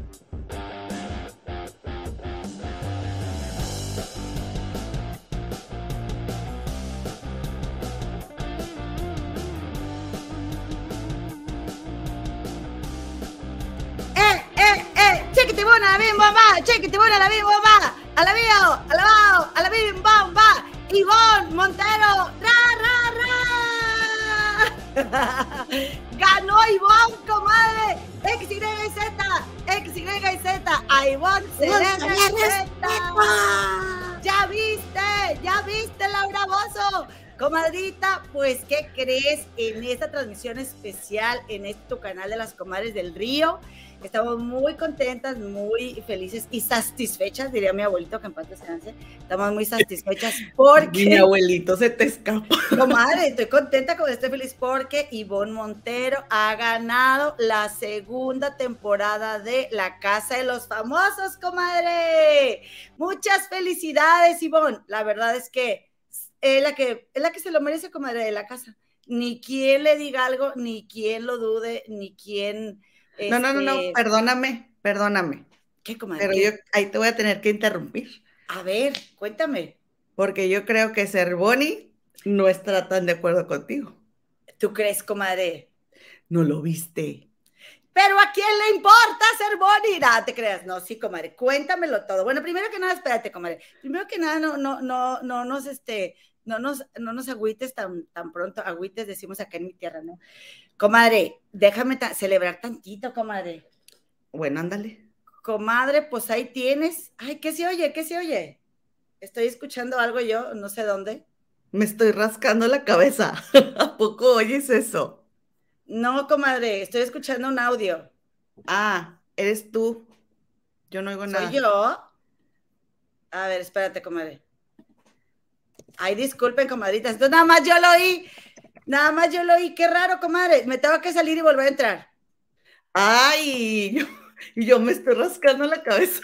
Chiquiti buena la bim bomba, chiquiti buena la bim bomba, a la bim bomba, Ivonne Montero, ganó Ivonne, comadre, XYZ, a Ivonne Z. Ya viste, Laura Bozzo. Comadrita, pues, ¿qué crees? En esta transmisión especial, en este canal de las Comadres del Río, estamos muy contentas, muy felices y satisfechas, diría mi abuelito, que en paz descanse. Estamos muy satisfechas porque... Mi abuelito se te escapa. Comadre, estoy contenta, como estoy feliz porque Ivonne Montero ha ganado la segunda temporada de La Casa de los Famosos, comadre. Muchas felicidades, Ivonne. La verdad es que es la que se lo merece, comadre, de la casa. Ni quien le diga algo, ni quien lo dude, ni quien... No, perdóname. ¿Qué, comadre? Pero ¿qué? yo ahí te voy a tener que interrumpir. A ver, cuéntame. Porque yo creo que Cervoni no está tan de acuerdo contigo. ¿Tú crees, comadre? No lo viste. ¿Pero a quién le importa Cervoni? Nada, te creas. No, sí, comadre, cuéntamelo todo. Bueno, primero que nada, espérate, comadre. Primero que nada, no nos agüites tan pronto. Agüites decimos acá en mi tierra, ¿no? Comadre, déjame celebrar tantito, comadre. Bueno, ándale. Comadre, pues ahí tienes. Ay, ¿qué se oye? Estoy escuchando algo yo, no sé dónde. Me estoy rascando la cabeza. ¿A poco oyes eso? No, comadre, estoy escuchando un audio. Ah, eres tú. Yo no oigo nada. ¿Soy yo? A ver, espérate, comadre. Ay, disculpen, comadritas. Entonces nada más yo lo oí. Qué raro, comadre. Me tengo que salir y volver a entrar. Ay, yo me estoy rascando la cabeza.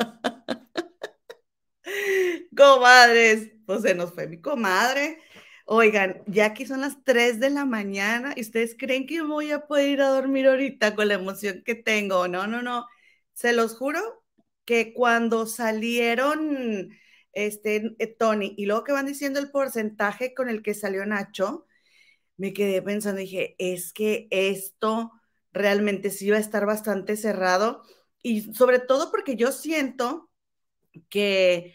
Comadres, pues se nos fue mi comadre. Oigan, ya aquí son las 3 de la mañana y ustedes creen que yo voy a poder ir a dormir ahorita con la emoción que tengo. No. Se los juro que cuando salieron Tony y luego que van diciendo el porcentaje con el que salió Nacho, me quedé pensando, dije, es que esto realmente sí va a estar bastante cerrado y sobre todo porque yo siento que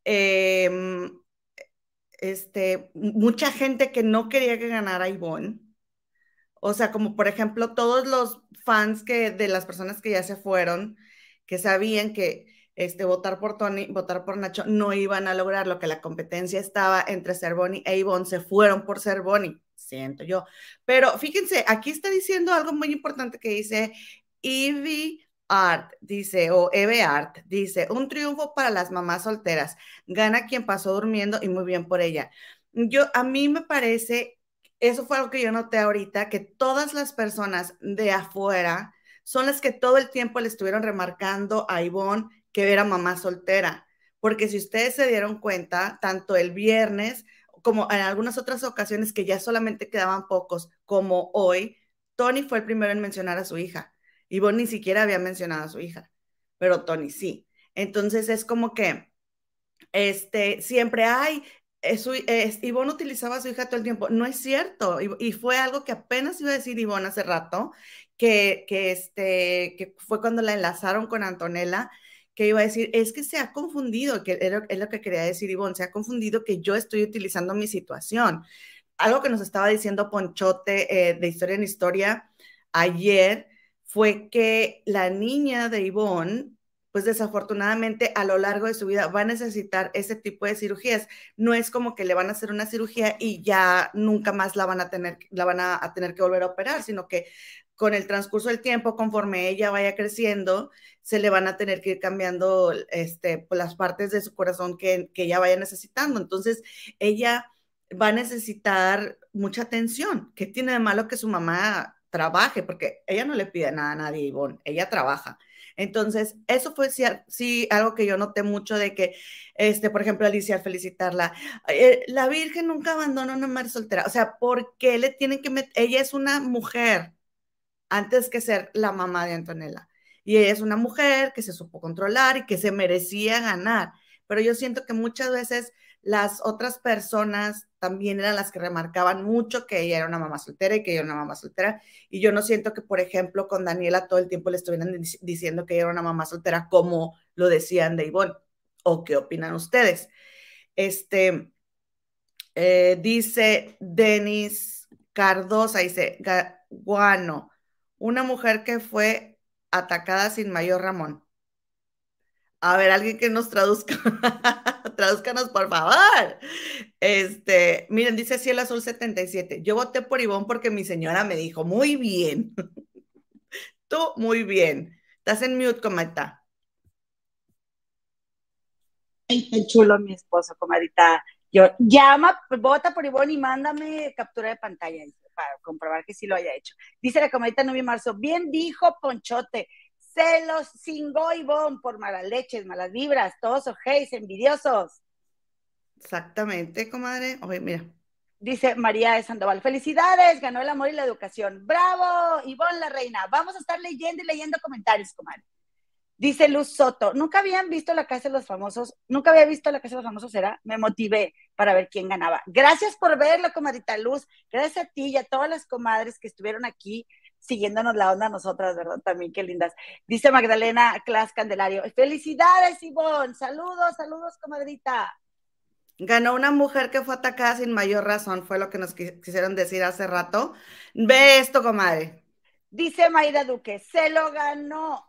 mucha gente que no quería que ganara Ivonne, o sea, como por ejemplo todos los fans de las personas que ya se fueron, que sabían que votar por Tony, votar por Nacho, no iban a lograr lo que la competencia estaba entre Cervoni e Ivonne, se fueron por Cervoni, siento yo. Pero fíjense, aquí está diciendo algo muy importante que dice Ivy Art, dice, o Eve Art, dice, un triunfo para las mamás solteras, gana quien pasó durmiendo y muy bien por ella. A mí me parece, eso fue algo que yo noté ahorita, que todas las personas de afuera son las que todo el tiempo le estuvieron remarcando a Ivonne que era mamá soltera, porque si ustedes se dieron cuenta, tanto el viernes como en algunas otras ocasiones que ya solamente quedaban pocos, como hoy, Tony fue el primero en mencionar a su hija. Ivonne ni siquiera había mencionado a su hija, pero Tony sí. Entonces es como que siempre hay, Ivonne utilizaba a su hija todo el tiempo. No es cierto, y fue algo que apenas iba a decir Ivonne hace rato, que fue cuando la enlazaron con Antonella, que iba a decir, es que se ha confundido, que es lo que quería decir Ivonne, se ha confundido que yo estoy utilizando mi situación. Algo que nos estaba diciendo Ponchote de Historia en Historia ayer fue que la niña de Ivonne, pues desafortunadamente a lo largo de su vida va a necesitar ese tipo de cirugías. No es como que le van a hacer una cirugía y ya nunca más la van a tener que volver a operar, sino que con el transcurso del tiempo, conforme ella vaya creciendo, se le van a tener que ir cambiando pues las partes de su corazón que ella vaya necesitando. Entonces, ella va a necesitar mucha atención. ¿Qué tiene de malo que su mamá trabaje? Porque ella no le pide nada a nadie, Ivonne, ella trabaja. Entonces, eso fue sí algo que yo noté mucho de que, por ejemplo, Alicia, al felicitarla, la Virgen nunca abandona a una madre soltera. O sea, ¿por qué le tienen que meter? Ella es una mujer antes que ser la mamá de Antonella. Y ella es una mujer que se supo controlar y que se merecía ganar. Pero yo siento que muchas veces las otras personas también eran las que remarcaban mucho que ella era una mamá soltera y que ella era una mamá soltera. Y yo no siento que, por ejemplo, con Daniela todo el tiempo le estuvieran diciendo que ella era una mamá soltera como lo decían de Ivonne. ¿O qué opinan ustedes? Dice Denis Cardosa, dice, Guano, una mujer que fue atacada sin mayor Ramón. A ver, alguien que nos traduzca. Tradúzcanos, por favor. Miren, dice Cielo Azul 77. Yo voté por Ivonne porque mi señora me dijo, muy bien. Tú, muy bien. Estás en mute, cometa. Ay, qué chulo mi esposo, comadita. Yo, llama, vota por Ivonne y mándame captura de pantalla para comprobar que sí lo haya hecho. Dice la comadita Nubi Marzo, bien dijo Ponchote, se los cingó Ivonne por malas leches, malas vibras, todos ojéis, envidiosos. Exactamente, comadre. Oye, mira. Dice María de Sandoval, felicidades, ganó el amor y la educación. ¡Bravo! Ivonne la reina. Vamos a estar leyendo y leyendo comentarios, comadre. Dice Luz Soto, nunca habían visto La Casa de los Famosos, nunca había visto La Casa de los Famosos, era, me motivé para ver quién ganaba. Gracias por verlo, comadita Luz, gracias a ti y a todas las comadres que estuvieron aquí siguiéndonos la onda a nosotras, ¿verdad? También, qué lindas. Dice Magdalena Clas Candelario, felicidades, Ivonne, saludos, saludos, comadrita. Ganó una mujer que fue atacada sin mayor razón, fue lo que nos quisieron decir hace rato. Ve esto, comadre. Dice Mayra Duque, se lo ganó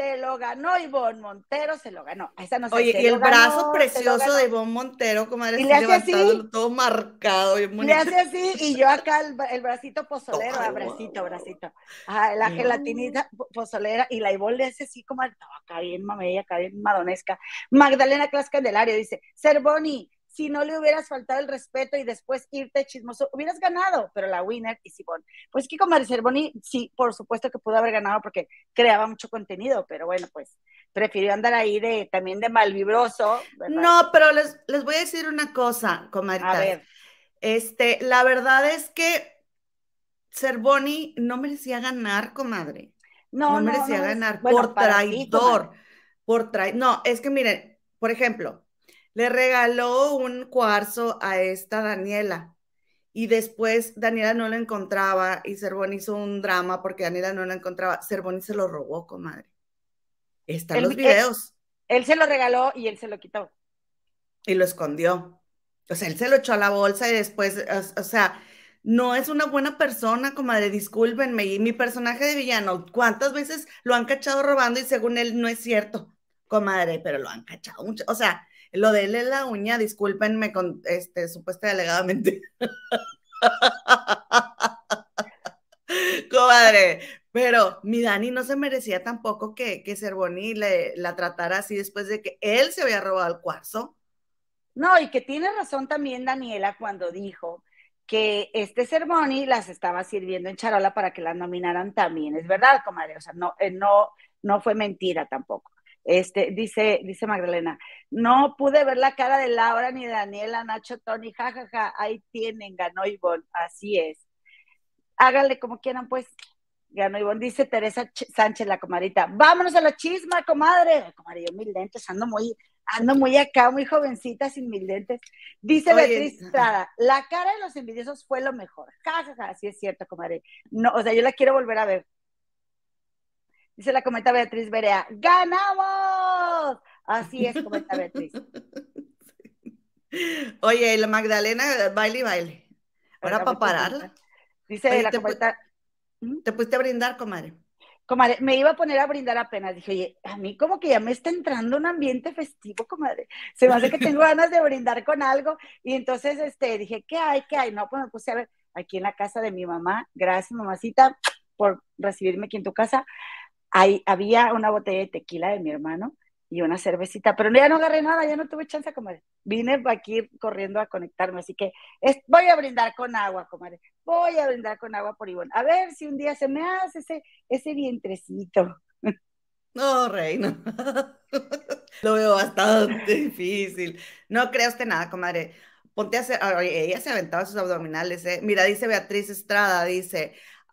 Ivonne Montero, se lo ganó. Esa no sé, Oye, se y el lo brazo ganó, se lo precioso ganó. de Ivonne Montero, comadre, Y así le hace así, levantándolo, todo marcado, bien le bonito. hace así, y yo acá el bracito pozolero, Ay, bracito. Ajá, la gelatinita pozolera, y la Ivonne le hace así como, acá bien mamella, acá bien madonesca. Magdalena Clas Candelario dice, Cervoni, si no le hubieras faltado el respeto y después irte chismoso, hubieras ganado, pero la winner es Ivonne. Pues que como Cervoni, sí, por supuesto que pudo haber ganado porque creaba mucho contenido, pero bueno, pues prefirió andar ahí también de malvibroso, ¿verdad? No, pero les voy a decir una cosa, A comadritas. ver. La verdad es que Cervoni no merecía ganar, comadre. No, No no, no merecía es, ganar bueno, por para ti, comadre. traidor, No, es que miren, por ejemplo, le regaló un cuarzo a esta Daniela y después Daniela no lo encontraba y Cervoni hizo un drama porque Daniela no lo encontraba. Cervoni se lo robó, comadre. Están los Él, videos él se lo regaló y él se lo quitó. y lo escondió. O sea, él se lo echó a la bolsa y después, o sea, no es una buena persona, comadre, discúlpenme. Y mi personaje de villano, ¿cuántas veces lo han cachado robando y según él no es cierto, comadre? Pero lo han cachado mucho. O sea, lo de él es la uña, discúlpenme con supuesta delegadamente. Comadre, pero mi Dani no se merecía tampoco que Cervoni la tratara así después de que él se había robado el cuarzo. No, y que tiene razón también Daniela cuando dijo que este Cervoni las estaba sirviendo en charola para que las nominaran también. Es verdad, comadre, o sea, no fue mentira tampoco. Dice Magdalena, no pude ver la cara de Laura ni de Daniela, Nacho, Tony, jajaja, ahí tienen, ganó Ivonne, así es. Háganle como quieran, pues, ganó Ivonne, dice Teresa Sánchez, la comadrita, vámonos a la chisma, comadre. Comadre, yo mil lentes, ando muy acá, muy jovencita, sin mil lentes. Dice Oye, Beatriz Estrada, la cara de los envidiosos fue lo mejor. Ja, ja, ja, sí es cierto, comadre. No, o sea, yo la quiero volver a ver. Dice la comenta Beatriz Berea, ¡ganamos! Así es, comenta Beatriz. oye, la Magdalena, baile y baile. Ahora Está muy para pararla. contenta. Dice Oye, la comenta, te pusiste a brindar, comadre. comadre, me iba a poner a brindar apenas. Dije, oye, a mí como que ya me está entrando un ambiente festivo, comadre. Se me hace que tengo ganas de brindar con algo. Y entonces dije, ¿qué hay? ¿Qué hay? No, pues me puse a ver aquí en la casa de mi mamá. Gracias, mamacita, por recibirme aquí en tu casa. Ahí había una botella de tequila de mi hermano y una cervecita, pero ya no agarré nada, ya no tuve chance, comadre. Vine aquí corriendo a conectarme, así que voy a brindar con agua, comadre. Voy a brindar con agua por Ivonne. A ver si un día se me hace ese vientrecito. No, reina. Lo veo bastante difícil. No crea usted nada, comadre. Ponte a hacer, oye, ella se aventaba sus abdominales, ¿eh? Mira, dice Beatriz Estrada, dice,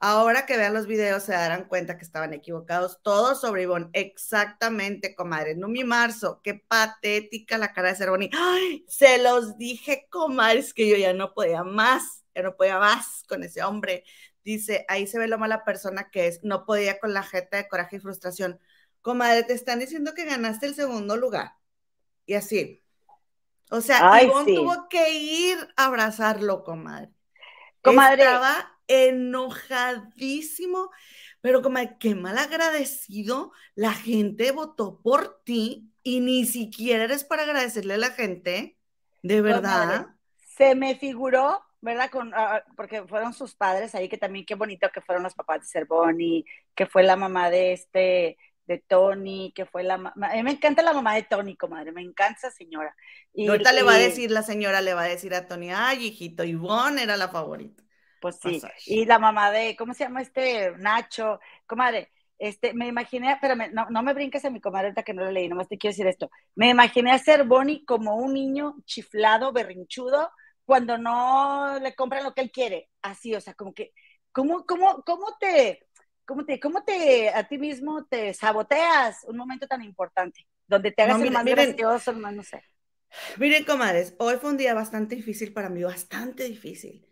Ahora que vean los videos se darán cuenta que estaban equivocados todos sobre Ivonne. Exactamente, comadre. Numi Marzo, qué patética la cara de Cervoni. ¡Ay! Se los dije, comadres, que yo ya no podía más con ese hombre. Dice, ahí se ve lo mala persona que es. No podía con la jeta de coraje y frustración. Comadre, te están diciendo que ganaste el segundo lugar. Y así. O sea, Ay, Ivonne sí. tuvo que ir a abrazarlo, comadre. Comadre, Estaba enojadísimo, pero comadre, qué mal agradecido. La gente votó por ti y ni siquiera eres para agradecerle a la gente. ¿De comadre, verdad? se me figuró, ¿verdad? Porque fueron sus padres ahí, que también qué bonito que fueron los papás de Cervoni, que fue la mamá de Tony, que fue a mí me encanta la mamá de Tony, comadre, me encanta esa señora. Y Y, ahorita le va a y decir la señora, le va a decir a Tony, ay, hijito, Ivonne era la favorita. pues sí, Pasó. y la mamá ¿cómo se llama Nacho? Comadre, me imaginé, pero no me brinques a mi comadre ahorita que no lo leí, nomás te quiero decir esto. Me imaginé a ser Bonnie como un niño chiflado, berrinchudo, cuando no le compran lo que él quiere. Así, o sea, como que, ¿cómo te a ti mismo te saboteas un momento tan importante? Donde te No, hagas el miren, más miren, gracioso, el más, no sé. miren, comadres, hoy fue un día bastante difícil para mí, bastante difícil.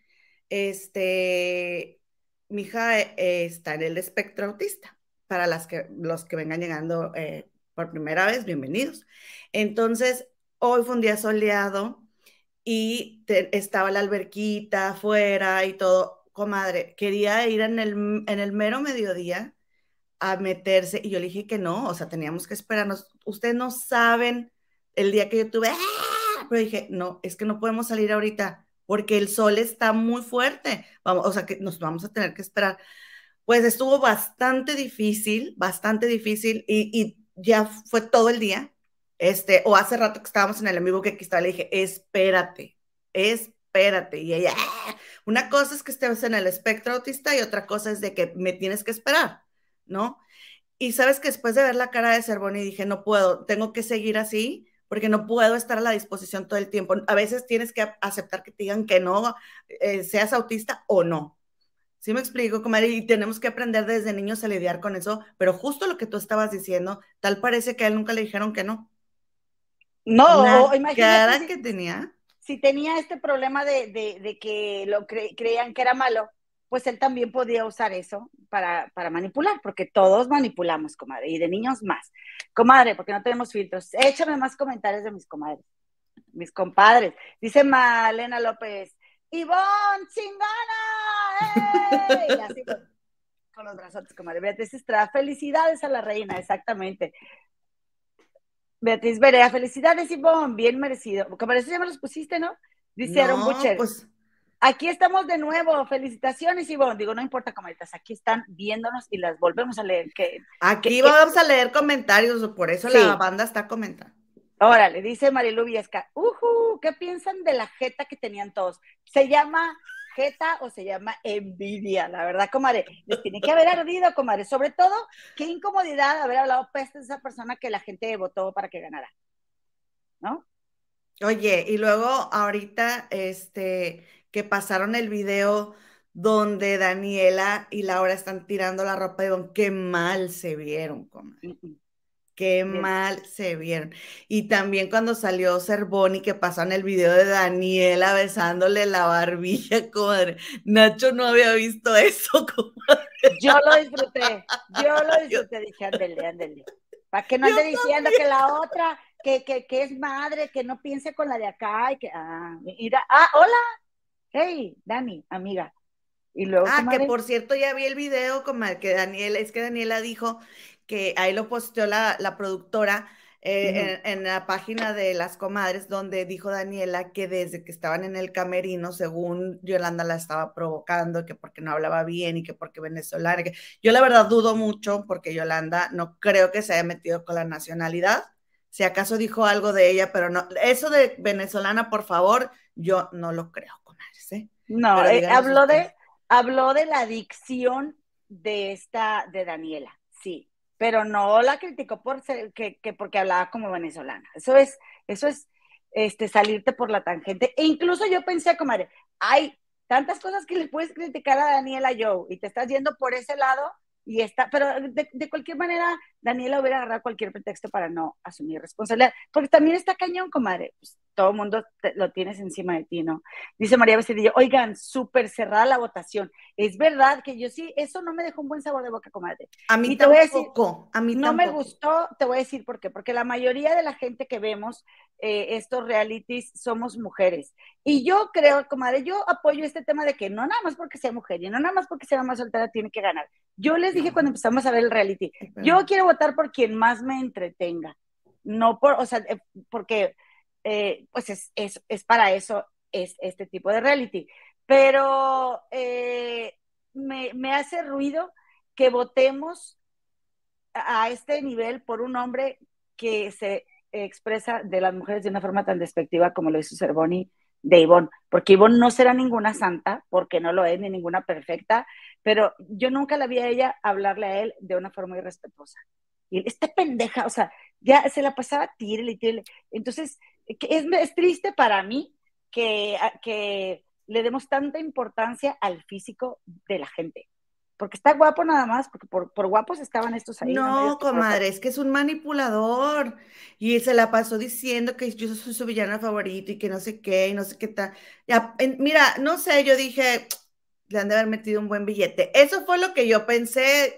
Mi hija está en el espectro autista. Para los que vengan llegando por primera vez, bienvenidos. Entonces, hoy fue un día soleado y estaba la alberquita afuera y todo. Comadre, quería ir en el mero mediodía a meterse y yo le dije que no, o sea, teníamos que esperarnos. Ustedes no saben el día que yo tuve, ¡ah! Pero dije, no, es que no podemos salir ahorita porque el sol está muy fuerte, vamos, o sea, que nos vamos a tener que esperar. Pues estuvo bastante difícil y ya fue todo el día. O hace rato que estábamos en el amigo que aquí estaba, le dije, espérate. Y ella, ¡ah! Una cosa es que estés en el espectro autista y otra cosa es de que me tienes que esperar, ¿no? Y sabes que después de ver la cara de Cervoni dije, no puedo, tengo que seguir así porque no puedo estar a la disposición todo el tiempo. A veces tienes que aceptar que te digan que no, seas autista o no. Sí me explico, comadre, y tenemos que aprender desde niños a lidiar con eso, pero justo lo que tú estabas diciendo, tal parece que a él nunca le dijeron que no. No, La o imagínate cara si, que tenía. si tenía este problema de que creían que era malo, pues él también podía usar eso para manipular, porque todos manipulamos, comadre, y de niños más. Comadre, porque no tenemos filtros. Échame más comentarios de mis comadres, mis compadres. Dice Malena López, Ivonne, chingona, ¡ey! Así con los brazos, comadre. Beatriz Estrada, felicidades a la reina, exactamente. Beatriz Berea, felicidades, Ivonne, bien merecido. Como eso ya me los pusiste, ¿no? Dice Aaron No, Butcher, pues aquí estamos de nuevo, felicitaciones, Ivonne. Digo, no importa, comadritas, aquí están viéndonos y las volvemos a leer. aquí vamos a leer comentarios, por eso la Sí, banda está comentando. órale, dice Marilu Viesca, ¿qué piensan de la jeta que tenían todos? ¿Se llama jeta o se llama envidia? La verdad, comadre, les tiene que haber ardido, comadre. Sobre todo, qué incomodidad haber hablado peste de esa persona que la gente votó para que ganara, ¿no? Oye, y luego ahorita, que pasaron el video donde Daniela y Laura están tirando la ropa de Don, qué mal se vieron, comadre. Mm, mm. Qué Bien. mal se vieron. Y también cuando salió Cervoni, que pasaron el video de Daniela besándole la barbilla, comadre. Nacho no había visto eso, comadre. Yo lo disfruté, dije, ándele, ándele. Para que no Yo ande diciendo que también. la otra, que es madre, que no piense con la de acá, y mira, hola, hey, Dani, amiga. Y luego, Ah, que comadre, por cierto, ya vi el video, comadre, es que Daniela dijo que ahí lo posteó la productora uh-huh. en la página de las comadres, donde dijo Daniela que desde que estaban en el camerino, según Yolanda la estaba provocando, que porque no hablaba bien y que porque venezolana, que yo la verdad dudo mucho porque Yolanda no creo que se haya metido con la nacionalidad, si acaso dijo algo de ella, pero no, eso de venezolana, por favor, yo no lo creo, comadres, ¿eh? No, Pero díganos ustedes. habló de la adicción de Daniela, sí, pero no la criticó por que porque hablaba como venezolana. Eso es salirte por la tangente. E incluso yo pensé, comadre, ay, tantas cosas que le puedes criticar a Daniela Joe y te estás yendo por ese lado y está, pero de cualquier manera Daniela hubiera agarrado cualquier pretexto para no asumir responsabilidad, porque también está cañón, comadre, pues, todo el mundo lo tienes encima de ti, ¿no? Dice María Becerrillo, oigan, súper cerrada la votación, es verdad que yo sí, eso no me dejó un buen sabor de boca, comadre. A mí Y te voy a decir, tampoco, a mí no me tampoco. gustó, te voy a decir por qué, porque la mayoría de la gente que vemos estos realities somos mujeres. Y yo creo, comadre, yo apoyo este tema de que no nada más porque sea mujer y no nada más porque sea más soltera tiene que ganar. Yo les dije cuando empezamos a ver el reality, yo quiero votar por quien más me entretenga, no por, o sea, porque pues es para eso es este tipo de reality. Pero me hace ruido que votemos a este nivel por un hombre que se expresa de las mujeres de una forma tan despectiva como lo hizo Cervoni de Ivonne, porque Ivonne no será ninguna santa, porque no lo es, ni ninguna perfecta, pero yo nunca la vi a ella hablarle a él de una forma irrespetuosa. Y esta pendeja, o sea, ya se la pasaba tírele, tírele. Entonces, es triste para mí que le demos tanta importancia al físico de la gente porque está guapo nada más, porque por guapos estaban estos ahí, no me digas No, que por otra. comadre, es que es un manipulador y se la pasó diciendo que yo soy su villana favorito y que no sé qué y no sé qué tal. Ya, mira, no sé, yo dije, le han de haber metido un buen billete. Eso fue lo que yo pensé,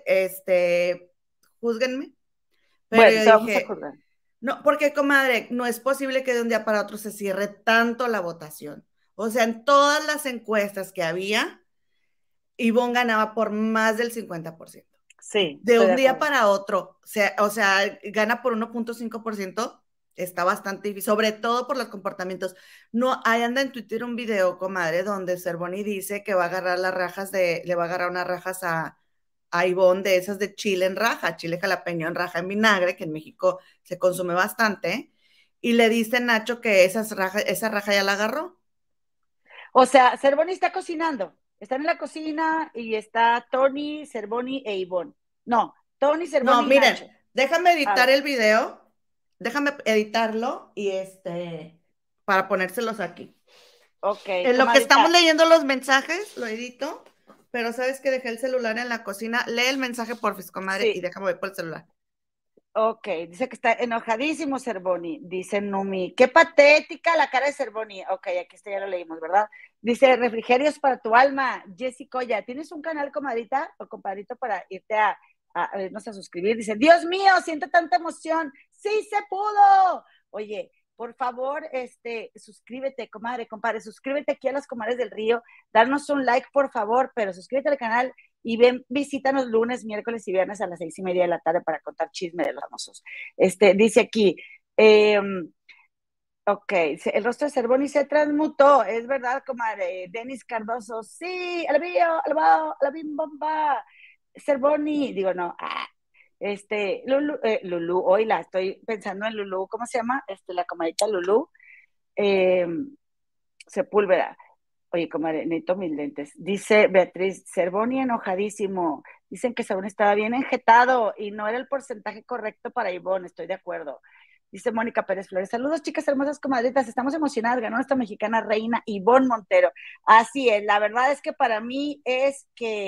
júzguenme, pero Bueno, yo te vamos a dije, juzgar. no, porque comadre, no es posible que de un día para otro se cierre tanto la votación. O sea, en todas las encuestas que había, Ivonne ganaba por más del 50%. Sí, De estoy de un día acuerdo. para otro, o sea, gana por 1.5%, está bastante difícil, sobre todo por los comportamientos. No, ahí anda en Twitter un video, comadre, donde Cervoni dice que va a agarrar le va a agarrar unas rajas a Ivonne de esas de chile en raja, chile jalapeño en raja en vinagre, que en México se consume bastante, y le dice Nacho que esa raja ya la agarró. O sea, Cervoni está cocinando. Están en la cocina y está Tony, Cervoni e Ivonne. No, Tony, No, Cervoni y miren, Nacho. déjame A editar ver, el video, déjame editarlo y para ponérselos aquí. ok, En lo que estamos comadita. leyendo los mensajes, lo edito, pero sabes que dejé el celular en la cocina. Lee el mensaje, porfis, comadre, y Sí, déjame ver por el celular. ok. Dice que está enojadísimo Cervoni. Dice Numi. Qué patética la cara de Cervoni. Ok, aquí está, ya lo leímos, ¿verdad? Dice, refrigerios para tu alma. Jessica, ya, ¿tienes un canal, comadita o compadrito para irte no sé, a suscribir? Dice, Dios mío, siento tanta emoción. Sí se pudo. Oye, por favor, suscríbete, comadre, compadre, suscríbete aquí a las comadres del río, darnos un like, por favor, pero suscríbete al canal y ven, visítanos lunes, miércoles y viernes a las 6:30 de la tarde para contar chisme de los famosos. Dice aquí, eh, ok, el rostro de Cervoni se transmutó, es verdad, comadre. Denis Cardoso, sí, a la bim bomba. Cervoni, digo, no, Lulu, hoy la estoy pensando en Lulu, ¿cómo se llama? La comadita Lulu, eh, Sepúlveda. Oye, comadre, necesito mis lentes. Dice Beatriz, Cervoni enojadísimo. Dicen que Cervoni estaba bien enjetado y no era el porcentaje correcto para Ivonne, estoy de acuerdo. Dice Mónica Pérez Flores, saludos chicas hermosas comadritas, estamos emocionadas, ganó nuestra mexicana reina Ivonne Montero. Así es, la verdad es que para mí es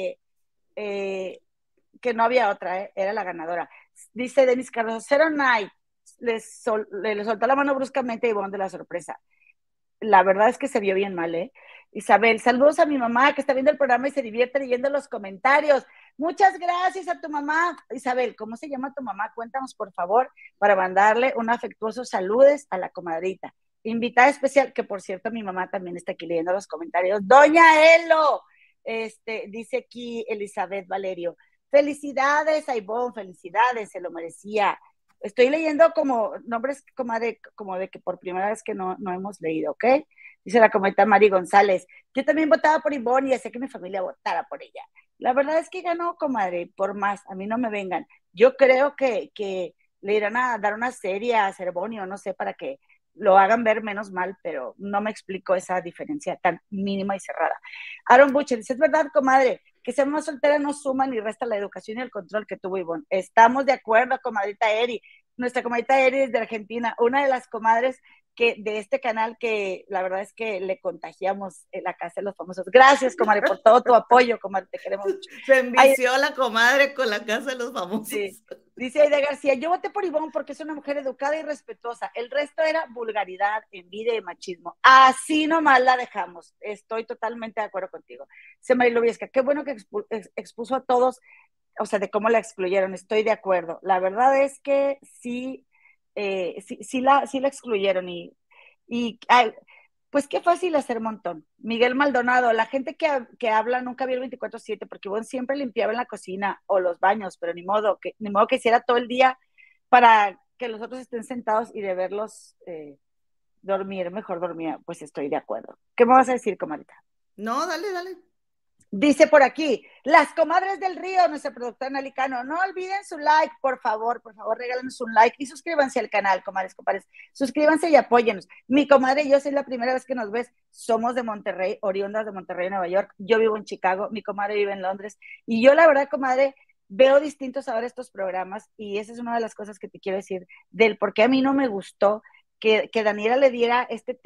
que no había otra, era la ganadora. Dice Denis Carlos, Zero Night, le soltó la mano bruscamente a Ivonne de la sorpresa. La verdad es que se vio bien mal, ¿eh? Isabel, saludos a mi mamá que está viendo el programa y se divierte leyendo los comentarios. Muchas gracias a tu mamá. Isabel, ¿cómo se llama tu mamá? Cuéntanos, por favor, para mandarle un afectuoso saludes a la comadrita. Invitada especial, que por cierto, mi mamá también está aquí leyendo los comentarios. Doña Elo, dice aquí Elizabeth Valerio. Felicidades a Ivonne, felicidades, se lo merecía. Estoy leyendo como nombres como de que por primera vez que no hemos leído, ¿ok? Dice la cometa Mari González. Yo también votaba por Ivonne y hacía que mi familia votara por ella. La verdad es que ganó, comadre, por más. A mí no me vengan. Yo creo que le irán a dar una serie a Cervoni o no sé, para que lo hagan ver menos mal, pero no me explico esa diferencia tan mínima y cerrada. Aaron Butcher dice, es verdad, comadre, que ser más soltera no suma ni resta la educación y el control que tuvo Ivonne. Estamos de acuerdo, comadrita Eri. Nuestra comadrita Eri es de Argentina, una de las comadres que de este canal que la verdad es que le contagiamos en la Casa de los Famosos. Gracias, comadre, por todo tu apoyo, comadre, te queremos mucho. Se envició la comadre con la Casa de los Famosos. Sí. Dice Aida García, yo voté por Ivonne porque es una mujer educada y respetuosa. El resto era vulgaridad, envidia y machismo. Así nomás la dejamos. Estoy totalmente de acuerdo contigo. Se Marilo Viesca, qué bueno que expuso a todos, o sea, de cómo la excluyeron. Estoy de acuerdo. La verdad es que sí, sí la excluyeron y ay, pues qué fácil hacer montón. Miguel Maldonado, la gente que habla nunca vio el 24/7 porque Ivonne siempre limpiaba en la cocina o los baños, pero ni modo que hiciera todo el día para que los otros estén sentados y de verlos dormir, mejor dormía. Pues estoy de acuerdo. ¿Qué me vas a decir, comadita? No, dale, dale. Dice por aquí, las comadres del río, nuestra productora Nalicano, no olviden su like, por favor, regálenos un like y suscríbanse al canal, comadres, compadres, suscríbanse y apóyenos. Mi comadre y yo, si es la primera vez que nos ves, somos de Monterrey, oriundas de Monterrey, Nueva York, yo vivo en Chicago, mi comadre vive en Londres, y yo la verdad, comadre, veo distintos ahora estos programas, y esa es una de las cosas que te quiero decir, del por qué a mí no me gustó que Daniela le diera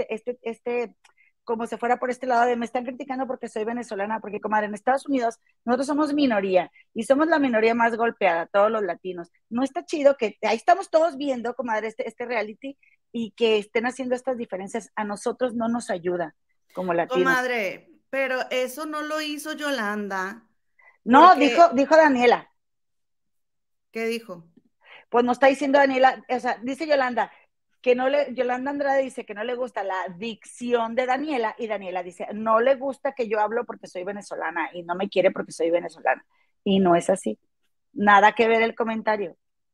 como se fuera por este lado de me están criticando porque soy venezolana, porque comadre, en Estados Unidos nosotros somos minoría y somos la minoría más golpeada, todos los latinos. No está chido que ahí estamos todos viendo, comadre, este reality y que estén haciendo estas diferencias. A nosotros no nos ayuda como latinos. Comadre, pero eso no lo hizo Yolanda. No, Porque... dijo Daniela. ¿Qué dijo? Pues no está diciendo Daniela, o sea, dice Yolanda, Yolanda Andrade dice que no le gusta la dicción de Daniela y Daniela dice, no le gusta que yo hablo porque soy venezolana y no me quiere porque soy venezolana. Y no es así. Nada que ver el comentario.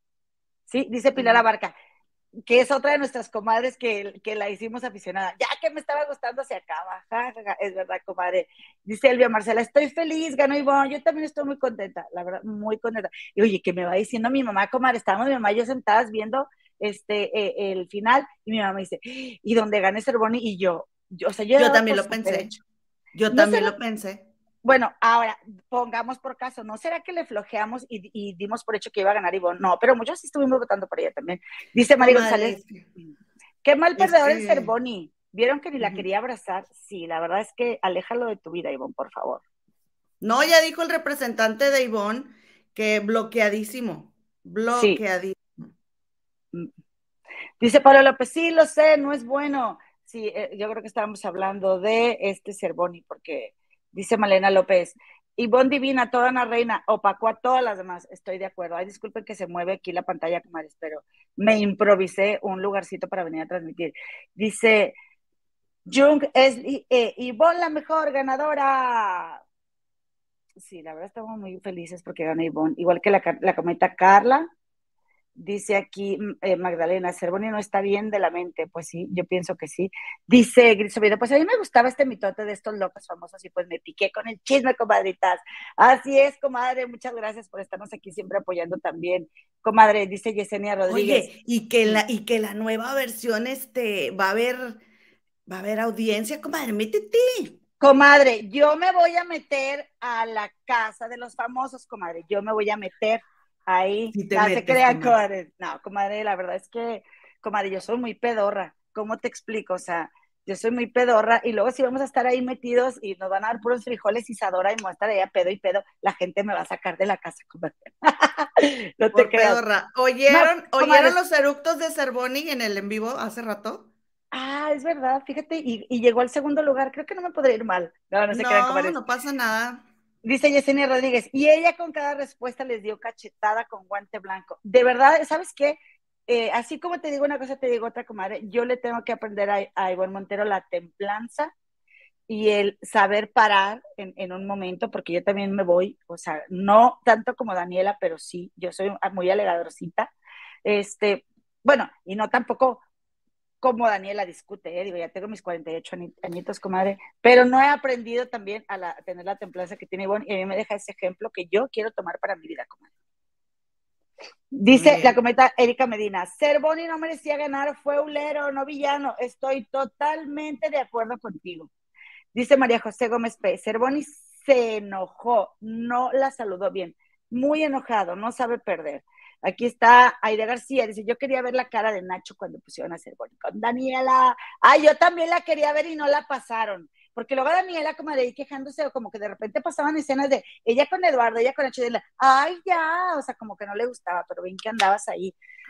Sí, dice Pilar Abarca, que es otra de nuestras comadres que la hicimos aficionada. Ya que me estaba gustando se acaba. Ja, ja, ja. Es verdad, comadre. Dice Elvia Marcela, estoy feliz, ganó Ivonne. Yo también estoy muy contenta, la verdad, muy contenta. Y oye, que me va diciendo mi mamá, comadre, estábamos mi mamá y yo sentadas viendo el final y mi mamá me dice, ¿y dónde gane Cervoni? Y o sea, yo también lo pensé. Yo ¿No también será? lo pensé. Bueno, ahora, pongamos por caso, ¿no será que le flojeamos y dimos por hecho que iba a ganar Ivonne? No, pero muchos sí estuvimos votando por ella también. Dice Mari González, qué mal perdedor el Cervoni. ¿Vieron que ni la quería abrazar? Sí, la verdad es que aléjalo de tu vida, Ivonne, por favor. No, ya dijo el representante de Ivonne que bloqueadísimo. Bloqueadísimo. Sí. Dice Pablo López, sí, lo sé, no es bueno. Sí, yo creo que estábamos hablando de este Cervoni, porque dice Malena López, Ivonne divina, toda una reina, opacó a todas las demás. Estoy de acuerdo. Ay, disculpen que se mueve aquí la pantalla, comadres, pero me improvisé un lugarcito para venir a transmitir. Dice, Jung es Ivonne la mejor ganadora. Sí, la verdad estamos muy felices porque gana Ivonne. Igual que la comenta Carla. Dice aquí Magdalena, Cervoni no está bien de la mente. Pues sí, yo pienso que sí. Dice Gris Oviedo, pues a mí me gustaba este mitote de estos locos famosos y pues me piqué con el chisme, comadritas. Así es, comadre, muchas gracias por estarnos aquí siempre apoyando también. Comadre, dice Yesenia Rodríguez. Oye, y que la nueva versión va a haber audiencia, comadre, métete. Comadre, yo me voy a meter a la casa de los famosos, comadre. Yo me voy a meter ahí. Si te No metes, se crean, comadre. No, comadre, la verdad es que, comadre, yo soy muy pedorra. ¿Cómo te explico? O sea, yo soy muy pedorra y luego si vamos a estar ahí metidos y nos van a dar puros frijoles y Isadora y me voy a estar ahí a pedo y pedo, la gente me va a sacar de la casa, comadre. No te creas. Pedorra. ¿Oyeron los eructos de Cervoni en el en vivo hace rato? Ah, es verdad, fíjate, y llegó al segundo lugar. Creo que no me podría ir mal. No se crean, comadres. No pasa nada. Dice Yesenia Rodríguez, y ella con cada respuesta les dio cachetada con guante blanco. De verdad, ¿sabes qué? Así como te digo una cosa, te digo otra, comadre. Yo le tengo que aprender a Ivonne Montero la templanza y el saber parar en un momento, porque yo también me voy, o sea, no tanto como Daniela, pero sí, yo soy muy alegadorcita. Bueno, y no tampoco como Daniela discute, digo, ya tengo mis 48 añitos, comadre, pero no he aprendido también a tener la templanza que tiene Ivonne, y a mí me deja ese ejemplo que yo quiero tomar para mi vida, comadre. Dice la cometa Erika Medina, Cervoni no merecía ganar, fue ulero, no villano. Estoy totalmente de acuerdo contigo. Dice María José Gómez P. Cervoni se enojó, no la saludó bien, muy enojado, no sabe perder. Aquí está Aida García, dice, yo quería ver la cara de Nacho cuando pusieron a hacer Bonnie con Daniela. Ay, yo también la quería ver y no la pasaron. Porque luego Daniela como de ahí quejándose, o como que de repente pasaban escenas de ella con Eduardo, ella con Nacho, y ay, ya, o sea, como que no le gustaba, pero bien que andabas ahí.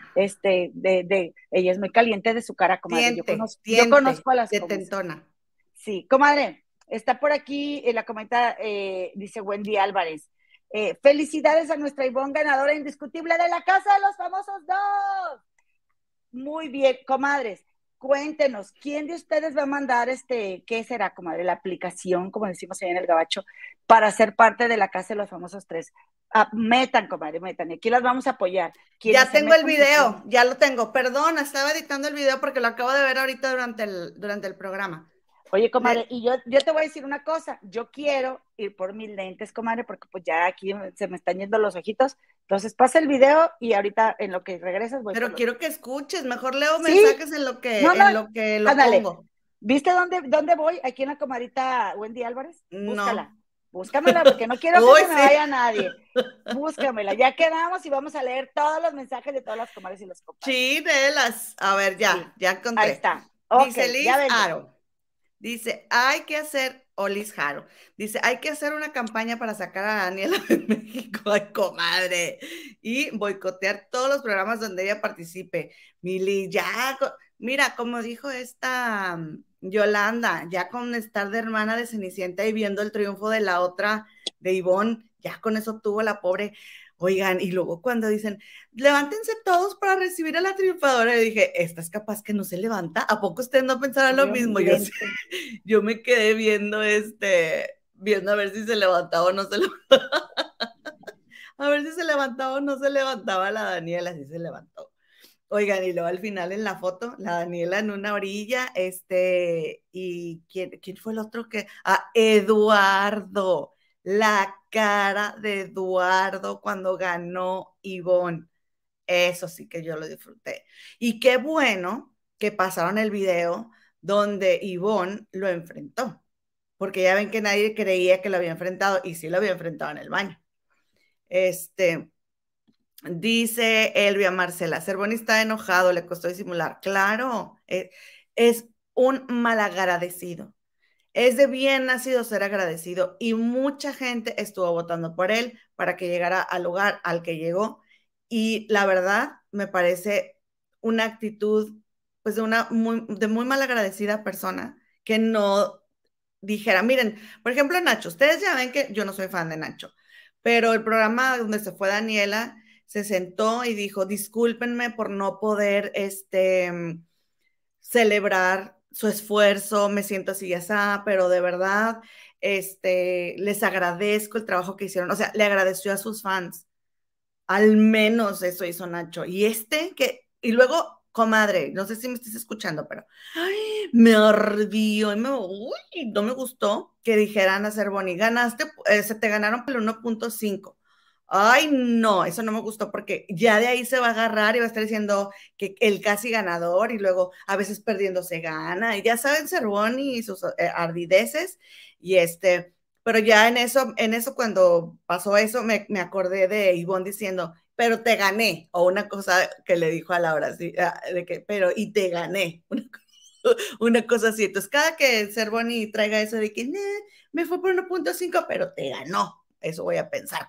Ella es muy caliente de su cara, comadre. Yo conozco a las te comas. tentona. Sí, comadre, está por aquí en la comenta, dice Wendy Álvarez. Felicidades a nuestra Ivonne, ganadora indiscutible de la Casa de los Famosos 2. Muy bien, comadres, cuéntenos, ¿quién de ustedes va a mandar qué será, comadre, la aplicación, como decimos ahí en el Gabacho, para ser parte de la Casa de los Famosos 3? Metan, comadre, metan, y aquí las vamos a apoyar. Ya tengo el video, ya lo tengo. Perdón, estaba editando el video porque lo acabo de ver ahorita durante el programa. Oye, comadre, y yo te voy a decir una cosa, yo quiero ir por mis lentes, comadre, porque pues ya aquí se me están yendo los ojitos. Entonces pasa el video y ahorita en lo que regresas voy. Pero quiero que escuches, mejor leo ¿Sí? mensajes en lo que lo ándale. pongo. ¿Viste dónde voy? Aquí en la comadrita Wendy Álvarez. Búscala. No. Búscamela, porque no quiero que Uy, se me vaya nadie. Búscamela. Ya quedamos y vamos a leer todos los mensajes de todas las comadres y los compadres. Sí, délas. A ver, ya, Sí. ya encontré. Ahí está. Okay, dice Liz Aro. Dice, hay que hacer, o Liz Jaro, dice, hay que hacer una campaña para sacar a Daniela de México, ay, comadre, y boicotear todos los programas donde ella participe. Mili, ya, mira, como dijo esta Yolanda, ya con estar de hermana de Cenicienta y viendo el triunfo de la otra, de Ivonne, ya con eso tuvo la pobre. Oigan, y luego cuando dicen, levántense todos para recibir a la triunfadora, yo dije, esta es capaz que no se levanta. ¿A poco ustedes no pensaron lo mismo? Yo me quedé viendo viendo a ver si se levantaba o no se levantaba. A ver si se levantaba o no se levantaba la Daniela, sí se levantó. Oigan, y luego al final en la foto, la Daniela en una orilla, y ¿quién fue el otro que? Eduardo. La cara de Eduardo cuando ganó Ivonne. Eso sí que yo lo disfruté. Y qué bueno que pasaron el video donde Ivonne lo enfrentó, porque ya ven que nadie creía que lo había enfrentado, y sí lo había enfrentado en el baño. Dice Elvia Marcela, Cervoni está enojado, le costó disimular. Claro, es un malagradecido. Es de bien nacido ser agradecido y mucha gente estuvo votando por él para que llegara al lugar al que llegó. Y la verdad, me parece una actitud pues de muy malagradecida persona que no dijera, miren, por ejemplo, Nacho, ustedes ya ven que yo no soy fan de Nacho, pero el programa donde se fue Daniela se sentó y dijo, discúlpenme por no poder celebrar su esfuerzo, me siento así ya está, pero de verdad, les agradezco el trabajo que hicieron, o sea, le agradeció a sus fans, al menos eso hizo Nacho, y luego, comadre, no sé si me estás escuchando, pero ay, me ardió, no me gustó que dijeran a Cervoni, ganaste, se te ganaron por el 1.5. Ay, no, eso no me gustó porque ya de ahí se va a agarrar y va a estar diciendo que el casi ganador y luego a veces perdiendo se gana. Y ya saben Cervoni y sus ardideces. Y pero ya en eso cuando pasó eso, me acordé de Ivonne diciendo, pero te gané. O una cosa que le dijo a Laura, ¿sí? De que, pero y te gané. Una cosa así. Entonces, cada que Cervoni traiga eso de que me fue por 1.5, pero te ganó. Eso voy a pensar,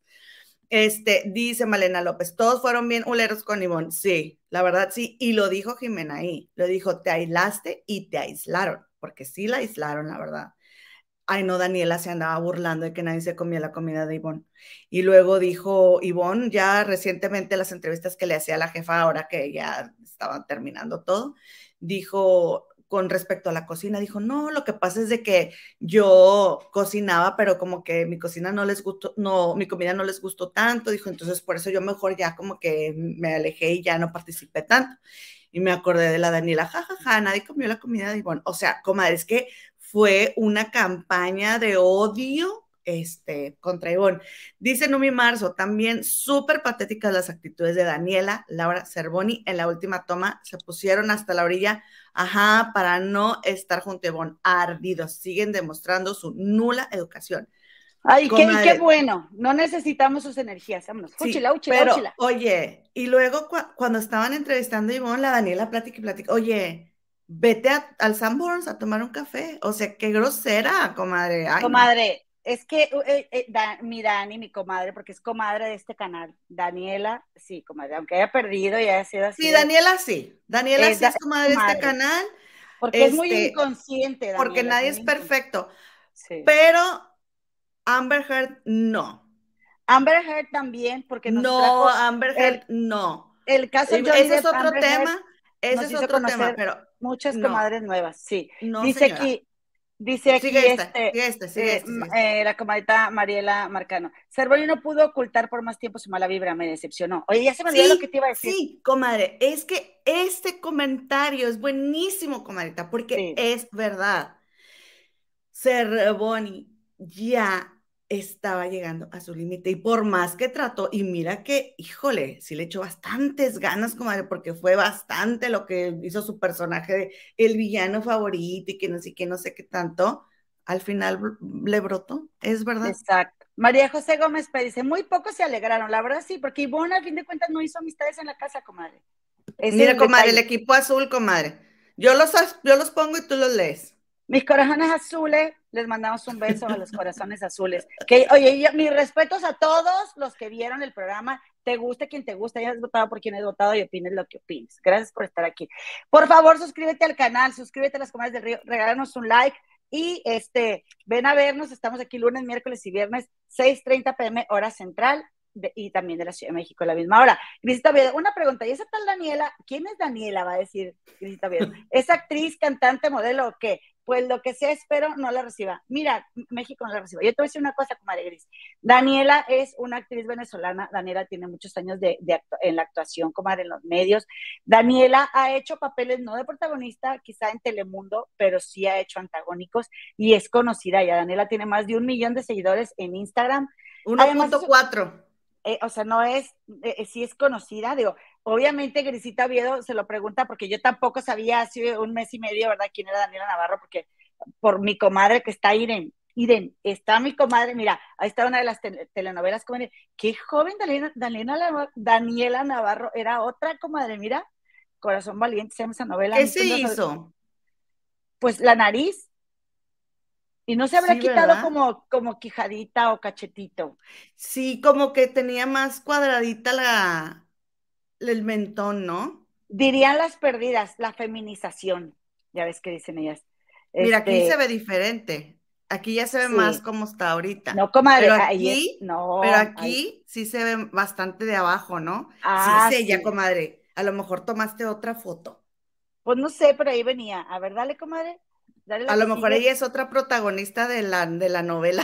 dice Malena López, todos fueron bien huleros con Ivonne. Sí, la verdad sí. Y lo dijo Jimena ahí. Lo dijo, te aislaste y te aislaron. Porque sí la aislaron, la verdad. Ay, no, Daniela se andaba burlando de que nadie se comía la comida de Ivonne. Y luego dijo Ivonne, ya recientemente las entrevistas que le hacía a la jefa, ahora que ya estaba terminando todo, dijo con respecto a la cocina, dijo, no, lo que pasa es de que yo cocinaba, pero como que mi cocina no les gustó, no, mi comida no les gustó tanto, dijo, entonces por eso yo mejor ya como que me alejé y ya no participé tanto. Y me acordé de la Daniela, jajaja, nadie comió la comida de Ivonne. O sea, comadre, es que fue una campaña de odio contra Ivonne. Dice Numi Marzo, también súper patéticas las actitudes de Daniela, Laura Cervoni, en la última toma se pusieron hasta la orilla, para no estar junto a Ivonne, ardidos, siguen demostrando su nula educación. Ay, qué Comadre, bueno. No necesitamos sus energías. Vámonos. sí, Úchila, úchila, pero úchila. oye, y luego cuando estaban entrevistando a Ivonne, la Daniela plática y plática, oye, vete al Sanborns a tomar un café. O sea, qué grosera, comadre. Ay, no. Comadre, es que mi Dani, mi comadre, porque es comadre de este canal, Daniela, sí, comadre, aunque haya perdido y haya sido así Sí, de, Daniela sí. Daniela sí es comadre de este comadre, canal, porque es muy inconsciente, porque Daniela, es nadie muy es inconsciente. perfecto. Sí. Pero Amber Heard, no. Amber Heard también, porque nos No, trajo Amber el, Heard, no. el caso Johnny Ese es Depp, otro Amber Heard, tema, ese nos es hizo otro tema, conocer pero muchas no, comadres nuevas, sí. no, Dice señora. aquí, Dice aquí Sigue sigue este. la comadita Mariela Marcano. Cervoni no pudo ocultar por más tiempo su mala vibra, me decepcionó. Oye, ya se me olvidó lo que te Sí, iba a decir. sí, comadre, es que este comentario es buenísimo, comadrita, porque Sí. es verdad. Cervoni ya estaba llegando a su límite y por más que trató, y mira que, híjole, sí le echó bastantes ganas, comadre, porque fue bastante lo que hizo su personaje de el villano favorito y que no sé qué, no sé qué tanto, al final le brotó, es verdad. Exacto. María José Gómez Pérez dice, muy pocos se alegraron, la verdad sí, porque Ivonne al fin de cuentas no hizo amistades en la casa, comadre. Ese es Mira, el comadre, el detalle. equipo azul, comadre. Yo los pongo y tú los lees. Mis corazones azules, les mandamos un beso a los corazones azules. Que, oye, mis respetos a todos los que vieron el programa. Te guste quien te guste, hayas votado por quien has votado y opines lo que opines. Gracias por estar aquí. Por favor, suscríbete al canal, suscríbete a las Comadres del Río, regálanos un like y ven a vernos. Estamos aquí lunes, miércoles y viernes, 6:30 p.m. hora central. Y también de la Ciudad de México a la misma hora. Grisita Oviedo, una pregunta, ¿y esa tal Daniela? ¿Quién es Daniela? Va a decir Grisita Oviedo. ¿Es actriz, cantante, modelo o qué? Pues lo que sea, espero no la reciba. Mira, México no la reciba. Yo te voy a decir una cosa, comadre Gris. Daniela es una actriz venezolana. Daniela tiene muchos años en la actuación, comadre, en los medios. Daniela ha hecho papeles no de protagonista, quizá en Telemundo, pero sí ha hecho antagónicos y es conocida ya. Daniela tiene más de 1 millón de seguidores en Instagram. Además, 1.4. o sea, no es, sí es conocida, digo, obviamente Grisita Oviedo se lo pregunta porque yo tampoco sabía hace un mes y medio, ¿verdad?, quién era Daniela Navarro, porque por mi comadre que está Irene, está mi comadre, mira, ahí está una de las telenovelas, comadre, qué joven Daniela Navarro, era otra comadre, mira, Corazón Valiente, se llama esa novela, ¿Qué se hizo? pues la nariz, y no se habrá Sí, quitado ¿verdad? como quijadita o cachetito. Sí, como que tenía más cuadradita el mentón, ¿no? Dirían las perdidas, la feminización, ya ves que dicen ellas. Mira, aquí se ve diferente. Aquí ya se ve más Sí, como está ahorita. no, comadre, Pero ahí, aquí, pero no, ahí, aquí sí se ve bastante de abajo, ¿no? Sí es ella, sí, comadre. A lo mejor tomaste otra foto. pues no sé, pero ahí venía, a ver, dale, comadre, dale A la lo que mejor sigue, ella es otra protagonista de la novela.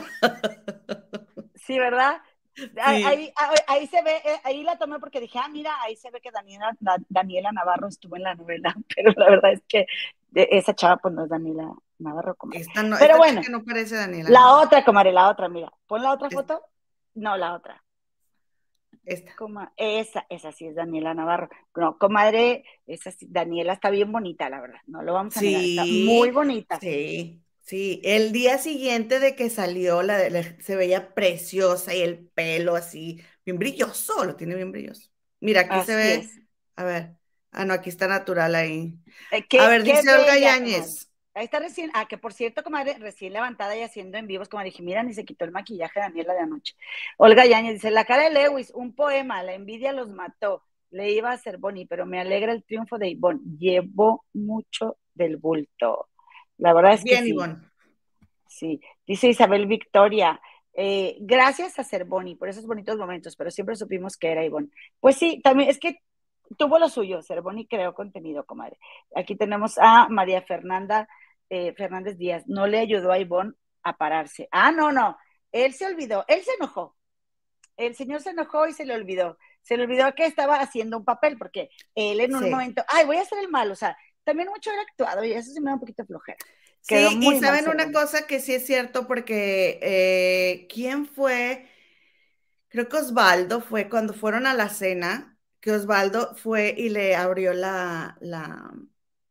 sí, ¿verdad? Sí, Ahí se ve, ahí la tomé porque dije, mira, ahí se ve que Daniela Navarro estuvo en la novela, pero la verdad es que esa chava pues no es Daniela Navarro, comadre. esta no, Pero esta bueno, chica no parece Daniela la Navarro. otra, comadre, la otra, mira, pon la otra Es- foto, no, la otra. Esta. Esa sí es Daniela Navarro. No, comadre, esa sí, Daniela está bien bonita, la verdad. No lo vamos a negar, está muy Sí, bonita. sí, sí. El día siguiente de que salió, se veía preciosa y el pelo así, bien brilloso, lo tiene bien brilloso. Mira, aquí se Así es. ve, a ver, no, aquí está natural ahí. A Qué, ver, qué dice Olga bella, comadre. Yáñez. Ahí está recién, que por cierto, comadre, recién levantada y haciendo en vivos, como dije, mira, ni se quitó el maquillaje Daniela de anoche. Olga Yáñez dice, la cara de Lewis, un poema, la envidia los mató. Le iba a hacer Bonnie, pero me alegra el triunfo de Ivonne. Llevó mucho del bulto. La verdad es que Bien, sí. Ivonne. Sí, dice Isabel Victoria, gracias a ser Bonnie por esos bonitos momentos, pero siempre supimos que era Ivonne. Pues sí, también es que tuvo lo suyo, ser Bonnie creó contenido, comadre. Aquí tenemos a María Fernanda Fernández Díaz, no le ayudó a Ivonne a pararse. No, no, él se olvidó, él se enojó, el señor se enojó y se le olvidó que estaba haciendo un papel, porque él en un Sí. momento, voy a hacer el mal, o sea, también mucho era actuado y eso sí me da un poquito flojera. Quedó Sí, y muy mal saben ser una Bonnie. cosa que sí es cierto, porque ¿quién fue? Creo que Osvaldo fue cuando fueron a la cena, que Osvaldo fue y le abrió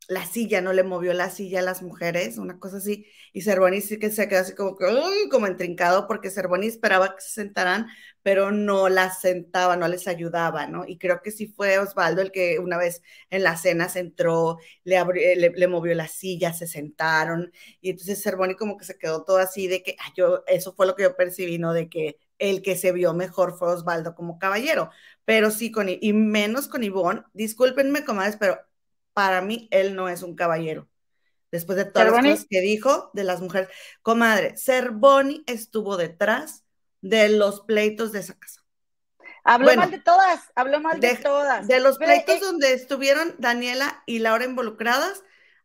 la silla, no le movió la silla a las mujeres, una cosa así, y Cervoni sí que se quedó así como que, uy, como intrincado, porque Cervoni esperaba que se sentaran, pero no las sentaba, no les ayudaba, ¿no? Y creo que sí fue Osvaldo el que una vez en la cena se entró, le movió la silla, se sentaron, y entonces Cervoni como que se quedó todo así de que, eso fue lo que yo percibí, ¿no? De que el que se vio mejor fue Osvaldo como caballero, pero sí y menos con Ivonne, discúlpenme, comadres, pero para mí él no es un caballero. Después de todas las Cervoni cosas que dijo de las mujeres. Comadre, Cervoni estuvo detrás de los pleitos de esa casa. habló mal Bueno, de todas, habló mal de todas. de los Pero, pleitos donde estuvieron Daniela y Laura involucradas,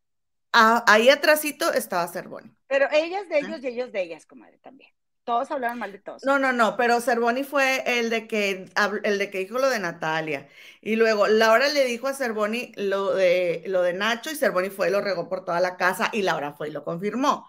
ahí atrásito estaba Cervoni. pero ellas de ¿Eh? ellos y ellos de ellas, comadre, también. Todos hablaron mal de todos. No, pero Cervoni fue el de que dijo lo de Natalia. Y luego Laura le dijo a Cervoni lo de Nacho y Cervoni fue y lo regó por toda la casa y Laura fue y lo confirmó.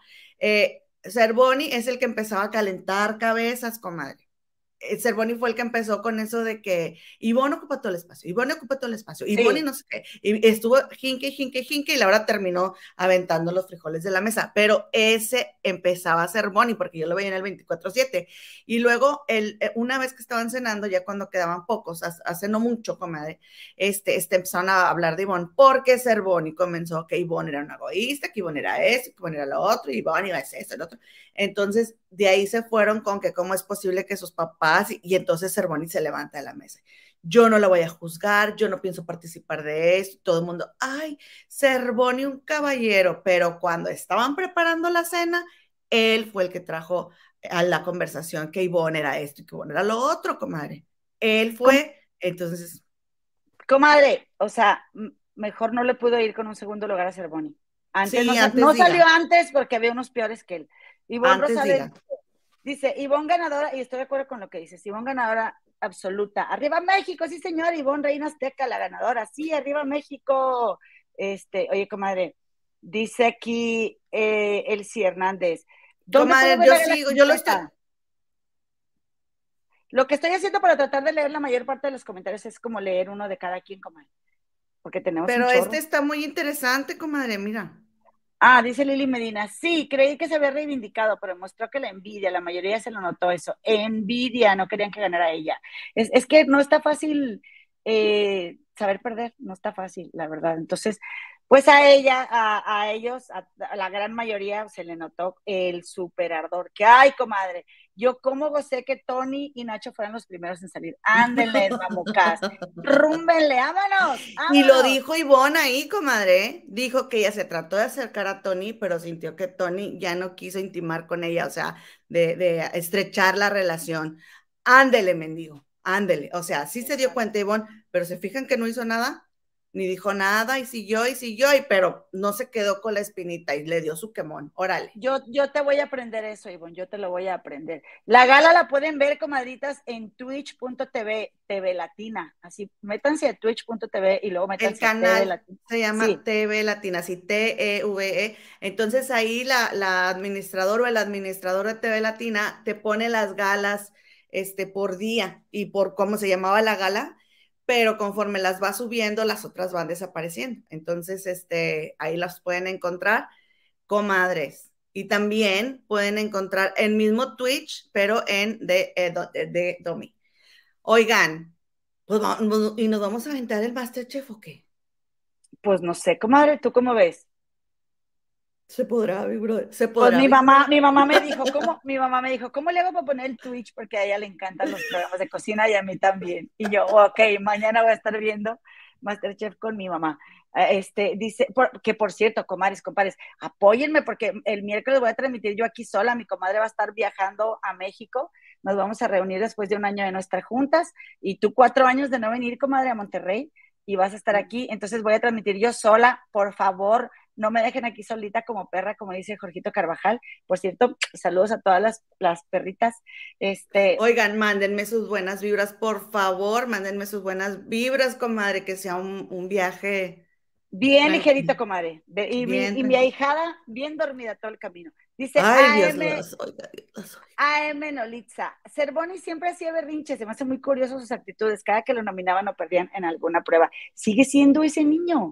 Cervoni es el que empezaba a calentar cabezas, comadre. Cervoni fue el que empezó con eso de que Ivonne ocupa todo el espacio, Ivonne ocupa todo el espacio, Ivonne Sí. no sé qué, y estuvo jinque, y Laura terminó aventando los frijoles de la mesa, pero ese empezaba a ser Bonnie, porque yo lo veía en el 24/7, y luego una vez que estaban cenando, ya cuando quedaban pocos, hace no mucho, comadre, empezaron a hablar de Ivonne, porque Cervoni comenzó que Ivonne era una egoísta, que Ivonne era eso, que Ivonne era lo otro, y Ivonne iba a hacer eso, el otro, entonces de ahí se fueron con que cómo es posible que sus papás, y entonces Cervoni se levanta de la mesa. Yo no la voy a juzgar, yo no pienso participar de esto, todo el mundo, ay, Cervoni un caballero, pero cuando estaban preparando la cena, él fue el que trajo a la conversación que Ivonne era esto y que Ivonne era lo otro, comadre. Él fue, entonces... Comadre, o sea, mejor no le pudo ir con un segundo lugar a Cervoni. Antes Sí, no diga. salió antes porque había unos peores que él. Ivonne Antes Rosales diga. dice, Ivonne ganadora, y estoy de acuerdo con lo que dices, Ivonne ganadora absoluta. ¡Arriba México! Sí, señor, Ivonne Reina Azteca, la ganadora. Sí, ¡arriba México! Oye, comadre, dice aquí Elsie Hernández. ¿Dónde puedo Comadre, ver yo la gala sigo, yo lo estoy... completa? Lo que estoy haciendo para tratar de leer la mayor parte de los comentarios es como leer uno de cada quien, comadre, porque tenemos un Pero chorro. está muy interesante, comadre, mira. Ah, dice Lili Medina, sí, creí que se había reivindicado, pero mostró que la envidia, la mayoría se lo notó eso, envidia, no querían que ganara ella. Es que no está fácil saber perder, no está fácil, la verdad. Entonces, pues a ella, a ellos, a la gran mayoría se le notó el super ardor. Que, ay, comadre, yo cómo gocé que Tony y Nacho fueran los primeros en salir. Ándenle, mamucas, rúmbenle, vámonos, Y lo vámonos. dijo Ivonne ahí, comadre. Dijo que ella se trató de acercar a Tony, pero sintió que Tony ya no quiso intimar con ella, o sea, de estrechar la relación. Ándele, mendigo, ándele. O sea, sí se dio cuenta Ivonne, pero se fijan que no hizo nada, ni dijo nada, y siguió, pero no se quedó con la espinita y le dio su quemón. Órale. Yo te voy a aprender eso, Ivonne, yo te lo voy a aprender. La gala la pueden ver, comadritas, en twitch.tv, TV Latina. Así, métanse a twitch.tv y luego El métanse a TV canal Latina. se llama Sí, TV Latina, así TEVE. Entonces ahí la administradora o el administrador de TV Latina te pone las galas por día y por cómo se llamaba la gala, pero conforme las va subiendo, las otras van desapareciendo. Entonces, ahí las pueden encontrar, comadres. Y también pueden encontrar el mismo Twitch, pero de Domi. Oigan, pues, ¿y nos vamos a aventar el MasterChef o qué? pues no sé, comadre, ¿tú cómo ves? Se podrá, Big Brother. Se Pues podrá, Big mi Brother. mamá me dijo, ¿cómo le hago para poner el Twitch? Porque a ella le encantan los programas de cocina y a mí también. Y yo, ok, mañana voy a estar viendo MasterChef con mi mamá. Dice, que por cierto, comadres, compadres, apóyenme porque el miércoles voy a transmitir yo aquí sola, mi comadre va a estar viajando a México, nos vamos a reunir después de un año de no estar juntas y tú 4 años de no venir, comadre, a Monterrey y vas a estar aquí, entonces voy a transmitir yo sola, por favor, no me dejen aquí solita como perra, como dice Jorgito Carvajal. Por cierto, saludos a todas las perritas. Oigan, mándenme sus buenas vibras, por favor, mándenme sus buenas vibras, comadre, que sea un viaje Bien ligerito, tranquilo, comadre. bien Y mi tranquilo. ahijada bien dormida todo el camino. Dice Ay, Dios los oiga, Dios los oiga. AM Nolitza. Cervoni siempre hacía berrinches, se me hace muy curioso sus actitudes. Cada que lo nominaban o perdían en alguna prueba. Sigue siendo ese niño.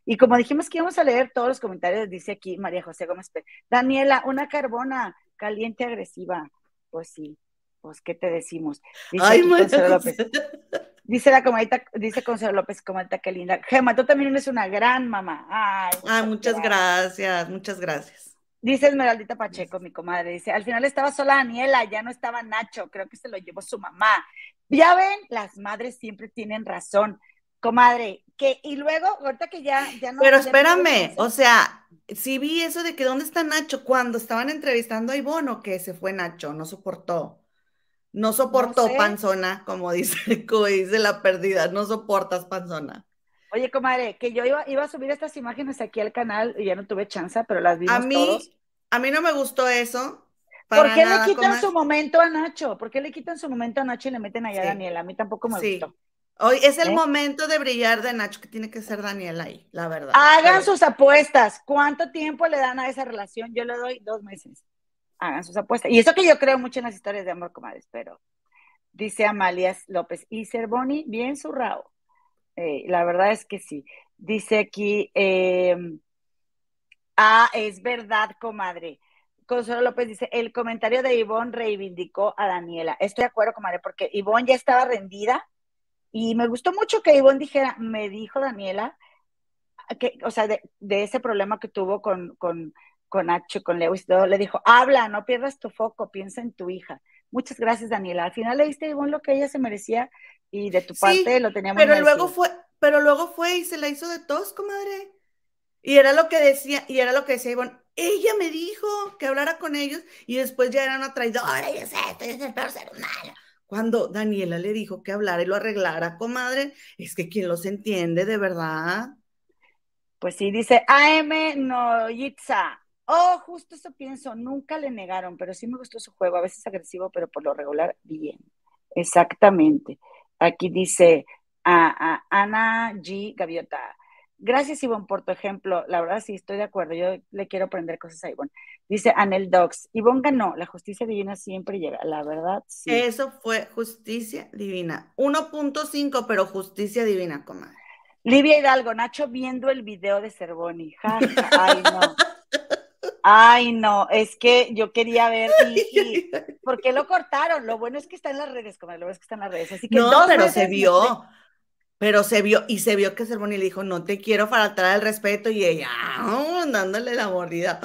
Y como dijimos que íbamos a leer todos los comentarios, dice aquí María José Gómez Pérez, Daniela, una carbona caliente agresiva. Pues sí, pues ¿qué te decimos? Dice Ay, aquí María Consuelo José. López. Dice la comadita, dice Consuelo López, comadita, qué linda. Gema, tú también eres una gran mamá. Ay, Ay, muchas muchas gracias. gracias, muchas gracias. Dice Esmeraldita Pacheco, mi comadre, dice, al final estaba sola Daniela, ya no estaba Nacho, creo que se lo llevó su mamá. Ya ven, las madres siempre tienen razón, comadre, que, y luego, ahorita que ya no, Pero ya no tuvo espérame, chance. o sea, sí vi eso de que ¿dónde está Nacho? Cuando estaban entrevistando a Ivonne, ¿o que se fue Nacho? No soportó. No No soportó sé. panzona, como dice la perdida, no soportas panzona. Oye, comadre, que yo iba a subir estas imágenes aquí al canal y ya no tuve chance, pero las A vimos todos. mí, a mí no me gustó eso, ¿Por para qué le nada, quitan comadre. su momento a Nacho? ¿Por qué le quitan su momento a Nacho y le meten allá a Sí, Daniela? A mí tampoco me gustó. sí. Hoy es el ¿Eh? momento de brillar de Nacho, que tiene que ser Daniel ahí, la verdad, de Hagan verdad. sus apuestas. ¿Cuánto tiempo le dan a esa relación? Yo le doy 2 meses. Hagan sus apuestas. Y eso que yo creo mucho en las historias de amor, comadres, pero dice Amalia López. Y Cervoni, bien zurrao. La verdad es que sí. Dice aquí, es verdad, comadre. Consuelo López dice, el comentario de Ivonne reivindicó a Daniela. Estoy de acuerdo, comadre, porque Ivonne ya estaba rendida y me gustó mucho que Ivonne dijera, me dijo Daniela, que, o sea, de ese problema que tuvo con Nacho, con Lewis y todo, le dijo, habla, no pierdas tu foco, piensa en tu hija. Muchas gracias, Daniela. Al final le diste a Ivonne lo que ella se merecía y de tu parte Sí, lo tenía muy merecido. pero luego fue y se la hizo de tos, comadre. Y era lo que decía, Ivonne, ella me dijo que hablara con ellos y después ya era una traidora, y esto, y es el peor ser humano. Cuando Daniela le dijo que hablara y lo arreglara, comadre, es que quién los entiende, de verdad. Pues sí, dice AM Noyitza. Oh, justo eso pienso, nunca le negaron, pero sí me gustó su juego, a veces agresivo, pero por lo regular bien. Exactamente. Aquí dice Ana G. Gaviota. Gracias, Ivonne, por tu ejemplo. La verdad sí, estoy de acuerdo. Yo le quiero aprender cosas a Ivonne. Dice Anel Dogs. Ivonne ganó. La justicia divina siempre llega. La verdad, sí. Eso fue justicia divina. 1.5, pero justicia divina, comadre. Livia Hidalgo, Nacho viendo el video de Cervoni. Jaja, ay no. Ay, no, es que yo quería ver ¿por qué lo cortaron? Lo bueno es que está en las redes, como lo bueno es que está en las redes. Así que No, 2 meses me estoy. y se vio que Cervoni le dijo, no te quiero faltar el respeto, y ella, dándole la mordida.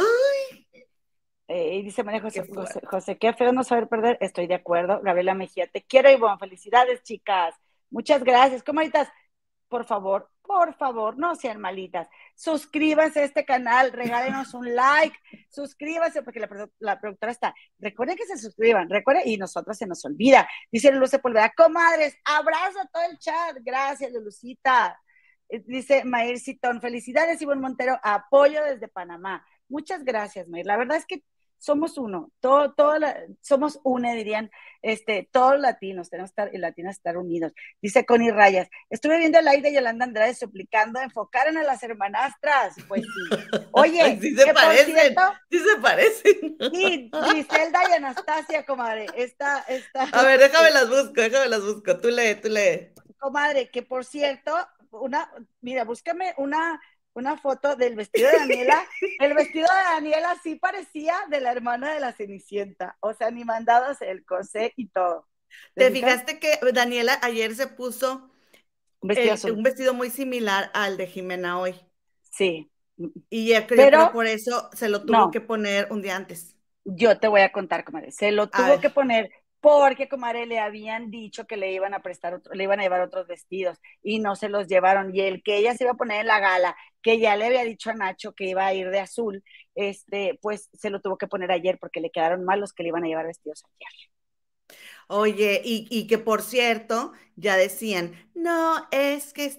Y dice María Qué José, fuerte. José, qué feo no saber perder. Estoy de acuerdo. Gabriela Mejía, te quiero, Ivonne. Felicidades, chicas. Muchas gracias. Comadritas, por favor, no sean malitas. Suscríbanse a este canal, regálenos un like, suscríbanse porque la productora está. Recuerden que se suscriban, recuerden, y nosotros se nos olvida. Dice Luz Sepúlveda, comadres, abrazo a todo el chat. Gracias, Lucita. Dice Mayer Citón, felicidades, Ivonne Montero, apoyo desde Panamá. Muchas gracias, Mayer. La verdad es que somos uno, somos une, dirían, todos latinos, tenemos que estar, y latinas estar unidos. Dice Connie Rayas, estuve viendo el live de Yolanda Andrade suplicando enfocaran a las hermanastras. Pues sí. Oye, Sí se que por parecen, cierto, sí se parecen. sí, Griselda y Anastasia, comadre, esta, A ver, déjame las busco. Tú lee. comadre, que por cierto, mira, búscame una foto del vestido de Daniela. El vestido de Daniela sí parecía de la hermana de la Cenicienta, o sea, ni mandados el corsé y todo. ¿Te fijas? fijaste que Daniela ayer se puso Un vestido azul. un vestido muy similar al de Jimena hoy? Sí. Y yo creo Pero por eso se lo tuvo no, que poner un día antes. yo te voy a contar, comadre. Se lo A tuvo ver, que poner porque, comadre, le habían dicho que le iban a prestar le iban a llevar otros vestidos y no se los llevaron. Y el que ella se iba a poner en la gala, que ya le había dicho a Nacho que iba a ir de azul, pues se lo tuvo que poner ayer porque le quedaron mal los que le iban a llevar vestidos ayer. oye, y que por cierto, ya decían, no, es que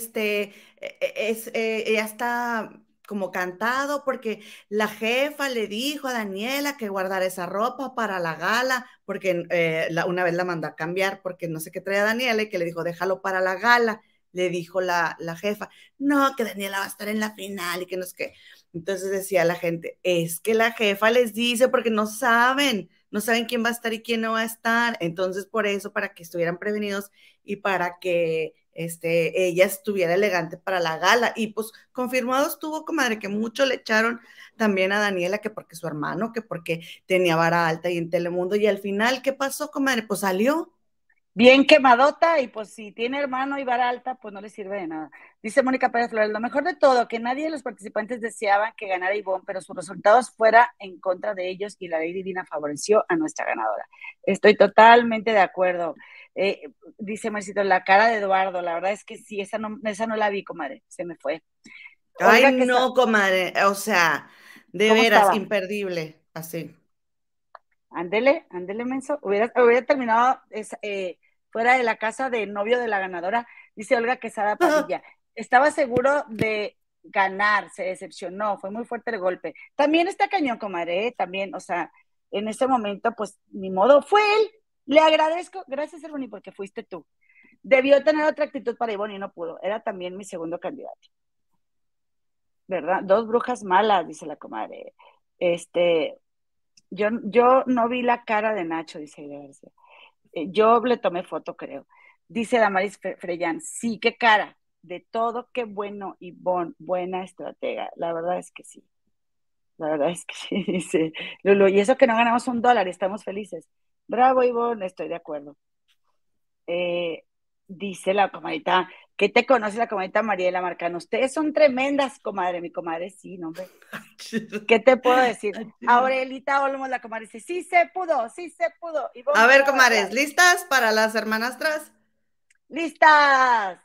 ella está como cantado porque la jefa le dijo a Daniela que guardara esa ropa para la gala, porque una vez la mandó a cambiar porque no sé qué traía Daniela y que le dijo, déjalo para la gala, le dijo la jefa, no, que Daniela va a estar en la final y que no es que. Entonces decía la gente, es que la jefa les dice porque no saben quién va a estar y quién no va a estar. Entonces, por eso, para que estuvieran prevenidos y para que ella estuviera elegante para la gala. Y pues confirmado estuvo, comadre, que mucho le echaron también a Daniela, que porque su hermano, que porque tenía vara alta y en Telemundo, y al final, ¿qué pasó, comadre? Pues salió. Bien quemadota, y pues si tiene hermano y vara alta, pues no le sirve de nada. Dice Mónica Pérez Flores, lo mejor de todo, que nadie de los participantes deseaban que ganara Ivonne, pero sus resultados fuera en contra de ellos y la ley divina favoreció a nuestra ganadora. Estoy totalmente de acuerdo. Dice Marcito, la cara de Eduardo, la verdad es que sí, esa no la vi, comadre, se me fue. Ay, Olga, no, comadre, o sea, de ¿cómo veras, estaba? imperdible, así. Ándele, menso. Hubiera terminado fuera de la casa del novio de la ganadora, dice Olga Quesada Padilla. Estaba seguro de ganar, se decepcionó, fue muy fuerte el golpe. También está cañón, comadre, también, o sea, en ese momento, pues, ni modo, fue él. Le agradezco, gracias, Erwin, porque fuiste tú. Debió tener otra actitud para Ivonne y no pudo. Era también mi segundo candidato. ¿Verdad? Dos brujas malas, dice la comadre. Yo no vi la cara de Nacho, dice García. Yo le tomé foto, creo. Dice Damaris Freyán, sí, qué cara. De todo, qué bueno, Ivonne, buena estratega. La verdad es que sí. La verdad es que sí, dice Lulu. Y eso que no ganamos $1, estamos felices. Bravo, Ivonne, estoy de acuerdo. Dice la comadita, ¿qué te conoce la comadita Mariela Marcano? Ustedes son tremendas, comadre, mi comadre, sí, no, hombre. ¿Qué te puedo decir? Aurelita Olmos, la comadre, dice, sí se pudo, sí se pudo. A ver, comadres, ¿listas para las hermanastras? ¡Listas!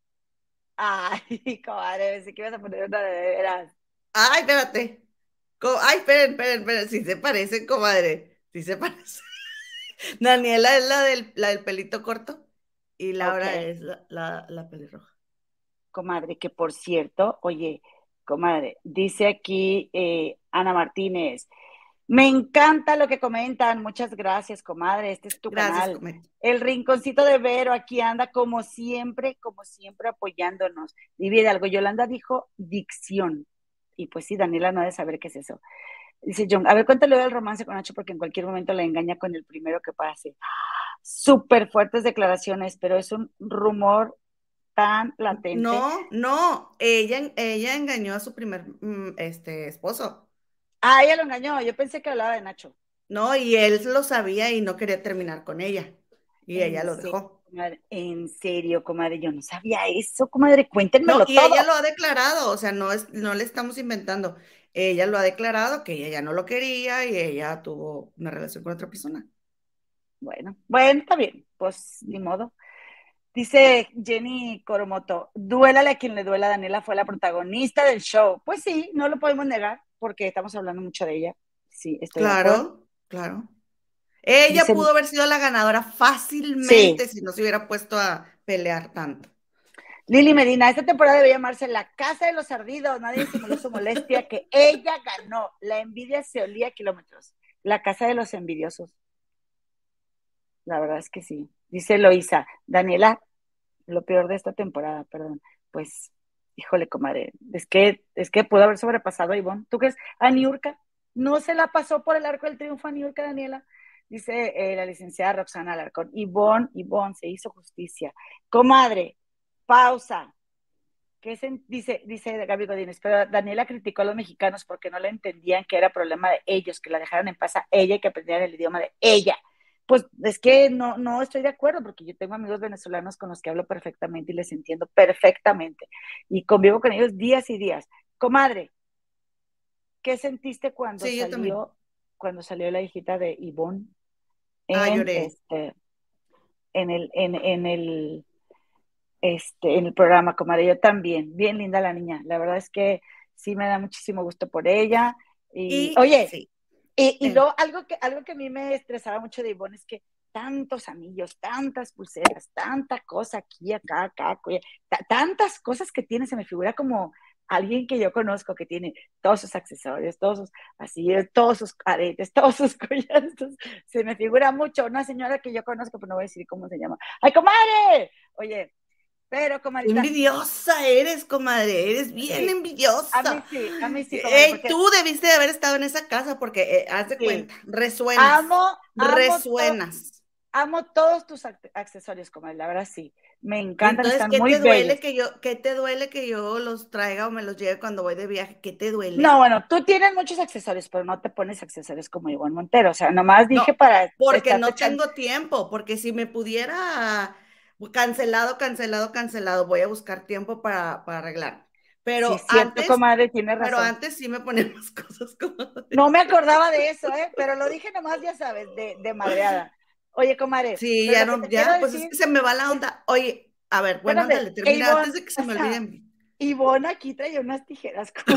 Ay, comadre, pensé que ibas a poner una de veras. Ay, espérate. Ay, esperen, sí se parecen, comadre, sí se parecen. Daniela es la del pelito corto y Laura Ok, es la pelirroja. comadre, que por cierto, oye, comadre, dice aquí Ana Martínez, me encanta lo que comentan, muchas gracias, comadre, este es tu Gracias, canal. comadre. El rinconcito de Vero aquí anda como siempre apoyándonos. Vivi Hidalgo, Yolanda dijo dicción. Y pues sí, Daniela no ha de saber qué es eso. Dice John, a ver, cuéntale del romance con Nacho porque en cualquier momento la engaña con el primero que pase. Súper fuertes declaraciones, pero es un rumor tan latente. No, ella engañó a su primer esposo. Ah, ella lo engañó, yo pensé que hablaba de Nacho. No, y él lo sabía y no quería terminar con ella. Y ella lo dejó. En serio, comadre, yo no sabía eso, comadre, No, cuéntenmelo y ella todo. lo ha declarado, o sea, no le estamos inventando. Ella lo ha declarado que ella ya no lo quería y ella tuvo una relación con otra persona. Bueno, está bien, pues ni modo. Dice Jenny Coromoto, duélale a quien le duela, Daniela fue la protagonista del show. Pues sí, no lo podemos negar porque estamos hablando mucho de ella. Sí, estoy de acuerdo. Claro, claro. Ella Dicen, pudo haber sido la ganadora sí, fácilmente si no se hubiera puesto a pelear tanto. Lili Medina, esta temporada debe llamarse La Casa de los Ardidos. Nadie simuló su molestia, que ella ganó. La envidia se olía a kilómetros. La Casa de los Envidiosos. La verdad es que sí. Dice Loisa, Daniela, lo peor de esta temporada, perdón. Pues, híjole, comadre, es que pudo haber sobrepasado a Ivonne. ¿Tú crees? A Niurka, no se la pasó por el arco del triunfo a Niurka, Daniela. Dice la licenciada Roxana Alarcón. Ivonne, se hizo justicia. Comadre, pausa. Dice Gaby Godínez, pero Daniela criticó a los mexicanos porque no le entendían que era problema de ellos, que la dejaran en paz a ella y que aprendieran el idioma de ella. Pues es que no estoy de acuerdo porque yo tengo amigos venezolanos con los que hablo perfectamente y les entiendo perfectamente y convivo con ellos días y días. Comadre, ¿qué sentiste Sí, yo también. cuando salió la hijita de Ivonne Ah, en lloré. en el programa, comadre? Yo también, bien linda la niña. La verdad es que sí me da muchísimo gusto por ella. Y Y oye, sí. y luego algo que a mí me estresaba mucho de Ivonne es que tantos anillos, tantas pulseras, tanta cosa aquí, acá, tantas cosas que tiene, se me figura como alguien que yo conozco que tiene todos sus accesorios, todos sus aretes, todos sus collares. Se me figura mucho una señora que yo conozco, pero no voy a decir cómo se llama. ¡Ay, comadre! Oye, pero Qué comadita, envidiosa eres, comadre, eres bien sí, envidiosa. a mí sí, comadre, porque Tú debiste de haber estado en esa casa porque, haz de sí, cuenta, resuenas, amo, amo todo. resuenas. Amo todos tus accesorios, comadre, la verdad sí. Me encantan, Entonces, están muy bellos. ¿qué te duele que yo los traiga o me los lleve cuando voy de viaje? ¿Qué te duele? No, bueno, tú tienes muchos accesorios, pero no te pones accesorios como Ivonne Montero. O sea, nomás dije No, para porque estarte no echando. tengo tiempo, porque si me pudiera cancelado, voy a buscar tiempo para arreglar. Sí, es cierto, comadre, tienes Pero razón. antes sí me ponía más cosas como No me acordaba de eso, ¿eh? Pero lo dije nomás, ya sabes, de madreada. Oye, comadre, Sí, pero ya lo que no, te quiero ya, pues es decir que se me va la es, onda. Oye, a ver, bueno, espérame, ándale, que termina antes Ivonne, de que se o me sea, olviden. Ivonne aquí trae unas tijeras como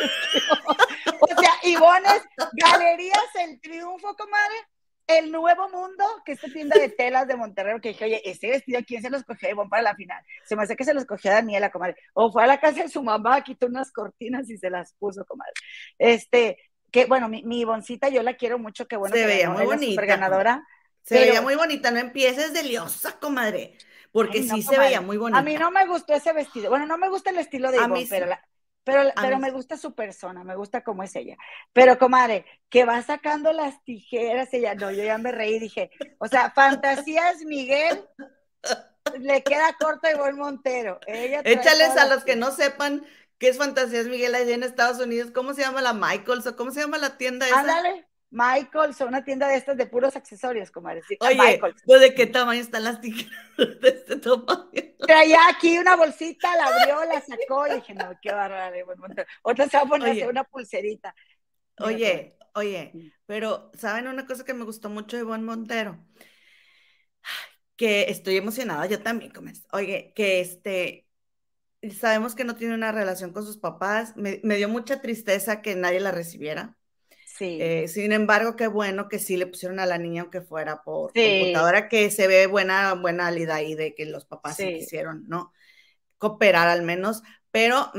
o sea, Ivonne es Galerías El Triunfo, comadre, El Nuevo Mundo, que es esta tienda de telas de Monterrey, que dije, oye, ese vestido, ¿quién se los cogió a Ivonne para la final? Se me hace que se los cogió a Daniela, comadre. O fue a la casa de su mamá, quitó unas cortinas y se las puso, comadre. Que bueno, mi Ivoncita, yo la quiero mucho, qué bueno Se que veía ganó, muy es la super bonita, comadre. ganadora, Se veía pero muy bonita, no empieces de liosa, comadre, porque ay, no, sí se veía comadre. muy A mí bonita. no me gustó ese vestido. Bueno, no me gusta el estilo de A mí Ivonne, pero, sí, a pero mí me sí. gusta su persona, me gusta cómo es ella. Pero, comadre, que va sacando las tijeras, ella, no, yo ya me reí, dije, o sea, Fantasías Miguel le queda corto a Ivonne Montero. Ella trae Échales todas a las los que piezas. no sepan qué es Fantasías Miguel allá en Estados Unidos, ¿cómo se llama la Michaels o cómo se llama la tienda esa? Ándale, Michaels, una tienda de estas de puros accesorios, comadre. Sí, Oye, Michaels. pues de qué tamaño están las tijeras de este tamaño. Traía aquí una bolsita, la abrió, la sacó y dije, no, qué bárbaro, Ivonne Montero. Otra se va a poner a hacer Oye, una pulserita. Dime, comadre. oye, pero ¿saben una cosa que me gustó mucho de Ivonne Montero? Que estoy emocionada, yo también, como es. Oye, que sabemos que no tiene una relación con sus papás, me dio mucha tristeza que nadie la recibiera. Sí, Sin embargo, qué bueno que sí le pusieron a la niña, aunque fuera por sí, computadora, que se ve buena alida ahí de que los papás sí sí. quisieron, ¿no? Cooperar al menos, pero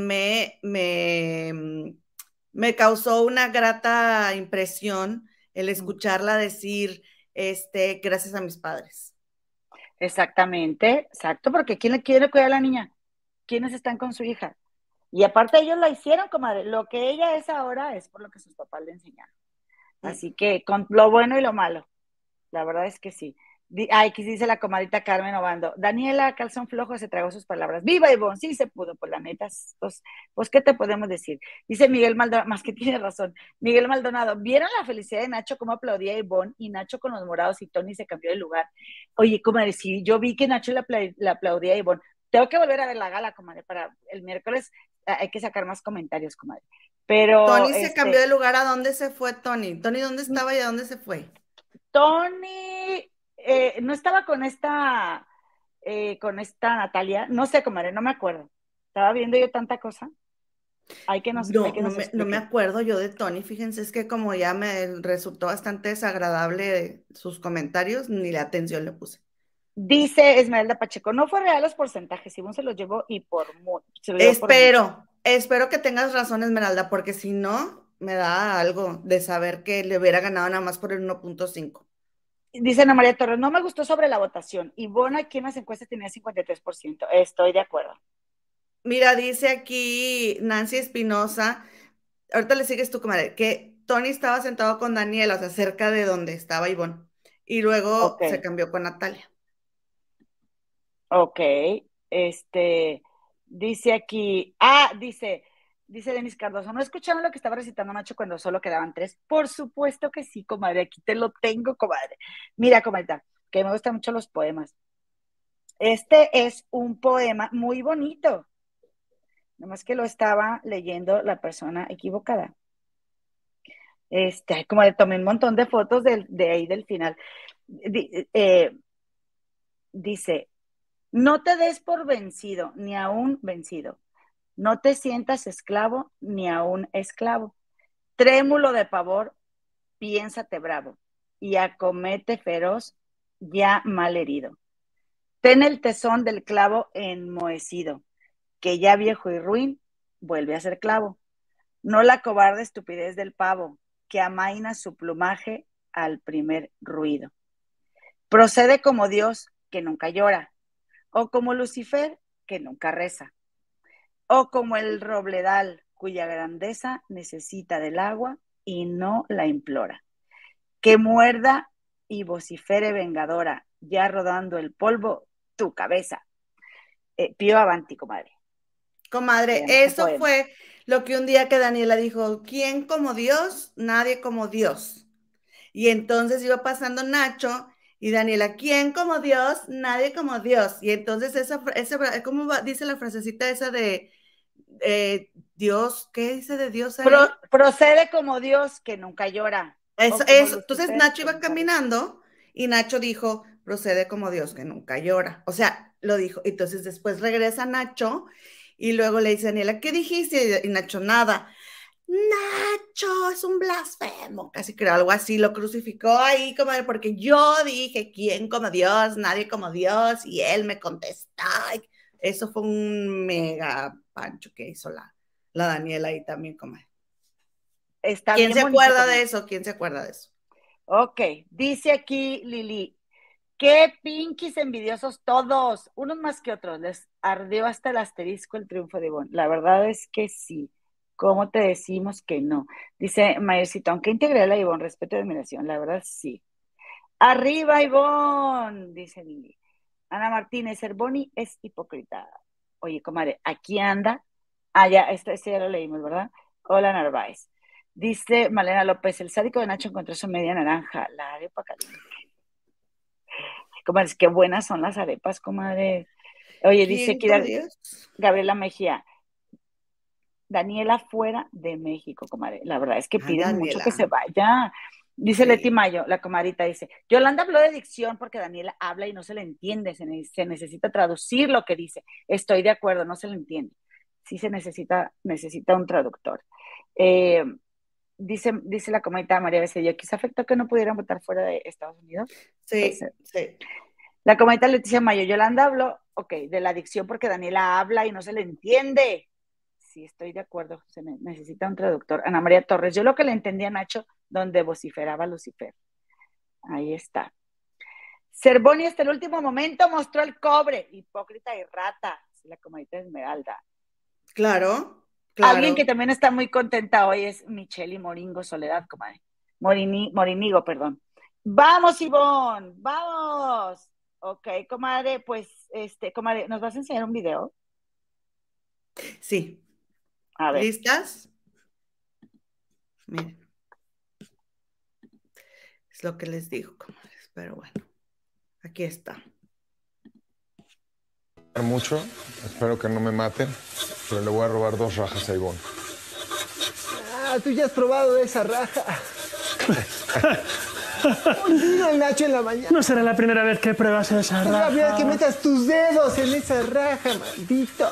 me causó una grata impresión el Mm, escucharla decir, gracias a mis padres. exactamente, exacto, porque ¿quién le quiere cuidar a la niña? ¿Quiénes están con su hija? Y aparte ellos la hicieron, comadre. Lo que ella es ahora es por lo que sus papás le enseñaron. Mm. Así que con lo bueno y lo malo. La verdad es que sí. Ay, aquí dice la comadita Carmen Obando. Daniela Calzón Flojo se tragó sus palabras. ¡Viva Ivonne! Sí se pudo, pues la neta. Pues, ¿qué te podemos decir? Dice Miguel Maldonado, más que tiene razón. Miguel Maldonado, ¿vieron la felicidad de Nacho cómo aplaudía a Ivonne y Nacho con los morados y Tony se cambió de lugar? Oye, comadre, sí, yo vi que Nacho le aplaudía a Ivonne. Tengo que volver a ver la gala, comadre, para el miércoles hay que sacar más comentarios, comadre. Pero, Tony se cambió de lugar. ¿A dónde se fue Tony? Tony, ¿dónde estaba y a dónde se fue? Tony no estaba con esta Natalia, no sé, comadre, no me acuerdo. Estaba viendo yo tanta cosa. Hay No, que nos no me explique. acuerdo yo de Tony. Fíjense, es que como ya me resultó bastante desagradable sus comentarios, ni la atención le puse. Dice Esmeralda Pacheco, no fue real los porcentajes, Simón se los llevó se lo llevó por mucho. Espero que tengas razón, Esmeralda, porque si no, me da algo de saber que le hubiera ganado nada más por el 1.5. Dice Ana María Torres, no me gustó sobre la votación. Ivonne aquí en las encuestas tenía 53%. Estoy de acuerdo. Mira, dice aquí Nancy Espinosa, ahorita le sigues tú, comadre, que Tony estaba sentado con Daniela, o sea, cerca de donde estaba Ivonne, y luego Ok, se cambió con Natalia. ok. Este, dice aquí, dice Denis Cardoso, ¿no escucharon lo que estaba recitando Nacho cuando solo quedaban tres? Por supuesto que sí, comadre, aquí te lo tengo, comadre. Mira, comadre, que me gustan mucho los poemas. Este es un poema muy bonito, nomás que lo estaba leyendo la persona equivocada. Como le tomé un montón de fotos de ahí del final. Dice, no te des por vencido, ni aún vencido. No te sientas esclavo, ni aún esclavo. Trémulo de pavor, piénsate bravo, y acomete feroz, ya mal herido. Ten el tesón del clavo enmohecido, que ya viejo y ruin, vuelve a ser clavo. No la cobarde estupidez del pavo, que amaina su plumaje al primer ruido. Procede como Dios, que nunca llora, o como Lucifer, que nunca reza, o como el robledal, cuya grandeza necesita del agua y no la implora. Que muerda y vocifere vengadora, ya rodando el polvo, tu cabeza. Pío Avanti, comadre. Comadre, eso fue lo que un día que Daniela dijo, ¿quién como Dios? Nadie como Dios. Y entonces iba pasando Nacho y Daniela, ¿quién como Dios? Nadie como Dios. Y entonces ¿cómo dice la frasecita esa de Dios? ¿Qué dice de Dios ahí? Procede como Dios que nunca llora. Eso. Entonces Nacho iba caminando y Nacho dijo, procede como Dios que nunca llora. O sea, lo dijo. Entonces después regresa Nacho y luego le dice a Daniela, ¿qué dijiste? Y Nacho, nada. Nacho es un blasfemo, casi creo, algo así, lo crucificó ahí, comadre, porque yo dije, ¿quién como Dios? Nadie como Dios, y él me contestó. Eso fue un mega pancho que hizo la Daniela ahí también, comadre. ¿Quién se acuerda de eso? ¿Quién se acuerda de eso? Ok, dice aquí Lili, qué pinches envidiosos todos, unos más que otros, les ardió hasta el asterisco el triunfo de Ivonne. La verdad es que sí. ¿Cómo te decimos que no? Dice Mayercito, aunque integré a la Ivonne, respeto y admiración, la verdad sí. ¡Arriba, Ivonne! Dice Lili. Ana Martínez, Cervoni es hipócrita. Oye, comadre, aquí anda. Ah, ya, este ya lo leímos, ¿verdad? Hola, Narváez. Dice Malena López, el sádico de Nacho encontró su media naranja, la arepa caliente. Ay, comadre, qué buenas son las arepas, comadre. Oye, dice aquí Gabriela Mejía, Daniela fuera de México, comadre. La verdad es que piden mucho que se vaya. Dice sí. Leti Mayo, la comadrita, dice, Yolanda habló de dicción porque Daniela habla y no se le entiende, se necesita traducir lo que dice. Estoy de acuerdo, no se le entiende. Sí se necesita un traductor. Dice la comadrita María Becerril, ¿quizá afectó que no pudieran votar fuera de Estados Unidos? Sí, sí. La comadrita Leticia Mayo, Yolanda habló, ok, de la dicción porque Daniela habla y no se le entiende. Sí, estoy de acuerdo, se necesita un traductor. Ana María Torres, yo lo que le entendí a Nacho, donde vociferaba Lucifer. Ahí está. Cervoni hasta el último momento mostró el cobre, hipócrita y rata, la comadita Esmeralda. Claro. Alguien que también está muy contenta hoy es Michelle Moringo Soledad, comadre. Morinigo, perdón. ¡Vamos, Ivonne! ¡Vamos! Ok, comadre, pues, comadre, ¿nos vas a enseñar un video? Sí. A ver. ¿Listas? Miren. Es lo que les digo, comadres, pero bueno. Aquí está. Mucho, espero que no me maten, pero le voy a robar 2 rajas a Ivonne. Ah, tú ya has probado esa raja. Olvida el Nacho en la mañana. No será la primera vez que pruebas esa raja. Es la primera vez que metas tus dedos en esa raja, maldito.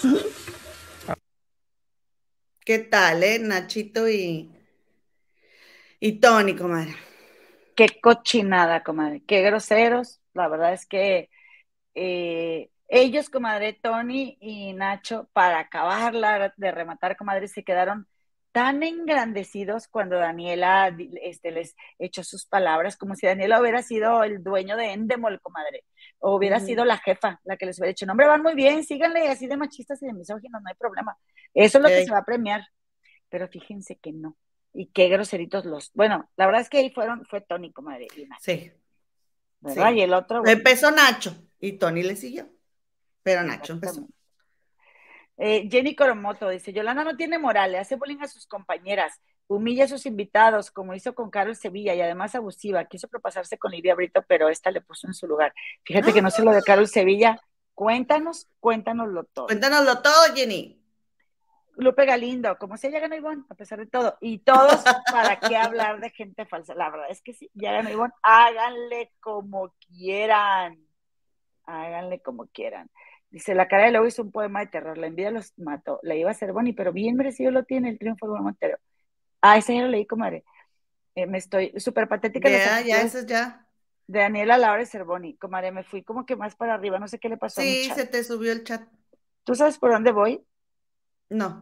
¿Qué tal, Nachito y Tony, comadre? Qué cochinada, comadre. Qué groseros. La verdad es que ellos, comadre, Tony y Nacho, para acabarla de rematar, comadre, se quedaron tan engrandecidos cuando Daniela les echó sus palabras, como si Daniela hubiera sido el dueño de Endemol, comadre, o hubiera sido la jefa, la que les hubiera dicho, no, hombre, van muy bien, síganle así de machistas y de misóginos, no hay problema. Eso es lo que se va a premiar. Pero fíjense que no. Y qué groseritos bueno, la verdad es que ahí fue Tony, comadre, y Nacho. Sí. ¿Verdad? Sí. Y el otro. Bueno. Empezó Nacho y Tony le siguió. Pero Nacho empezó. Jenny Coromoto dice, Yolanda no tiene moral, le hace bullying a sus compañeras, humilla a sus invitados, como hizo con Carol Sevilla, y además abusiva, quiso propasarse con Lidia Brito, pero esta le puso en su lugar. Fíjate que no sé lo de Carol Sevilla. Cuéntanoslo todo. Cuéntanoslo todo, Jenny. Lupe Galindo, como si ya ganó Ivonne, a pesar de todo. Y todos, ¿para qué hablar de gente falsa? La verdad es que sí, ya ganó Ivonne, háganle como quieran. Háganle como quieran. Dice, la cara de Lobo hizo un poema de terror, la envidia los mató, la iba a hacer Bonnie, pero bien merecido lo tiene el triunfo de Ivonne Montero. Ese ya lo leí, comadre. Me estoy súper patética. Ya, eso ya. De Daniela Laura Cervoni, comadre, me fui como que más para arriba, no sé qué le pasó a mi chat. Sí, se te subió el chat. ¿Tú sabes por dónde voy? No.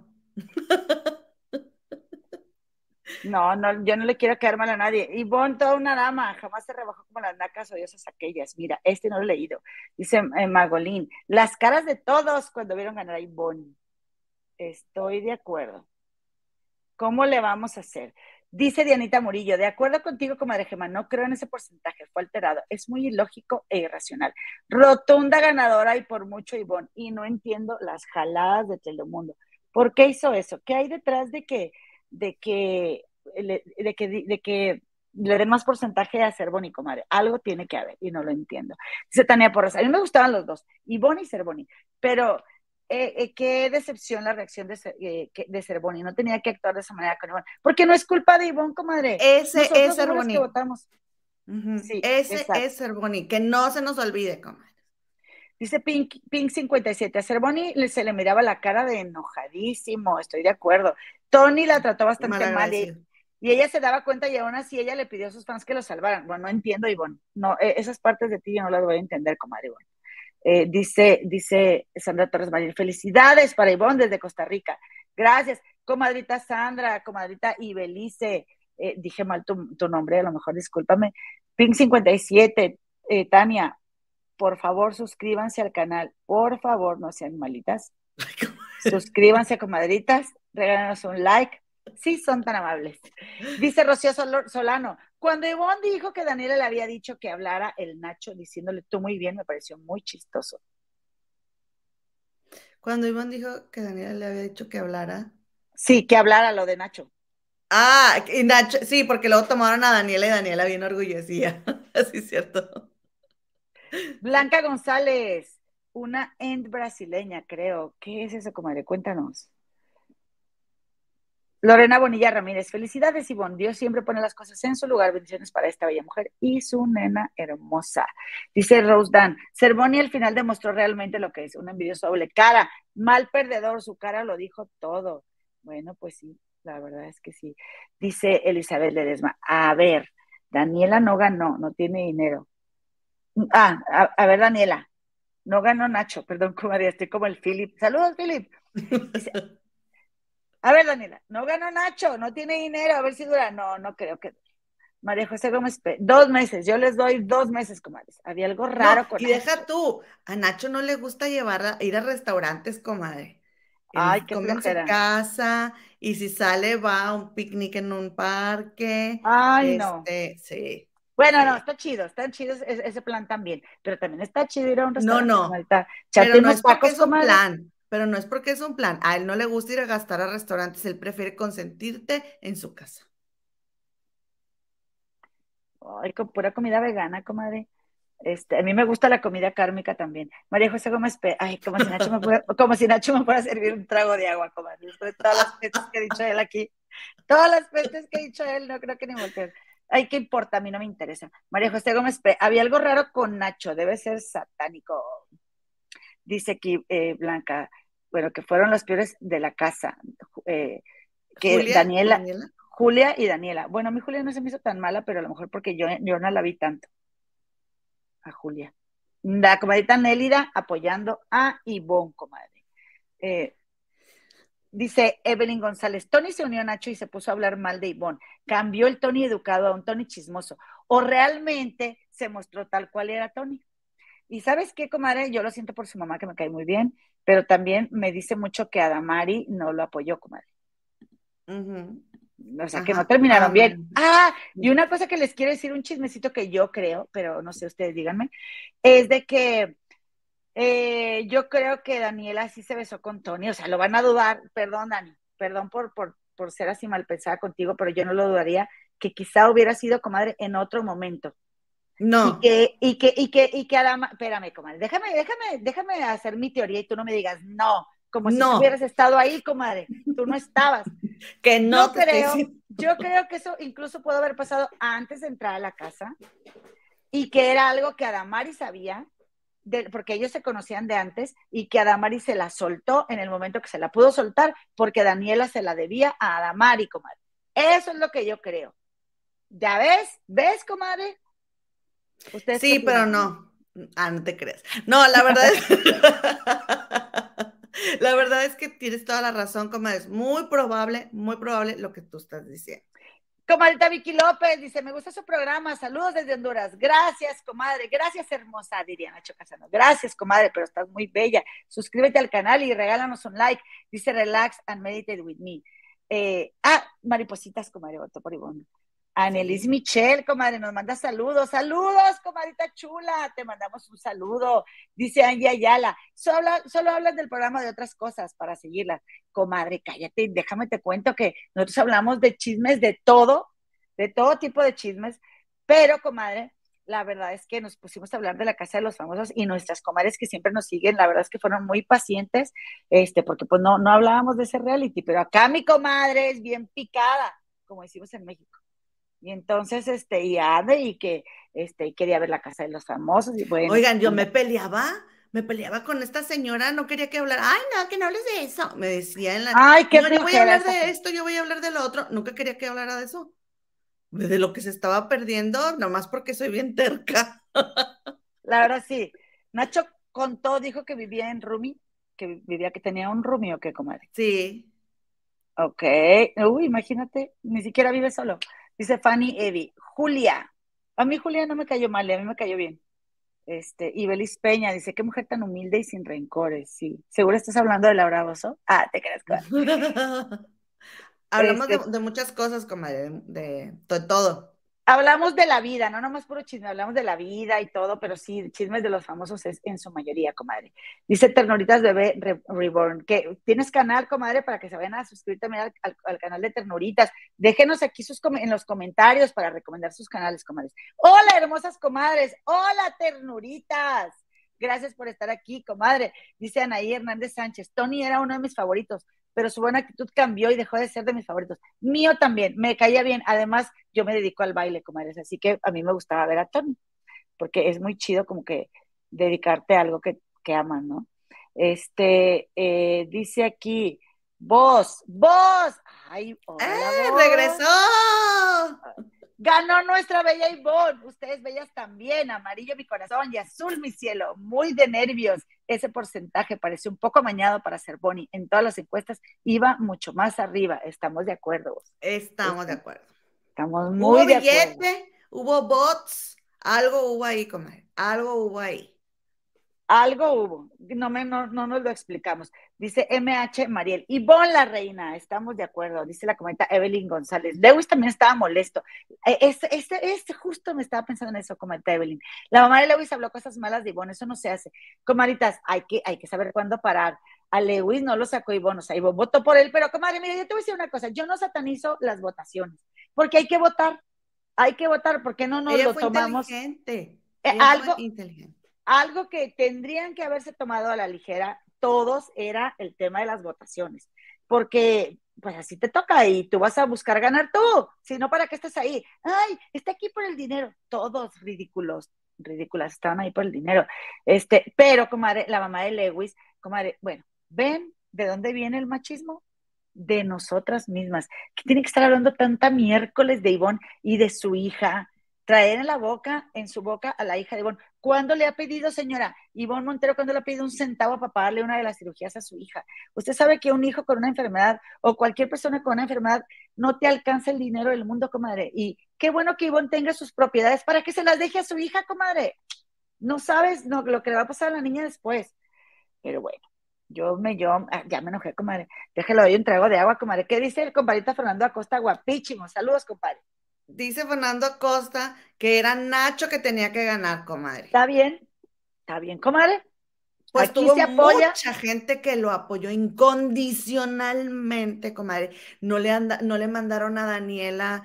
No, yo no le quiero quedar mal a nadie. Ivonne, toda una dama, jamás se rebajó como las nacas odiosas aquellas. Mira, no lo he leído. Dice Magolín, las caras de todos cuando vieron ganar a Ivonne. Estoy de acuerdo. ¿Cómo le vamos a hacer? Dice Dianita Murillo, de acuerdo contigo, comadre Gemma, no creo en ese porcentaje, fue alterado. Es muy ilógico e irracional. Rotunda ganadora y por mucho Ivonne. Y no entiendo las jaladas de Telemundo. ¿Por qué hizo eso? ¿Qué hay detrás de que le den más porcentaje a Cervoni, comadre? Algo tiene que haber y no lo entiendo. Dice Tania Porras, a mí me gustaban los dos, Ivonne y Cervoni, pero qué decepción la reacción de Cervoni. No tenía que actuar de esa manera con Ivonne, porque no es culpa de Ivonne, comadre. Ese Nosotros es somos los que Cervoni. votamos. Sí, Ese exacto. es Cervoni, que no se nos olvide, comadre. Dice Pink 57, a Cervoni se le miraba la cara de enojadísimo, estoy de acuerdo. Tony la trató bastante mal y ella se daba cuenta y aún así ella le pidió a sus fans que lo salvaran. Bueno, no entiendo, Ivonne. No, esas partes de ti yo no las voy a entender, comadre Ivonne. Dice Sandra Torres Marín, felicidades para Ivonne desde Costa Rica. Gracias, comadrita Sandra, comadrita Ibelice, dije mal tu nombre, a lo mejor discúlpame. Pink 57, Tania, por favor suscríbanse al canal, por favor, no sean malitas. Suscríbanse, comadritas, regálanos un like, sí son tan amables. Dice Rocío Solano, cuando Ivonne dijo que Daniela le había dicho que hablara el Nacho diciéndole tú muy bien, me pareció muy chistoso. Cuando Ivonne dijo que Daniela le había dicho que hablara. Sí, que hablara lo de Nacho. Ah, y Nacho, sí, porque luego tomaron a Daniela y Daniela bien orgullecía. Así es cierto. Blanca González, una end brasileña, creo. ¿Qué es eso, comadre? Cuéntanos. Lorena Bonilla Ramírez, felicidades, Ivonne. Dios siempre pone las cosas en su lugar. Bendiciones para esta bella mujer y su nena hermosa. Dice Rose Dan, Cervoni al final demostró realmente lo que es un envidioso doble cara, mal perdedor, su cara lo dijo todo. Bueno, pues sí, la verdad es que sí. Dice Elizabeth Ledesma, a ver, Daniela no ganó, no tiene dinero. A ver, Daniela, no ganó Nacho, perdón, comadre, estoy como el Philip. Saludos, Philip. Dice, a ver, Daniela, no ganó Nacho, no tiene dinero, a ver si dura. No creo que dure. María José Gómez, 2 meses, yo les doy 2 meses, comadres. Había algo raro con y Nacho. deja tú, a Nacho no le gusta ir a restaurantes, comadre. Ay, Él qué come en su flojera. casa y si sale va a un picnic en un parque. Ay, no. Sí. Bueno, sí. no, está chido ese plan también, pero también está chido ir a un No, restaurante. pero no unos es porque tacos, es un comadre. plan, pero no es porque es un plan. A él no le gusta ir a gastar a restaurantes, él prefiere consentirte en su casa. Ay, con pura comida vegana, comadre. A mí me gusta la comida kármica también. María José Gómez, ay, como si Nacho me fuera a servir un trago de agua, comadre. Después de todas las pestes que ha dicho él aquí, todas las pestes que ha dicho él, no creo que ni volteen. Ay, ¿qué importa? A mí no me interesa. María José Gómez, había algo raro con Nacho, debe ser satánico. Dice aquí Blanca, bueno, que fueron los peores de la casa. Que Daniela. Julia y Daniela. Bueno, a mí Julia no se me hizo tan mala, pero a lo mejor porque yo no la vi tanto. A Julia. La comadita Nélida apoyando a Ivonne, comadre. Dice Evelyn González, Tony se unió a Nacho y se puso a hablar mal de Ivonne. Cambió el Tony educado a un Tony chismoso. O realmente se mostró tal cual era Tony. Y ¿sabes qué, comadre? Yo lo siento por su mamá, que me cae muy bien, pero también me dice mucho que Adamari no lo apoyó, comadre. O sea, que no terminaron bien. Y una cosa que les quiero decir, un chismecito que yo creo, pero no sé, ustedes díganme, es de que yo creo que Daniela sí se besó con Tony, o sea, lo van a dudar, perdón, Dani, perdón por ser así mal pensada contigo, pero yo no lo dudaría, que quizá hubiera sido, comadre, en otro momento. No. Y que Adama, espérame, comadre, déjame hacer mi teoría y tú no me digas no, como si tú hubieras estado ahí, comadre, tú no estabas. Que no yo creo que eso incluso pudo haber pasado antes de entrar a la casa y que era algo que Adamari sabía, porque ellos se conocían de antes y que Adamari se la soltó en el momento que se la pudo soltar porque Daniela se la debía a Adamari, comadre. Eso es lo que yo creo. ¿Ya ves, comadre? Sí, pero no. No te creas. No, la verdad es... La verdad es que tienes toda la razón, comadre. Es muy probable lo que tú estás diciendo. Comadrita Vicky López dice, me gusta su programa, saludos desde Honduras. Gracias, comadre, gracias, hermosa, diría Nacho Casano. Gracias, comadre, pero estás muy bella. Suscríbete al canal y regálanos un like. Dice, relax and meditate with me. maripositas, comadre, votó por Ivonne. Anelis Michelle, comadre, nos manda saludos. Saludos, comadrita chula, te mandamos un saludo. Dice Angie Ayala, solo hablas del programa de otras cosas para seguirlas. Comadre, cállate, déjame te cuento que nosotros hablamos de chismes de todo tipo de chismes, pero, comadre, la verdad es que nos pusimos a hablar de la Casa de los Famosos y nuestras comadres que siempre nos siguen, la verdad es que fueron muy pacientes, porque pues no hablábamos de ese reality, pero acá mi comadre es bien picada, como decimos en México. Y entonces, y ande, y que, y quería ver la Casa de los Famosos, y bueno. Oigan, yo me peleaba con esta señora, no quería que hablara, ay, no, que no hables de eso, me decía en la... Ay, qué no, yo voy a hablar flojera de esto, yo voy a hablar de lo otro, nunca quería que hablara de eso, de lo que se estaba perdiendo, nomás porque soy bien terca. La verdad, sí. Nacho contó, dijo que vivía en roomie, que tenía un roomie, ¿o qué, comadre? Sí. Ok. Uy, imagínate, ni siquiera vive solo. Dice Fanny Evi. Julia. A mí Julia no me cayó mal, a mí me cayó bien. Y Belis Peña dice, qué mujer tan humilde y sin rencores. Sí. ¿Seguro estás hablando de Laura Bozzo? Ah, te creas. Hablamos de muchas cosas, comadre, de todo. Hablamos de la vida, no nomás puro chisme, hablamos de la vida y todo, pero sí, chismes de los famosos es en su mayoría, comadre. Dice Ternuritas Bebé Reborn, que tienes canal, comadre, para que se vayan a suscribir también al canal de Ternuritas. Déjenos aquí en los comentarios para recomendar sus canales, comadres. Hola, hermosas comadres. Hola, Ternuritas. Gracias por estar aquí, comadre. Dice Anaí Hernández Sánchez, Tony era uno de mis favoritos, pero su buena actitud cambió y dejó de ser de mis favoritos. Mío también, me caía bien. Además, yo me dedico al baile, comadres, así que a mí me gustaba ver a Tony, porque es muy chido como que dedicarte a algo que aman, ¿no? Dice aquí, vos, ay, hola, vos. ¡Regresó! Ganó nuestra bella Ivonne, ustedes bellas también, amarillo mi corazón y azul mi cielo, muy de nervios, ese porcentaje parece un poco amañado para ser Bonnie, en todas las encuestas iba mucho más arriba, ¿estamos de acuerdo? Estamos de acuerdo. Estamos muy de acuerdo. Hubo billete, hubo bots, algo hubo ahí, comadre, algo hubo ahí. Algo hubo, no nos lo explicamos. Dice MH Mariel, Ivonne la reina, estamos de acuerdo, dice la comenta Evelyn González. Lewis también estaba molesto. Justo me estaba pensando en eso, comenta Evelyn. La mamá de Lewis habló cosas malas de Ivonne, eso no se hace. Comaritas, hay que saber cuándo parar. A Lewis no lo sacó Ivonne, o sea, Ivonne votó por él, pero comadre, mira, yo te voy a decir una cosa, yo no satanizo las votaciones, porque hay que votar, porque no nos Ella lo fue tomamos. Inteligente. Algo fue inteligente. Algo que tendrían que haberse tomado a la ligera todos era el tema de las votaciones, porque pues así te toca y tú vas a buscar ganar tú, si no, ¿para qué estás ahí? Ay, está aquí por el dinero, todos ridículas, estaban ahí por el dinero, pero comadre, la mamá de Lewis, comadre, bueno, ¿ven de dónde viene el machismo? De nosotras mismas, que tiene que estar hablando tanta miércoles de Ivonne y de su hija, traer en su boca a la hija de Ivonne. ¿Cuándo le ha pedido, señora Ivonne Montero, cuándo le ha pedido un centavo para pagarle una de las cirugías a su hija? Usted sabe que un hijo con una enfermedad o cualquier persona con una enfermedad no te alcanza el dinero del mundo, comadre. Y qué bueno que Ivonne tenga sus propiedades para que se las deje a su hija, comadre. No sabes lo que le va a pasar a la niña después. Pero bueno, ya me enojé, comadre. Déjelo, doy un trago de agua, comadre. ¿Qué dice el compadrito Fernando Acosta? Guapísimo. Saludos, compadre. Dice Fernando Acosta que era Nacho que tenía que ganar, comadre. Está bien, comadre. Pues aquí tuvo se apoya. Mucha gente que lo apoyó incondicionalmente, comadre. No le mandaron a Daniela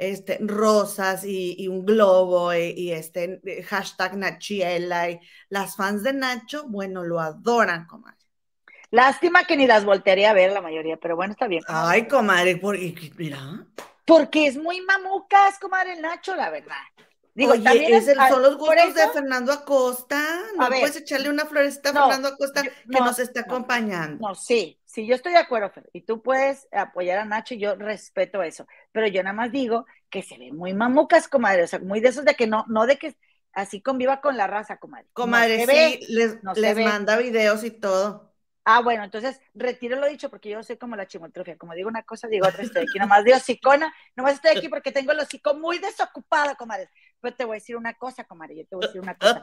rosas y un globo y hashtag Nachiela. Y las fans de Nacho, bueno, lo adoran, comadre. Lástima que ni las voltearía a ver la mayoría, pero bueno, está bien. Ay, comadre, mira. Porque es muy mamucas, comadre, el Nacho, la verdad. Digo, oye, son los gustos de Fernando Acosta. No puedes echarle una florecita a Fernando Acosta que nos está acompañando. No, sí, yo estoy de acuerdo, Fer, y tú puedes apoyar a Nacho y yo respeto eso, pero yo nada más digo que se ven muy mamucas, comadre, o sea, muy de esos de que no de que así conviva con la raza, comadre. Comadre, sí, les manda videos y todo. Ah, bueno, entonces retiro lo dicho porque yo soy como la chimotrofia, como digo una cosa, digo otra, estoy aquí nomás de hocicona, nomás estoy aquí porque tengo el hocico muy desocupado, comadre. Pero te voy a decir una cosa, comadre, Te voy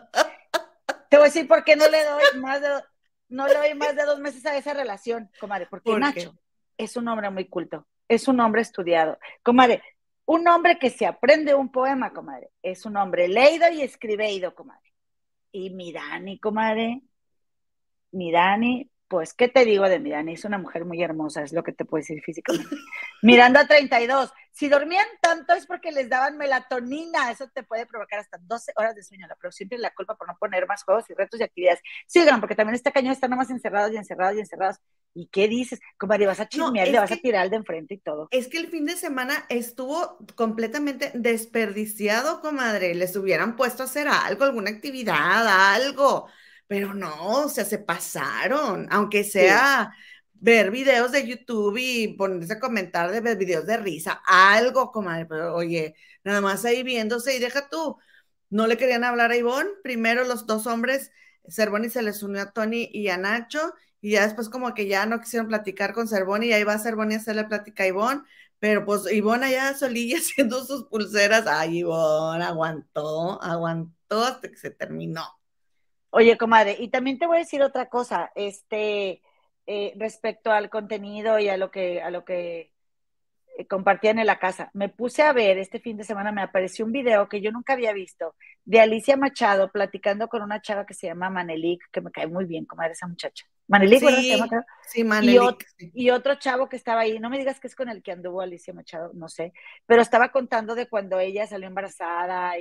a decir por qué no le doy más de 2 meses a esa relación, comadre, porque Nacho es un hombre muy culto es un hombre estudiado. Comadre, un hombre que se aprende un poema, comadre, es un hombre leído y escribido, comadre. Y mi Dani, comadre, mi Dani, pues, ¿qué te digo de mi Dani? Es una mujer muy hermosa, es lo que te puedo decir físicamente. Mirando a 32, si dormían tanto es porque les daban melatonina, eso te puede provocar hasta 12 horas de sueño, pero siempre la culpa por no poner más juegos y retos y actividades. Sigan, porque también está cañón, están nomás encerrados y encerrados y encerrados. ¿Y qué dices? Comadre, vas a No, chismear, le vas a tirar al de enfrente y todo. es que el fin de semana estuvo completamente desperdiciado, comadre. Les hubieran puesto a hacer algo, alguna actividad, algo. Pero no, o sea, se pasaron. Aunque Sí. sea ver videos de YouTube y ponerse a comentar de videos de risa, algo, comadre. Pero oye, nada más ahí viéndose y deja tú. No le querían hablar a Ivonne. Primero los dos hombres, Cervoni se les unió a Tony y a Nacho. Y ya después como que ya no quisieron platicar con Cervoni y ahí va Cervoni a hacerle plática a Ivonne, pero pues Ivonne allá solilla haciendo sus pulseras. Ay, Ivonne aguantó hasta que se terminó. Oye, comadre, y también te voy a decir otra cosa, respecto al contenido y a lo que compartían en la casa. Me puse a ver este fin de semana, me apareció un video que yo nunca había visto de Alicia Machado platicando con una chava que se llama Manelik, que me cae muy bien, comadre, esa muchacha. Manelik, ¿verdad? Se llama, Sí, creo. sí, Manelik. Y otro chavo que estaba ahí, no me digas que es con el que anduvo Alicia Machado, no sé, pero estaba contando de cuando ella salió embarazada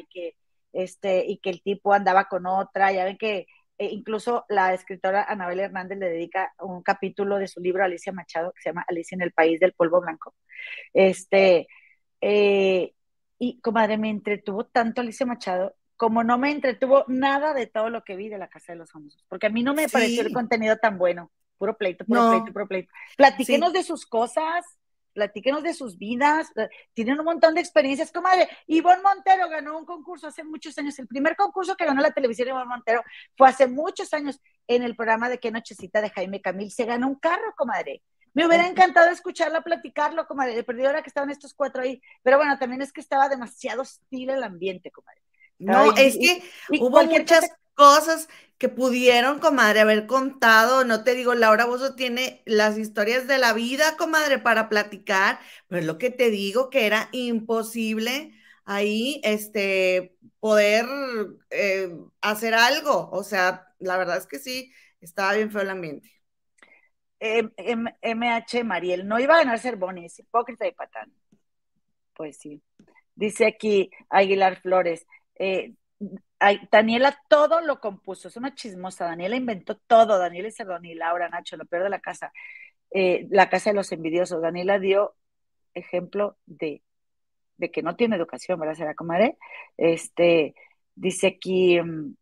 y que el tipo andaba con otra, ya ven que incluso la escritora Anabel Hernández le dedica un capítulo de su libro a Alicia Machado que se llama Alicia en el País del Polvo Blanco. Este, eh, y comadre, me entretuvo tanto Alicia Machado como no me entretuvo nada de todo lo que vi de La Casa de los Famosos, porque a mí no me pareció el Sí, contenido tan bueno, puro pleito, puro pleito, no, puro pleito. Platíquenos sí, de sus cosas, platíquenos de sus vidas, tienen un montón de experiencias, comadre. Ivonne Montero ganó un concurso hace muchos años, el primer concurso que ganó la televisión Ivonne Montero fue hace muchos años en el programa de Qué Nochecita de Jaime Camil, se ganó un carro, comadre. Me hubiera encantado escucharla platicarlo, comadre, de perdida ahora que estaban estos cuatro ahí, pero bueno, también es que estaba demasiado hostil el ambiente, comadre. no, es que Y hubo cualquier cosa. muchas cosas que pudieron, comadre, haber contado. No te digo, Laura Bozzo tiene las historias de la vida, comadre, para platicar, pero es lo que te digo, que era imposible ahí, poder hacer algo. O sea, la verdad es que sí, estaba bien feo el ambiente. MH Mariel, no iba a ganar Cervoni, es hipócrita y patán. Pues sí. Dice aquí Aguilar Flores, Daniela todo lo compuso, es una chismosa, Daniela inventó todo, Daniela y Cervoni, Laura, Nacho, lo peor de la casa de los envidiosos. Daniela dio ejemplo de que no tiene educación, ¿verdad? ¿Será, comadre? Dice aquí,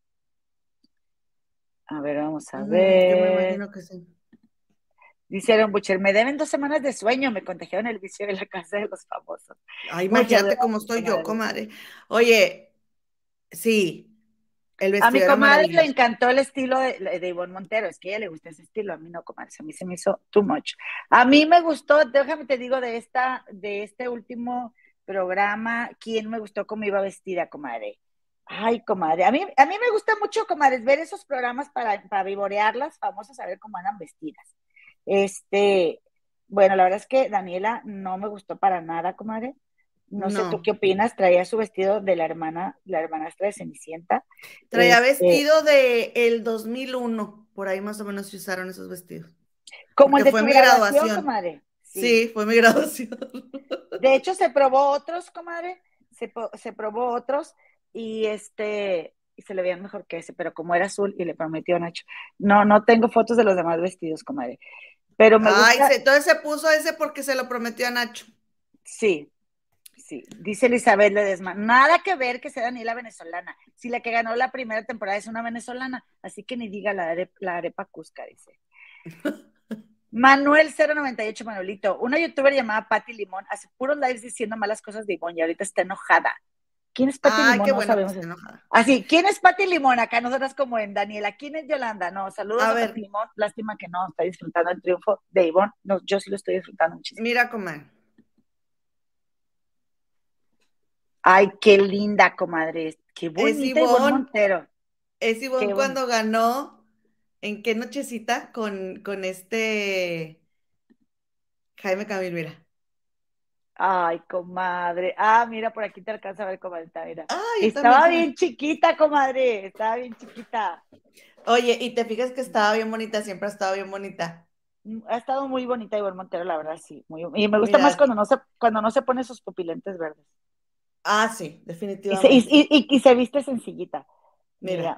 a ver, vamos a Yo me ver. imagino que sí. Dice Aaron Butcher, me deben 2 semanas de sueño, me contagiaron el vicio de La Casa de los Famosos. Ay, Muchas imagínate gracias, cómo estoy yo, comadre. comadre. Oye, sí, el A mi vestido era comadre le maravilloso. encantó el estilo de Ivonne Montero, es que a ella le gusta ese estilo, a mí no, comadre, a mí se me hizo too much. A mí me gustó, déjame te digo, de este último programa, ¿quién me gustó cómo iba vestida, comadre? Ay, comadre, a mí me gusta mucho, comadres, ver esos programas para vivorearlas famosas, a ver cómo andan vestidas. Bueno, la verdad es que Daniela no me gustó para nada, comadre. No sé tú No. qué opinas, traía su vestido de la hermanastra de Cenicienta. Traía Este, vestido de el 2001, por ahí más o menos se usaron esos vestidos, como el porque de fue tu mi graduación, graduación. comadre. Sí. Sí, fue mi graduación. De hecho, se probó otros, comadre. Se probó otros y y se le veían mejor que ese, pero como era azul y le prometió a Nacho. No tengo fotos de los demás vestidos, comadre. Pero me Ay, gusta, entonces se puso ese porque se lo prometió a Nacho. sí. Sí, dice Elizabeth Ledesma, nada que ver que sea Daniela venezolana. Si la que ganó la primera temporada es una venezolana, así que ni diga la arepa Cusca, dice. Manuel 098 Manuelito, una youtuber llamada Patti Limón hace puros lives diciendo malas cosas de Ivonne y ahorita está enojada. ¿Quién es Patti Ay, Limón? qué No bueno que sabemos. esté enojada. Así, ¿quién es Patti Limón? Acá nosotras como en Daniela. ¿Quién es Yolanda? No, saludos A a Patti ver, Limón. Lástima que no está disfrutando el triunfo de Ivonne. No, yo sí lo estoy disfrutando muchísimo. mira, comadre. Ay, qué linda, comadre. Qué Es bonita Ivonne Ivonne, Montero. es Ivonne Qué bonita. cuando ganó en qué nochecita con Jaime Camil, mira. Ay, comadre. Mira, por aquí te alcanza a ver, comadre. Mira. Ay, yo Estaba también. bien chiquita, comadre. Estaba bien chiquita. Oye, y te fijas que estaba bien bonita, siempre ha estado bien bonita. Ha estado muy bonita Ivonne Montero, la verdad, sí. Y me gusta Mira, más cuando no se pone sus pupilentes verdes. sí, Y definitivamente. se viste sencillita. Mira, Mira,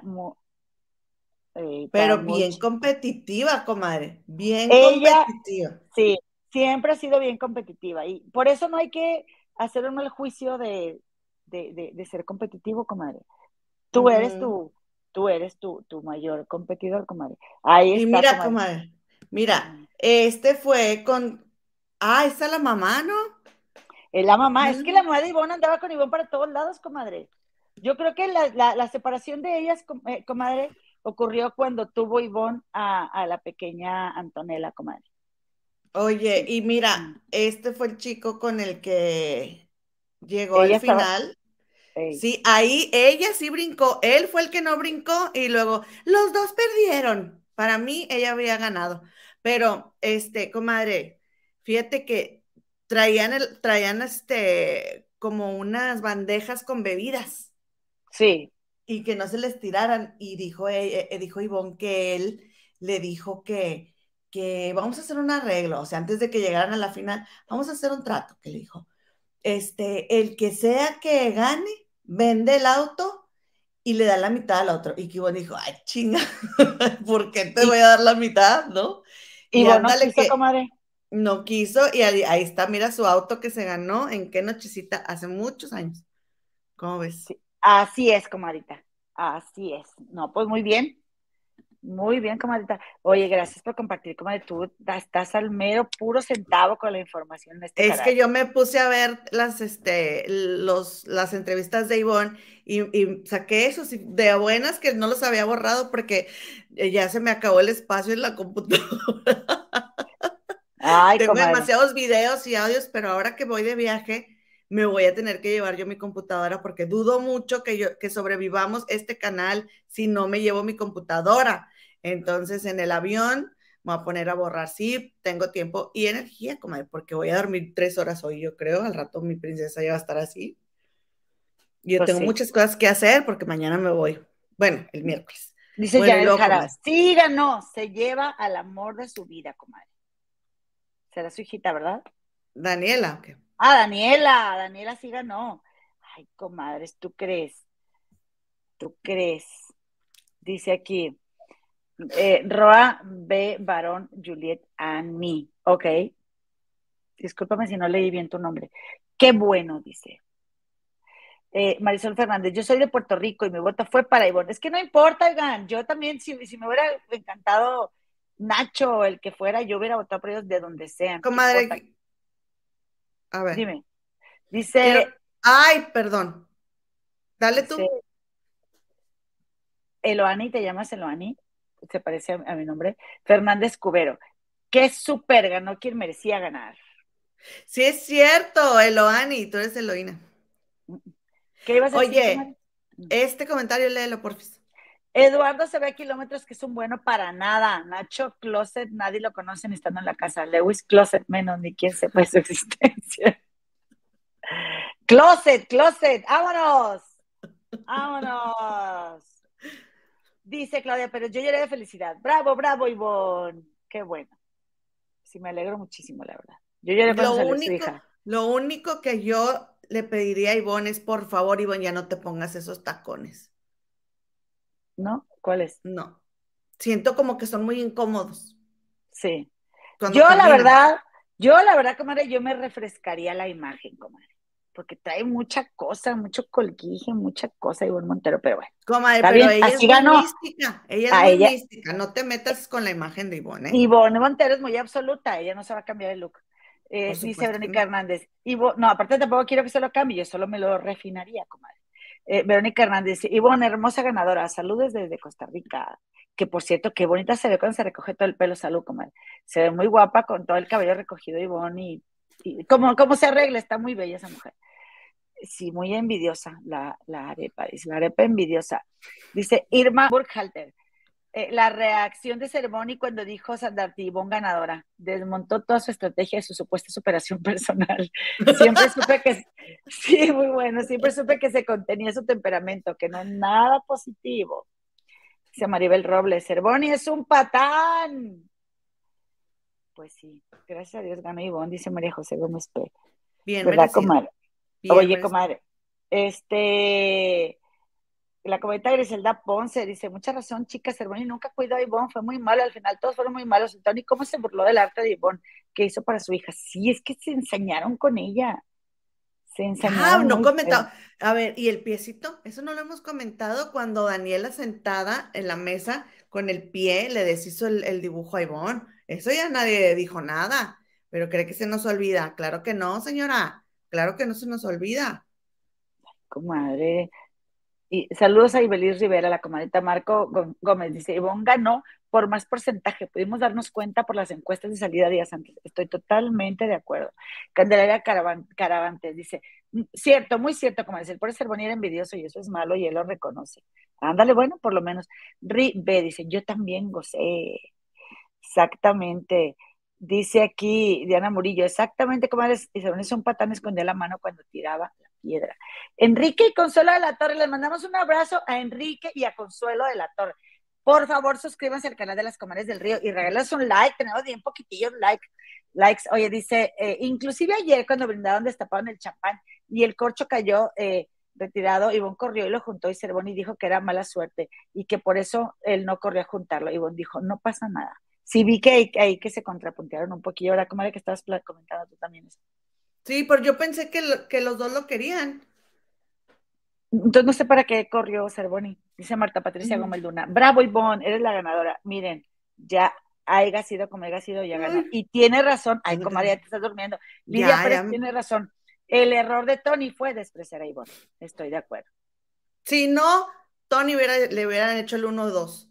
pero muy bien chiquita. competitiva, comadre, bien Ella, competitiva. sí, siempre ha sido bien competitiva. Y por eso no hay que hacer un mal juicio de ser competitivo, comadre. Tú eres Ujú. tu mayor competidor, comadre. Ahí Y está, mira, comadre. comadre, mira, este fue con, esa es la mamá, ¿no? La mamá, es que la Mm. mamá de Ivonne andaba con Ivonne para todos lados, comadre. Yo creo que la separación de ellas, comadre, ocurrió cuando tuvo Ivonne a la pequeña Antonella, comadre. Oye, Sí. y mira, este fue el chico con el que llegó al Ella estaba, final. ey, Sí, ahí ella sí brincó, él fue el que no brincó y luego los dos perdieron. Para mí ella habría ganado, pero comadre, fíjate que traían como unas bandejas con bebidas sí, y que no se les tiraran y dijo Ivonne que él le dijo que vamos a hacer un arreglo, o sea, antes de que llegaran a la final, vamos a hacer un trato, que le dijo el que sea que gane, vende el auto y le da la mitad al otro. Y Kibon dijo, ay, chinga, ¿por qué te y voy a dar la mitad, no? Y Ivonne no ándale quiso, que comadre. no quiso y ahí está, mira su auto que se ganó, en qué nochecita, hace muchos años. ¿Cómo ves? Sí, así es, comadita, así es. No, pues muy bien, comadita. Oye, gracias por compartir, comadre. Tú estás al mero puro centavo con la información en este Es que canal. yo me puse a ver las entrevistas de Ivonne y saqué eso, sí, de buenas que no los había borrado porque ya se me acabó el espacio en la computadora. Ay, Tengo comadre. demasiados videos y audios, pero ahora que voy de viaje, me voy a tener que llevar yo mi computadora porque dudo mucho que sobrevivamos este canal si no me llevo mi computadora. Entonces, en el avión me voy a poner a borrar. Sí, tengo tiempo y energía, comadre, porque voy a dormir 3 horas hoy, yo creo. Al rato mi princesa ya va a estar así. Y yo Pues tengo sí. muchas cosas que hacer porque mañana me voy. Bueno, el miércoles. Dice Bueno, y Janet luego, Jara, comadre. sí ganó, se lleva al amor de su vida, comadre. Será su hijita, ¿verdad? Daniela, ¿o qué? Daniela sí ganó. Ay, comadres, ¿tú crees? ¿Tú crees? Dice aquí, Roa B. Barón Juliet Annie. Ok, discúlpame si no leí bien tu nombre. Qué bueno, dice. Marisol Fernández, yo soy de Puerto Rico y mi voto fue para Ivonne. Es que no importa, oigan, yo también, si me hubiera encantado Nacho, el que fuera, yo hubiera votado por ellos de donde sean. ¿Qué importa? Comadre, a ver. Dime. Quiero. Dice, Ay, perdón. Dale dice, tú. Eloani, ¿te llamas Eloani? Se parece a mi nombre. Fernández Cubero. Qué súper ganó quien merecía ganar. Sí, es cierto, Eloani, tú eres Eloína. ¿Qué ibas a decir, comadre? Oye, este comentario léelo, porfis. Eduardo se ve a kilómetros que es un bueno para nada. Nacho Closet, nadie lo conoce ni estando en la casa. Lewis Closet, menos ni quien sepa de su existencia. Closet, vámonos. Vámonos. Dice Claudia, pero yo lloré de felicidad. Bravo, Ivonne. Qué bueno. Sí, me alegro muchísimo, la verdad. Yo lloré cuando Lo salió su único, hija. lo único que yo le pediría a Ivonne es, por favor, Ivonne, ya no te pongas esos tacones. ¿No? ¿Cuál es? No. Siento como que son muy incómodos Sí. cuando Yo caminas. la verdad, comadre, yo me refrescaría la imagen, comadre. Porque trae mucha cosa, mucho colguije, mucha cosa, Ivonne Montero, pero bueno. Comadre, Está pero bien, ella es así muy ganó mística. Ella es a muy ella. mística. No te metas con la imagen de Ivonne, ¿eh? Ivonne Montero es muy absoluta, ella no se va a cambiar el look. Por Dice supuesto que Verónica no. Hernández. No, aparte tampoco quiero que se lo cambie, yo solo me lo refinaría, comadre. Verónica Hernández, Ivonne, hermosa ganadora, saludos desde Costa Rica. Que por cierto, qué bonita se ve cuando se recoge todo el pelo, salud, comadre. Se ve muy guapa con todo el cabello recogido, Ivonne, y cómo se arregla, está muy bella esa mujer. Sí, muy envidiosa la arepa, dice, la arepa envidiosa. Dice Irma Burkhalter. La reacción de Cervoni cuando dijo Sandarti Ivonne ganadora, desmontó toda su estrategia de su supuesta superación personal. Siempre supe que, sí, muy bueno, siempre supe que se contenía su temperamento, que no es nada positivo. Dice Maribel Robles, Cervoni es un patán. Pues sí, gracias a Dios ganó Ivonne, dice María José Gómez P. Bien ¿Verdad, merecido. comadre? Bien Oye, merecido. comadre, la comenta Griselda Ponce dice, mucha razón, chica, Cervoni nunca cuidó a Ivonne, fue muy malo, al final todos fueron muy malos. Y Tony, ¿cómo se burló del arte de Ivonne que hizo para su hija? Sí, es que se ensañaron con ella. Se ensañaron No muy comentado. feo. A ver, ¿y el piecito? Eso no lo hemos comentado cuando Daniela sentada en la mesa con el pie le deshizo el dibujo a Ivonne. Eso ya nadie dijo nada, pero cree que se nos olvida. Claro que no, señora. Claro que no se nos olvida. Comadre. Y saludos a Ibelis Rivera, la comadita Marco Gómez. Dice, Ivonne ganó por más porcentaje. Pudimos darnos cuenta por las encuestas de salida días antes. Estoy totalmente de acuerdo. Candelaria Caravantes dice, cierto, muy cierto, como dice, el pobre Cervoni era envidioso y eso es malo y él lo reconoce. Ándale, bueno, por lo menos. Ri B dice, yo también gocé. Exactamente. Dice aquí Diana Murillo, exactamente como eres, y Cervoni un patán, escondía la mano cuando tiraba la piedra. Enrique y Consuelo de la Torre, les mandamos un abrazo a Enrique y a Consuelo de la Torre. Por favor, suscríbanse al canal de las Comadres del Río y regálanos un like, tenemos bien poquitillos likes. Oye, dice, inclusive ayer cuando brindaron destaparon el champán y el corcho cayó retirado, Ivonne corrió y lo juntó y Cervoni dijo que era mala suerte y que por eso él no corrió a juntarlo. Ivonne dijo, no pasa nada. Sí, vi que ahí que se contrapuntearon un poquillo. Ahora, comadre, que estabas comentando tú también eso. Sí, pero yo pensé que los dos lo querían. Entonces, no sé para qué corrió Cervoni. Dice Marta Patricia Gómez Luna. Bravo, Ivonne, eres la ganadora. Miren, ya haya sido como haya sido, ya ganó. Y tiene razón. Ay, comadre, ya te estás durmiendo. Lidia Pérez tiene razón. El error de Tony fue despreciar a Ivonne. Estoy de acuerdo. Si no, Tony le hubieran hecho el 1-2.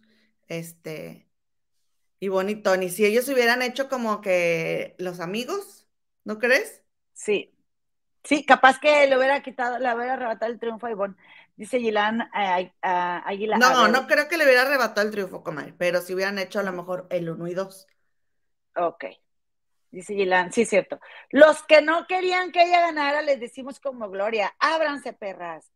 Ivonne y Tony, si ellos hubieran hecho como que los amigos, ¿no crees? Sí, capaz que le hubiera arrebatado el triunfo a Ivonne. Dice Gilan Águila. No creo que le hubiera arrebatado el triunfo, comadre, pero si hubieran hecho a lo mejor el 1 y 2. Ok, dice Gilan, sí, cierto. Los que no querían que ella ganara, les decimos como Gloria, ábranse, perras.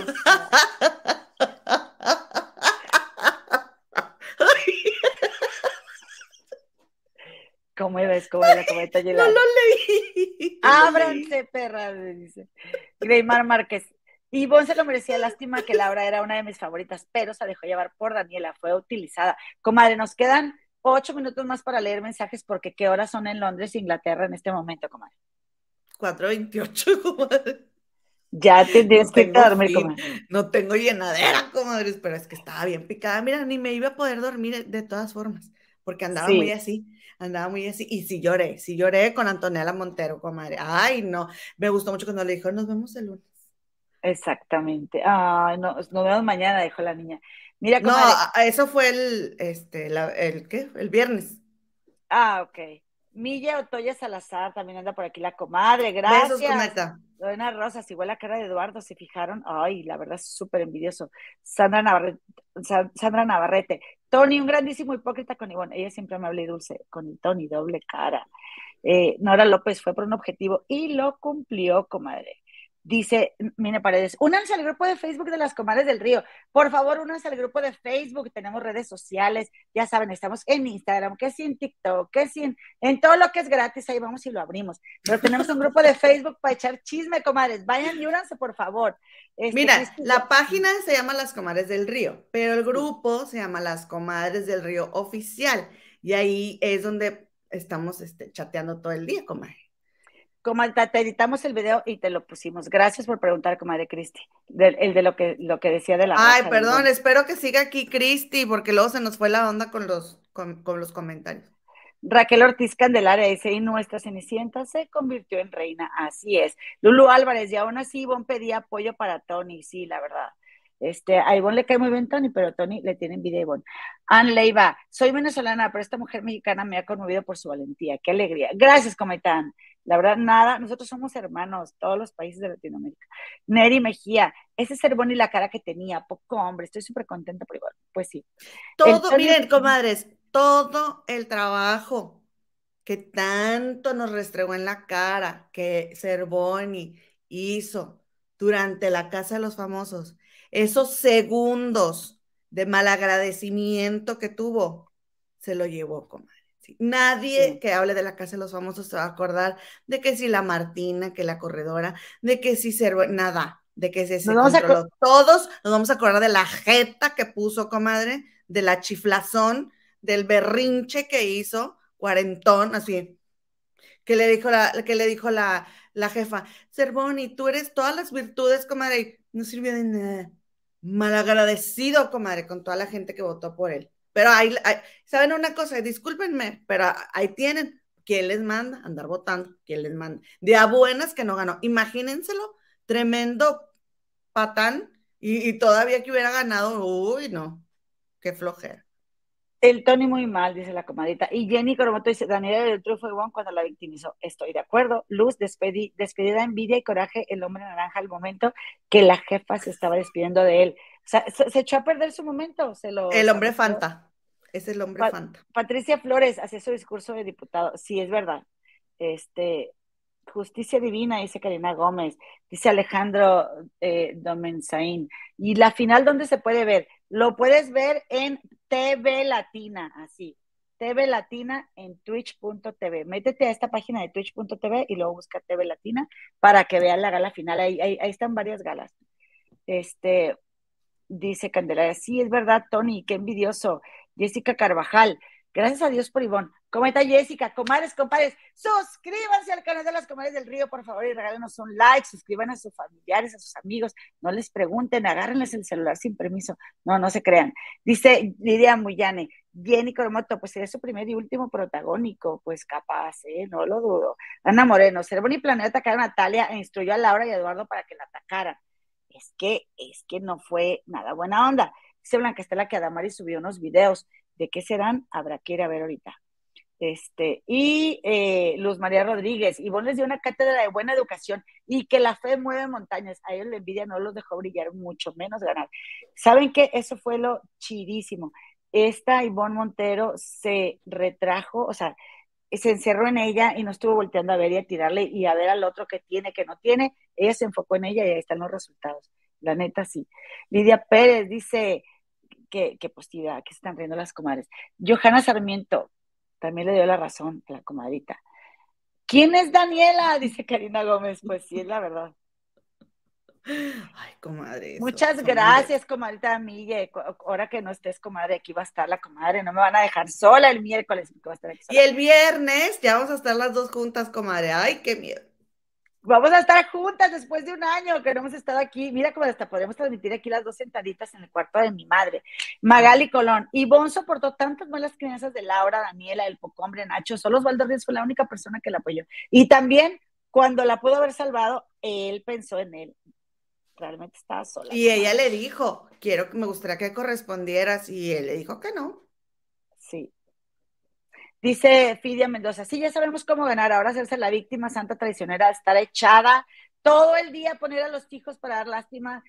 ¿Cómo ves? ¿Cómo es la cometa Gilan? No lo leí. Ábranse, perras, dice. Greymar Márquez. Ivonne se lo merecía, lástima que Laura era una de mis favoritas, pero se dejó llevar por Daniela, fue utilizada. Comadre, nos quedan 8 minutos más para leer mensajes, porque ¿qué horas son en Londres, Inglaterra en este momento, comadre? 4:28, comadre. Ya tendrías que irte a dormir, comadre. No tengo llenadera, comadres, pero es que estaba bien picada. Mira, ni me iba a poder dormir de todas formas, porque andaba muy así. Y sí lloré con Antonella Montero, comadre. Ay, no, me gustó mucho cuando le dijo, nos vemos el lunes. Exactamente. Ay, no, nos vemos mañana, dijo la niña. Mira, comadre. No, eso fue el viernes. Ok. Milla Otoya Salazar, también anda por aquí la comadre, gracias. Besos, cometa. Lorena Rosas, igual la cara de Eduardo, ¿se fijaron? Ay, la verdad, súper envidioso. Sandra Navarrete. Tony, un grandísimo hipócrita con Ivonne. Ella siempre amable y dulce. Con el Tony, doble cara. Nora López fue por un objetivo y lo cumplió, comadre. Dice Mine Paredes, únanse al grupo de Facebook de las Comadres del Río. Por favor, únanse al grupo de Facebook. Tenemos redes sociales. Ya saben, estamos en Instagram, que sí en TikTok, que sí en todo lo que es gratis. Ahí vamos y lo abrimos. Pero tenemos un grupo de Facebook para echar chisme, comadres. Vayan y únanse, por favor. Mira, la página se llama Las Comadres del Río, pero el grupo se llama Las Comadres del Río Oficial. Y ahí es donde estamos chateando todo el día, comadre. Comadre, te editamos el video y te lo pusimos. Gracias por preguntar, comadre Cristi. De lo que decía de la Ay, perdón, espero que siga aquí Cristi, porque luego se nos fue la onda con los comentarios. Raquel Ortiz Candelaria dice, y nuestra Cenicienta se convirtió en reina. Así es. Lulu Álvarez, y aún así Ivonne pedía apoyo para Tony. Sí, la verdad. A Ivonne le cae muy bien Tony, pero Tony le tiene envidia a Ivonne. Ann Leiva, soy venezolana, pero esta mujer mexicana me ha conmovido por su valentía. Qué alegría. Gracias, Cometán. La verdad, nada, nosotros somos hermanos, todos los países de Latinoamérica. Neri Mejía, ese Cervón y la cara que tenía, poco hombre, estoy súper contenta por igual. Pues sí. Todo, miren, comadres, todo el trabajo que tanto nos restregó en la cara que Cervoni hizo durante la Casa de los Famosos, esos segundos de malagradecimiento que tuvo, se lo llevó, comadre. Sí. Nadie que hable de la Casa de los Famosos se va a acordar de que si la Martina, que la corredora, de que si Cervoni, nada, de que se controló. Todos nos vamos a acordar de la jeta que puso, comadre, de la chiflazón, del berrinche que hizo, cuarentón, así, que le dijo la jefa, Cervoni, tú eres todas las virtudes, comadre, no sirvió de nada. Malagradecido, comadre, con toda la gente que votó por él. Pero ahí ¿saben una cosa? Discúlpenme, pero ahí tienen. ¿Quién les manda? Andar votando. ¿Quién les manda? De a buenas que no ganó. Imagínenselo, tremendo patán, y todavía que hubiera ganado, uy, no, qué flojera. El Tony muy mal, dice la comadita. Y Jenny Coromoto dice, Daniela del Tru fue igual cuando la victimizó. Estoy de acuerdo. Luz, despedida, envidia y coraje, el hombre naranja al momento que la jefa se estaba despidiendo de él. O sea, se echó a perder su momento. El hombre Fanta. Es el hombre Fanta. Patricia Flores hace su discurso de diputado. Sí, es verdad. Justicia divina, dice Karina Gómez. Dice Alejandro Domenzaín. Y la final, ¿dónde se puede ver? Lo puedes ver en TV Latina, así. TV Latina en twitch.tv. Métete a esta página de twitch.tv y luego busca TV Latina para que vean la gala final. Ahí están varias galas. Dice Candelaria, sí, es verdad, Tony, qué envidioso. Jessica Carvajal, gracias a Dios por Ivonne. ¿Cómo está Jessica? Comadres, compadres, suscríbanse al canal de las Comadres del Río, por favor, y regálenos un like, suscriban a sus familiares, a sus amigos, no les pregunten, agárrenles el celular sin permiso, no se crean. Dice Lidia Muyane, Jenny Coromoto, pues sería su primer y último protagónico, pues capaz, no lo dudo. Ana Moreno, Cervoni planeó atacar a Natalia e instruyó a Laura y a Eduardo para que la atacaran. Es que no fue nada buena onda. Dice Blanca Estela que Adamari subió unos videos. ¿De qué serán? Habrá que ir a ver ahorita. Luz María Rodríguez, Ivonne les dio una cátedra de buena educación y que la fe mueve montañas. A ellos la envidia no los dejó brillar, mucho menos ganar. ¿Saben qué? Eso fue lo chidísimo. Esta Ivonne Montero se retrajo, o sea, se encerró en ella y no estuvo volteando a ver y a tirarle y a ver al otro que tiene, que no tiene. Ella se enfocó en ella y ahí están los resultados. La neta, sí. Lidia Pérez dice que pues que se están riendo las comadres. Johanna Sarmiento también le dio la razón a la comadrita. ¿Quién es Daniela? Dice Karina Gómez. Pues sí, es la verdad. Ay, comadre. Muchas gracias, comadrita Mille. Ahora que no estés, comadre, aquí va a estar la comadre. No me van a dejar sola el miércoles. Va a estar aquí sola. Y el viernes ya vamos a estar las dos juntas, comadre. Ay, qué miedo. Vamos a estar juntas después de un año que no hemos estado aquí. Mira cómo hasta podemos transmitir aquí las dos sentaditas en el cuarto de mi madre. Magali Colón. Ivonne soportó tantas malas crianzas de Laura, Daniela, el Pocombre, Nacho. Solo Osvaldo Ríos fue la única persona que la apoyó. Y también, cuando la pudo haber salvado, él pensó en él. Realmente estaba sola. Y ella le dijo, me gustaría que correspondieras. Y él le dijo que no. Sí. Dice Fidia Mendoza, sí, ya sabemos cómo ganar, ahora hacerse la víctima santa traicionera, estar echada todo el día, poner a los hijos para dar lástima.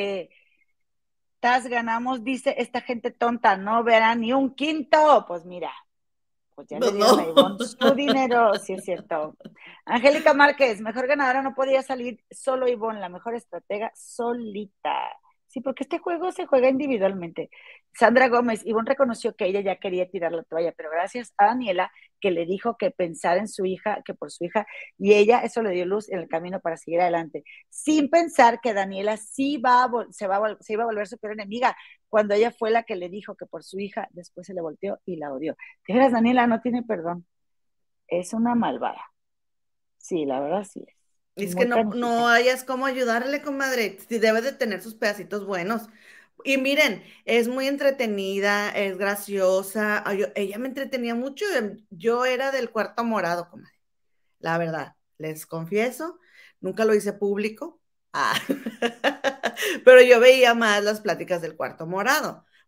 Ganamos, dice esta gente tonta, no verá ni un quinto. Pues mira, pues ya le dieron a Ivonne su dinero, sí es cierto. Angélica Márquez, mejor ganadora no podía salir solo Ivonne, la mejor estratega solita. Sí, porque este juego se juega individualmente. Sandra Gómez, Ivonne reconoció que ella ya quería tirar la toalla, pero gracias a Daniela, que le dijo que pensara en su hija, que por su hija, y ella eso le dio luz en el camino para seguir adelante, sin pensar que Daniela se iba a volver su peor enemiga, cuando ella fue la que le dijo que por su hija, después se le volteó y la odió. De veras, Daniela no tiene perdón. Es una malvada. Sí, la verdad sí es. Es que no hayas cómo ayudarle, comadre. Debe de tener sus pedacitos buenos. Y miren, es muy entretenida, es graciosa. Ella me entretenía mucho. Yo era del Cuarto Morado, comadre. La verdad, les confieso, nunca lo hice público. Pero yo veía más las pláticas del Cuarto Morado,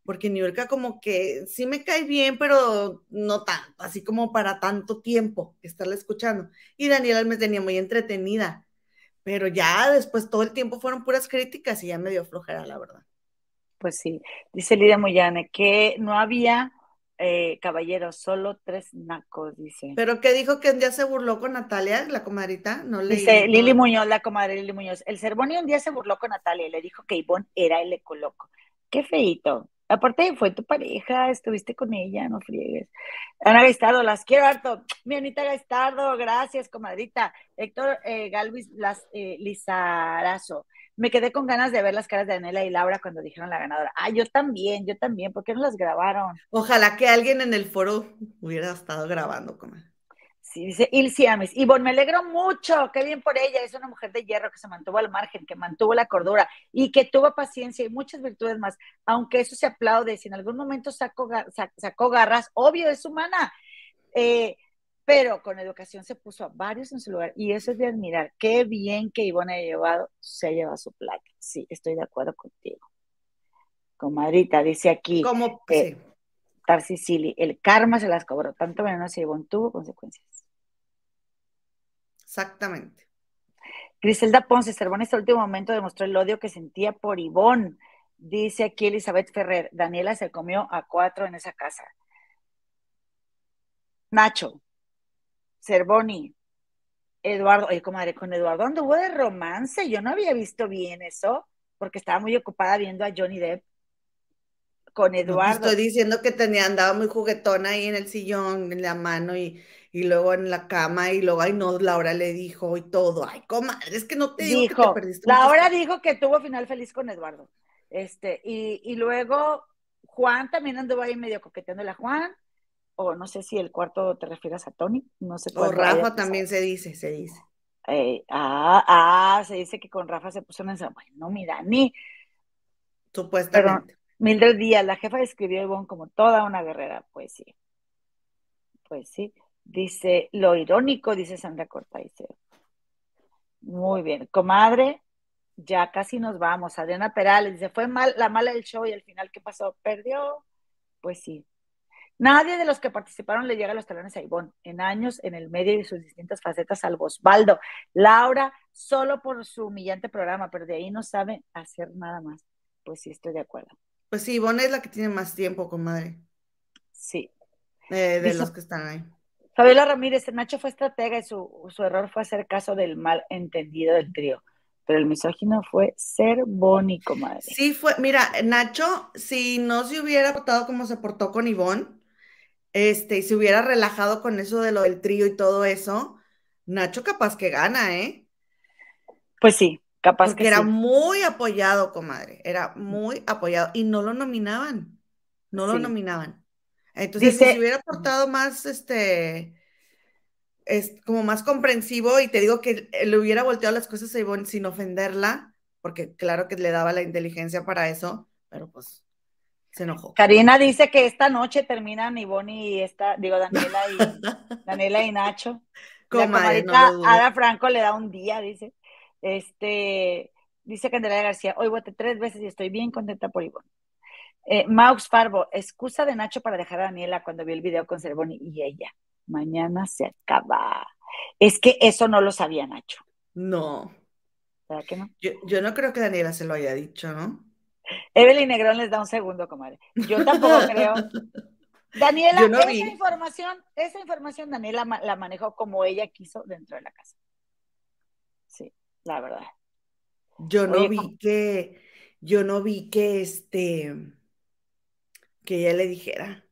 porque Niurka como que sí me cae bien, pero no tanto, así como para tanto tiempo que estarla escuchando. Y Daniela me tenía muy entretenida, pero ya después todo el tiempo fueron puras críticas y ya me dio flojera, la verdad. Pues sí, dice Lidia Moyane que no había caballeros, solo 3 nacos, dice. Pero que dijo que un día se burló con Natalia, la comadrita, no Dice leí Lili todo. Muñoz, la comadre Lili Muñoz. El Cervoni un día se burló con Natalia y le dijo que Ivonne era el ecoloco. Qué feíto. Aparte, fue tu pareja, estuviste con ella, no friegues. Ana Gaistardo, las quiero harto. Mi Anita Gaistardo, gracias, comadrita. Héctor Galvis Lizarazo. Me quedé con ganas de ver las caras de Anela y Laura cuando dijeron la ganadora. Ah, yo también. ¿Por qué no las grabaron? Ojalá que alguien en el foro hubiera estado grabando, comadre. Sí, dice Ilsi Amis. Ivonne, me alegro mucho, qué bien por ella. Es una mujer de hierro que se mantuvo al margen, que mantuvo la cordura y que tuvo paciencia y muchas virtudes más. Aunque eso se aplaude, si en algún momento sacó garras, obvio, es humana. Pero con educación se puso a varios en su lugar y eso es de admirar. Qué bien que Ivonne se ha llevado su plata. Sí, estoy de acuerdo contigo. Comadrita, dice aquí. Como, sí. Tarsi Silly, el karma se las cobró. Tanto veneno se Ivonne tuvo consecuencias. Exactamente. Griselda Ponce, Cervón, en este último momento demostró el odio que sentía por Ivonne. Dice aquí Elizabeth Ferrer, Daniela se comió a 4 en esa casa. Nacho, Cervoni, Eduardo, oye, comadre, con Eduardo anduvo de romance. Yo no había visto bien eso, porque estaba muy ocupada viendo a Johnny Depp con No te Eduardo. estoy diciendo que andaba muy juguetona ahí en el sillón, en la mano y luego en la cama y luego, ay no, Laura le dijo y todo. Ay, comadre, es que no te digo que te perdiste muchas Laura cosas. dijo que tuvo final feliz con Eduardo. Y luego Juan también anduvo ahí medio coqueteándole a Juan, o no sé si el cuarto te refieres a Tony, no sé O cuándo haya Rafa pasado. también se dice. Se dice que con Rafa se puso en esa. Bueno, mira, pero Supuestamente. Mildred Díaz, la jefa describió a Ivonne como toda una guerrera, pues sí. Dice, lo irónico, dice Sandra Corta, dice, muy bien, comadre, ya casi nos vamos. Adriana Perales dice, fue la mala del show y al final, ¿qué pasó? ¿Perdió? Pues sí. Nadie de los que participaron le llega a los talones a Ivonne en años, en el medio y sus distintas facetas, salvo Osvaldo. Laura, solo por su humillante programa, pero de ahí no sabe hacer nada más. Pues sí, estoy de acuerdo. Pues sí, Ivonne es la que tiene más tiempo, comadre. Sí. De Dice los que están ahí. Fabiola Ramírez, Nacho fue estratega y su error fue hacer caso del mal entendido del trío. Pero el misógino fue ser Bonnie, comadre. Sí fue, mira, Nacho, si no se hubiera portado como se portó con Ivonne, y se hubiera relajado con eso de lo del trío y todo eso, Nacho capaz que gana, ¿eh? Pues sí, capaz Porque que era sí. muy apoyado, comadre, era muy apoyado y no lo nominaban, no lo Sí. nominaban. Entonces, si se Dice, hubiera portado más, es como más comprensivo y te digo que le hubiera volteado las cosas a Ivonne sin ofenderla, porque claro que le daba la inteligencia para eso, pero pues se enojó. Karina dice que esta noche terminan Ivonne y Daniela y Nacho. La Comadre, no lo comadita dudo. Ada Franco le da un día, dice. Dice Candelaria García, hoy voté 3 veces y estoy bien contenta por Ivonne. Maux Farbo, excusa de Nacho para dejar a Daniela cuando vio el video con Cervoni y ella. Mañana se acaba. Es que eso no lo sabía Nacho. No. ¿Verdad que no? Yo no creo que Daniela se lo haya dicho, ¿no? Evelyn Negrón les da un segundo, comadre. Yo tampoco creo. Daniela, Yo no vi. esa información Daniela la manejó como ella quiso dentro de la casa. Sí, la verdad. Yo no Oye, vi que, yo no vi que ella le dijera.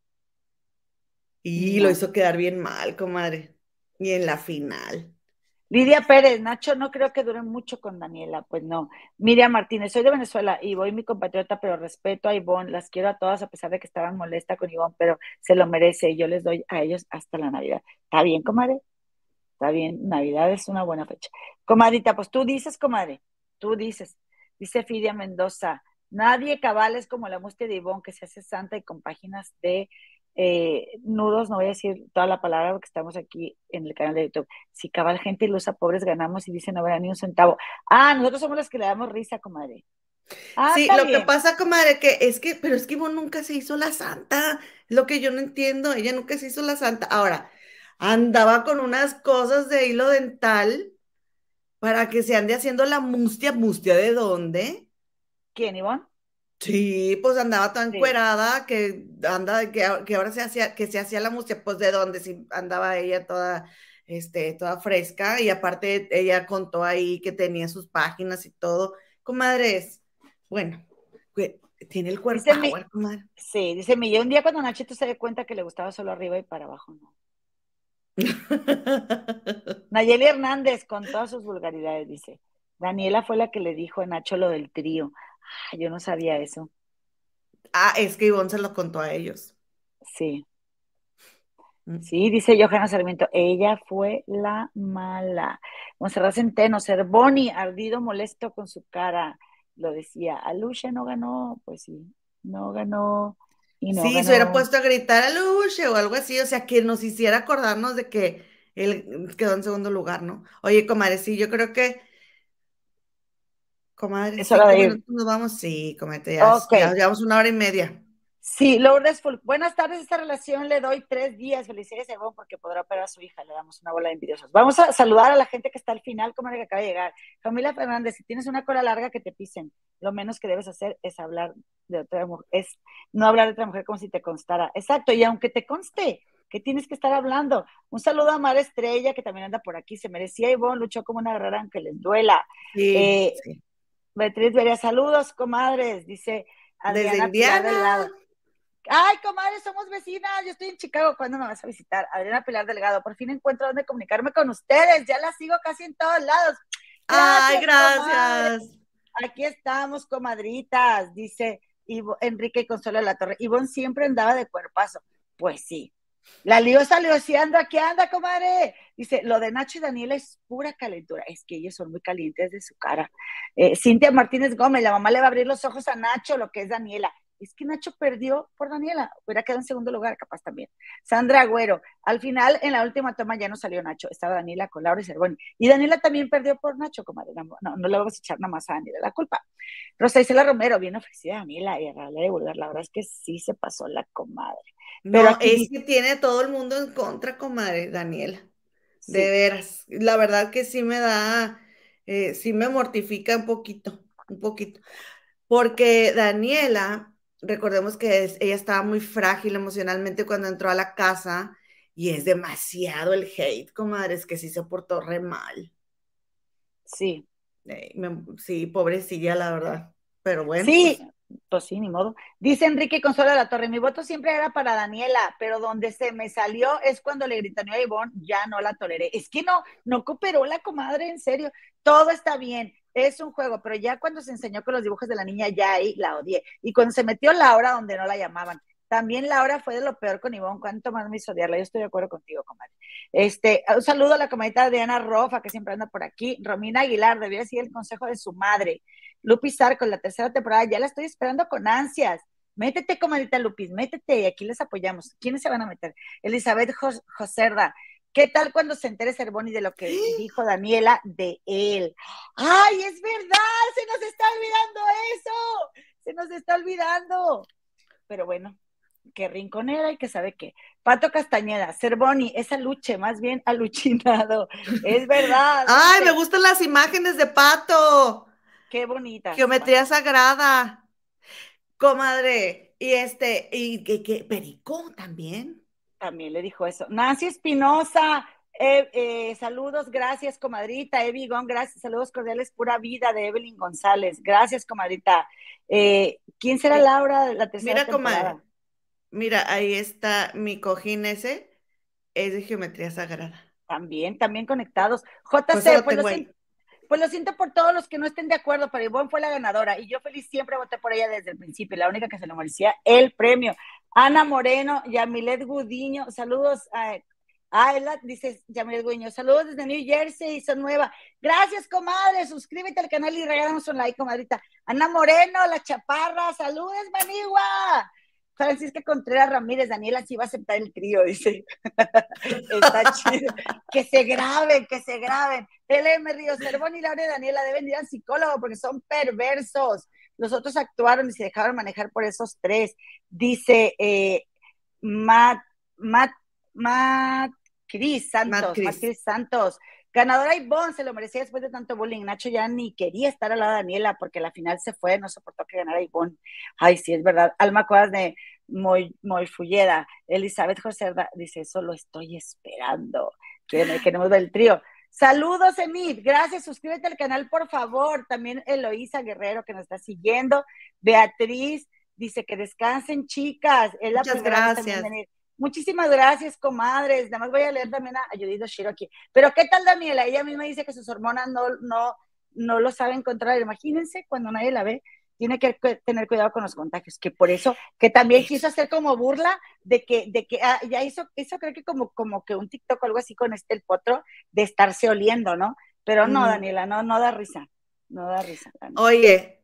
Y lo no. hizo quedar bien mal, comadre. Y en la final. Lidia Pérez, Nacho, no creo que dure mucho con Daniela, pues no. Miriam Martínez, soy de Venezuela y voy mi compatriota, pero respeto a Ivonne, las quiero a todas a pesar de que estaban molesta con Ivonne, pero se lo merece y yo les doy a ellos hasta la Navidad. ¿Está bien, comadre? Está bien, Navidad es una buena fecha. Comadita, pues tú dices, comadre, tú dices. Dice Fidia Mendoza, nadie cabal es como la mustia de Ivonne que se hace santa y con páginas de nudos, no voy a decir toda la palabra porque estamos aquí en el canal de YouTube. Si cabal gente ilusa, pobres ganamos y dice no verá ni un centavo. Ah, nosotros somos los que le damos risa, comadre. Sí, Está lo que bien. pasa, comadre, pero es que Ivonne nunca se hizo la santa, es lo que yo no entiendo, ella nunca se hizo la santa. Ahora, andaba con unas cosas de hilo dental para que se ande haciendo la mustia, ¿mustia de dónde? ¿Quién, Ivonne? Sí, pues andaba toda Sí. encuerada, que ahora se hacía la mustia, pues de dónde, si andaba ella toda fresca, y aparte ella contó ahí que tenía sus páginas y todo. Comadres, bueno, tiene el core Dice mi, power, comadre. sí, dice mi, un día cuando Nachito se dé cuenta que le gustaba solo arriba y para abajo, no. Nayeli Hernández, con todas sus vulgaridades, dice. Daniela fue la que le dijo a Nacho lo del trío. Ah, yo no sabía eso. Ah, es que Ivonne se lo contó a ellos. Sí. Mm. Sí, dice Johanna Sarmiento, ella fue la mala. Monserrat Centeno, Cervoni, ardido, molesto con su cara. Lo decía, Aluche no ganó, pues sí, no ganó y no Sí, se hubiera ganó. puesto a gritar a Luche o algo así, o sea, que nos hiciera acordarnos de que él quedó en segundo lugar, ¿no? Oye, comadre, sí, yo creo que, comadre, Es hora de 5 minutos ir. nos vamos, sí, comadre, Ok. ya llevamos 1 hora y media. Sí, Lourdes, buenas tardes. Esta relación le doy 3 días. Felicidades, Egon, porque podrá operar a su hija. Le damos una bola de envidiosos. Vamos a saludar a la gente que está al final, como la que acaba de llegar. Camila Fernández, si tienes una cola larga que te pisen, lo menos que debes hacer es hablar de otra mujer, es no hablar de otra mujer como si te constara. Exacto, y aunque te conste, que tienes que estar hablando. Un saludo a Mar Estrella, que también anda por aquí. Se merecía Ivonne, luchó como una guerrera aunque les duela. Sí, Eh, sí. Beatriz Vería, saludos, comadres, dice Desde Adriana Pilar Indiana. Delgado. Ay, comadre, somos vecinas. Yo estoy en Chicago. ¿Cuándo me vas a visitar? Adriana Pilar Delgado. Por fin encuentro dónde comunicarme con ustedes. Ya la sigo casi en todos lados. Ay, Gracias, comadre. gracias. Aquí estamos, comadritas, dice Enrique Consuelo de la Torre. Ivonne siempre andaba de cuerpazo. Pues sí. La liosa lioseando, aquí anda, comadre. Dice, lo de Nacho y Daniela es pura calentura. Es que ellos son muy calientes de su cara. Cintia Martínez Gómez, la mamá le va a abrir los ojos a Nacho, lo que es Daniela. Es que Nacho perdió por Daniela, hubiera quedado en segundo lugar, capaz también. Sandra Agüero, al final, en la última toma ya no salió Nacho, estaba Daniela con Laura y Cervoni. Y Daniela también perdió por Nacho, comadre. No le vamos a echar nada más a Daniela la culpa. Rosa Isela Romero, bien ofrecida Daniela, y a de vulgar, la verdad es que sí se pasó la comadre. Pero No, aquí es dice, que tiene todo el mundo en contra, comadre, Daniela. De sí, veras. La verdad que sí me mortifica un poquito, un poquito. Porque Daniela, recordemos que ella estaba muy frágil emocionalmente cuando entró a la casa y es demasiado el hate, comadre, es que sí se portó re mal. sí. Sí, pobrecilla, la verdad. Pero bueno, Sí, pues pues sí, ni modo. Dice Enrique Consuelo de la Torre, mi voto siempre era para Daniela, pero donde se me salió es cuando le gritaron a Ivonne, ya no la toleré. Es que no cooperó la comadre, en serio. Todo está bien, es un juego, pero ya cuando se enseñó con los dibujos de la niña, ya ahí la odié. Y cuando se metió Laura donde no la llamaban, también Laura fue de lo peor con Ivonne. ¿Cuánto más me hizo odiarla? Yo estoy de acuerdo contigo, comadre. Un saludo a la comadita de Ana Rofa, que siempre anda por aquí. Romina Aguilar, debía seguir el consejo de su madre. Lupi Sarco, la tercera temporada, ya la estoy esperando con ansias. Métete, comadita Lupis, métete, y aquí les apoyamos. ¿Quiénes se van a meter? Elizabeth Joserda. ¿Qué tal cuando se entere Cervoni de lo que dijo Daniela de él? ¡Ay, es verdad! ¡Se nos está olvidando eso! ¡Se nos está olvidando! Pero bueno, qué rinconera y que sabe qué. Pato Castañeda, Cervoni, esa luche, más bien alucinado. Es verdad, ¡ay, me dice. gustan las imágenes de Pato! Qué bonitas, Geometría Pato. sagrada, comadre. Y Perico también. También le dijo eso. Nancy Espinosa, saludos, gracias, comadrita. Evi Gon, gracias, saludos cordiales, pura vida de Evelyn González. Gracias, comadrita. ¿Quién será Mi- Laura de la tercera Mira, comadre, temporada? mira, ahí está mi cojín ese, es de geometría sagrada. También conectados. Por eso JC, lo tengo ahí. pues lo siento por todos los que no estén de acuerdo, pero Ivonne fue la ganadora y yo feliz siempre voté por ella desde el principio, la única que se le merecía el premio. Ana Moreno, Yamilet Gudiño, saludos ella dice Yamilet Gudiño, saludos desde New Jersey, son nueva. Gracias, comadre, suscríbete al canal y regálanos un like, comadrita. Ana Moreno, la chaparra, saludos, manigua. Francisca Contreras Ramírez, Daniela sí va a aceptar el trío, dice. Está chido. Que se graben, que se graben. LM Río Cervón y Laura y Daniela deben ir al psicólogo porque son perversos. Los otros actuaron y se dejaron manejar por esos 3. Dice Matt Cris Santos. Ganadora Ivonne, se lo merecía después de tanto bullying. Nacho ya ni quería estar al lado de Daniela porque la final se fue, no soportó que ganara Ivonne. Ay, sí, es verdad. Alma Cuevas de Moyfulleda. Elizabeth José dice, eso lo estoy esperando. Queremos ver el trío. Saludos, Enid. Gracias. Suscríbete al canal, por favor. También Eloísa Guerrero, que nos está siguiendo. Beatriz dice que descansen, chicas. Es la Muchas gracias. Muchísimas gracias, comadres. Nada más voy a leer también a Judith Oshiro aquí. Pero ¿qué tal, Daniela? Ella misma dice que sus hormonas no lo saben controlar. Imagínense cuando nadie la ve. Tiene que tener cuidado con los contagios, que por eso, que también quiso hacer como burla de que ya hizo creo que como que un TikTok o algo así con el potro de estarse oliendo, ¿no? Pero no, Daniela, no da risa, no da risa. Daniela. Oye,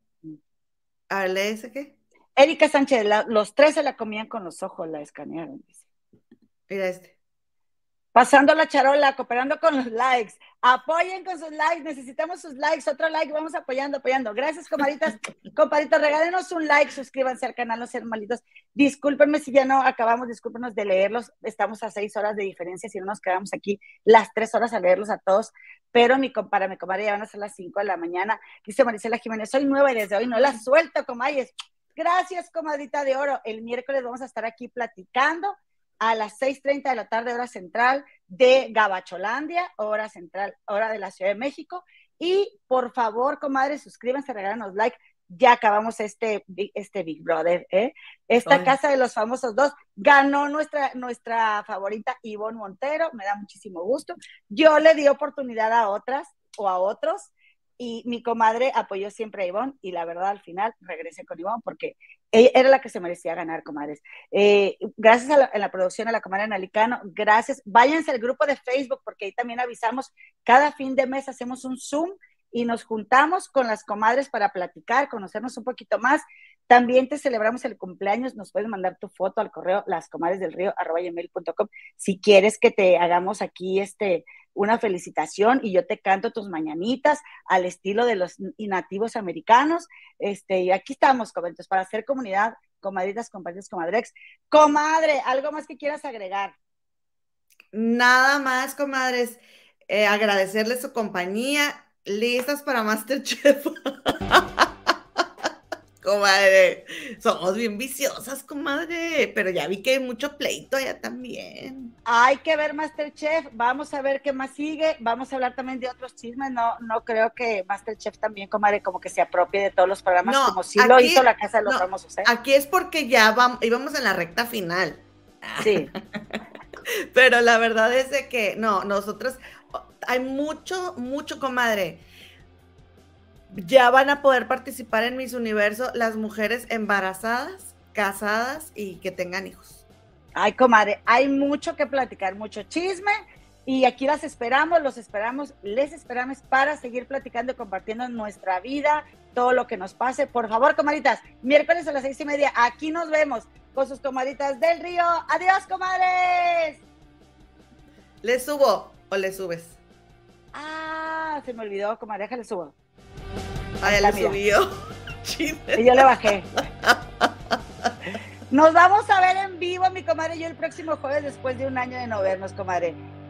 a ver, ¿lee ese qué? Erika Sánchez, los 3 se la comían con los ojos, la escanearon, dice. Mira este. Pasando la charola, cooperando con los likes. Apoyen con sus likes, necesitamos sus likes. Otro like, vamos apoyando. Gracias, comaditas. Compadritos, regálenos un like, suscríbanse al canal, no sean malitos. Discúlpenme si ya no acabamos, discúlpenos de leerlos. Estamos a 6 horas de diferencia, si no nos quedamos aquí las 3 horas a leerlos a todos. Pero mi comadre ya van a ser las 5 de la mañana. Dice Marisela Jiménez, soy nueva y desde hoy no la suelto, comadres. Gracias, comadrita de oro. El miércoles vamos a estar aquí platicando a las 6:30 de la tarde, hora central de Gabacholandia, hora central, hora de la Ciudad de México. Y por favor, comadres, suscríbanse, regálanos like. Ya acabamos este Big Brother, ¿eh? Esta Casa de los Famosos 2 ganó nuestra favorita Ivonne Montero, me da muchísimo gusto. Yo le di oportunidad a otras o a otros, y mi comadre apoyó siempre a Ivonne, y la verdad al final regresé con Ivonne porque ella era la que se merecía ganar, comadres. Gracias a la producción, a la comadre Analicano, gracias. Váyanse al grupo de Facebook porque ahí también avisamos, cada fin de mes hacemos un Zoom y nos juntamos con las comadres para platicar, conocernos un poquito más. También te celebramos el cumpleaños, nos puedes mandar tu foto al correo lascomadresdelrio@gmail.com si quieres que te hagamos aquí una felicitación y yo te canto tus mañanitas al estilo de los nativos americanos. Y aquí estamos, comadres, para hacer comunidad, comadritas, compadres, comadrex. Comadre, ¿algo más que quieras agregar? Nada más, comadres. Agradecerles su compañía. Listas para MasterChef. Comadre, somos bien viciosas, comadre, pero ya vi que hay mucho pleito allá también. Hay que ver MasterChef, vamos a ver qué más sigue, vamos a hablar también de otros chismes. No creo que MasterChef también, comadre, como que se apropie de todos los programas, como si lo hizo la Casa de los Famosos, ¿eh? Aquí es porque ya íbamos en la recta final. Sí. Pero la verdad es de que, nosotros, hay mucho, comadre. Ya van a poder participar en Miss Universo las mujeres embarazadas, casadas y que tengan hijos. Ay, comadre, hay mucho que platicar, mucho chisme, y aquí les esperamos para seguir platicando y compartiendo nuestra vida, todo lo que nos pase. Por favor, comadritas, miércoles a las 6:30, aquí nos vemos con sus comadritas del río. ¡Adiós, comadres! ¿Le subo o le subes? Se me olvidó, comadre, déjale subo. Ya le subió. Y yo le bajé. Nos vamos a ver en vivo, mi comadre y yo, el próximo jueves, después de un año de no vernos, comadre.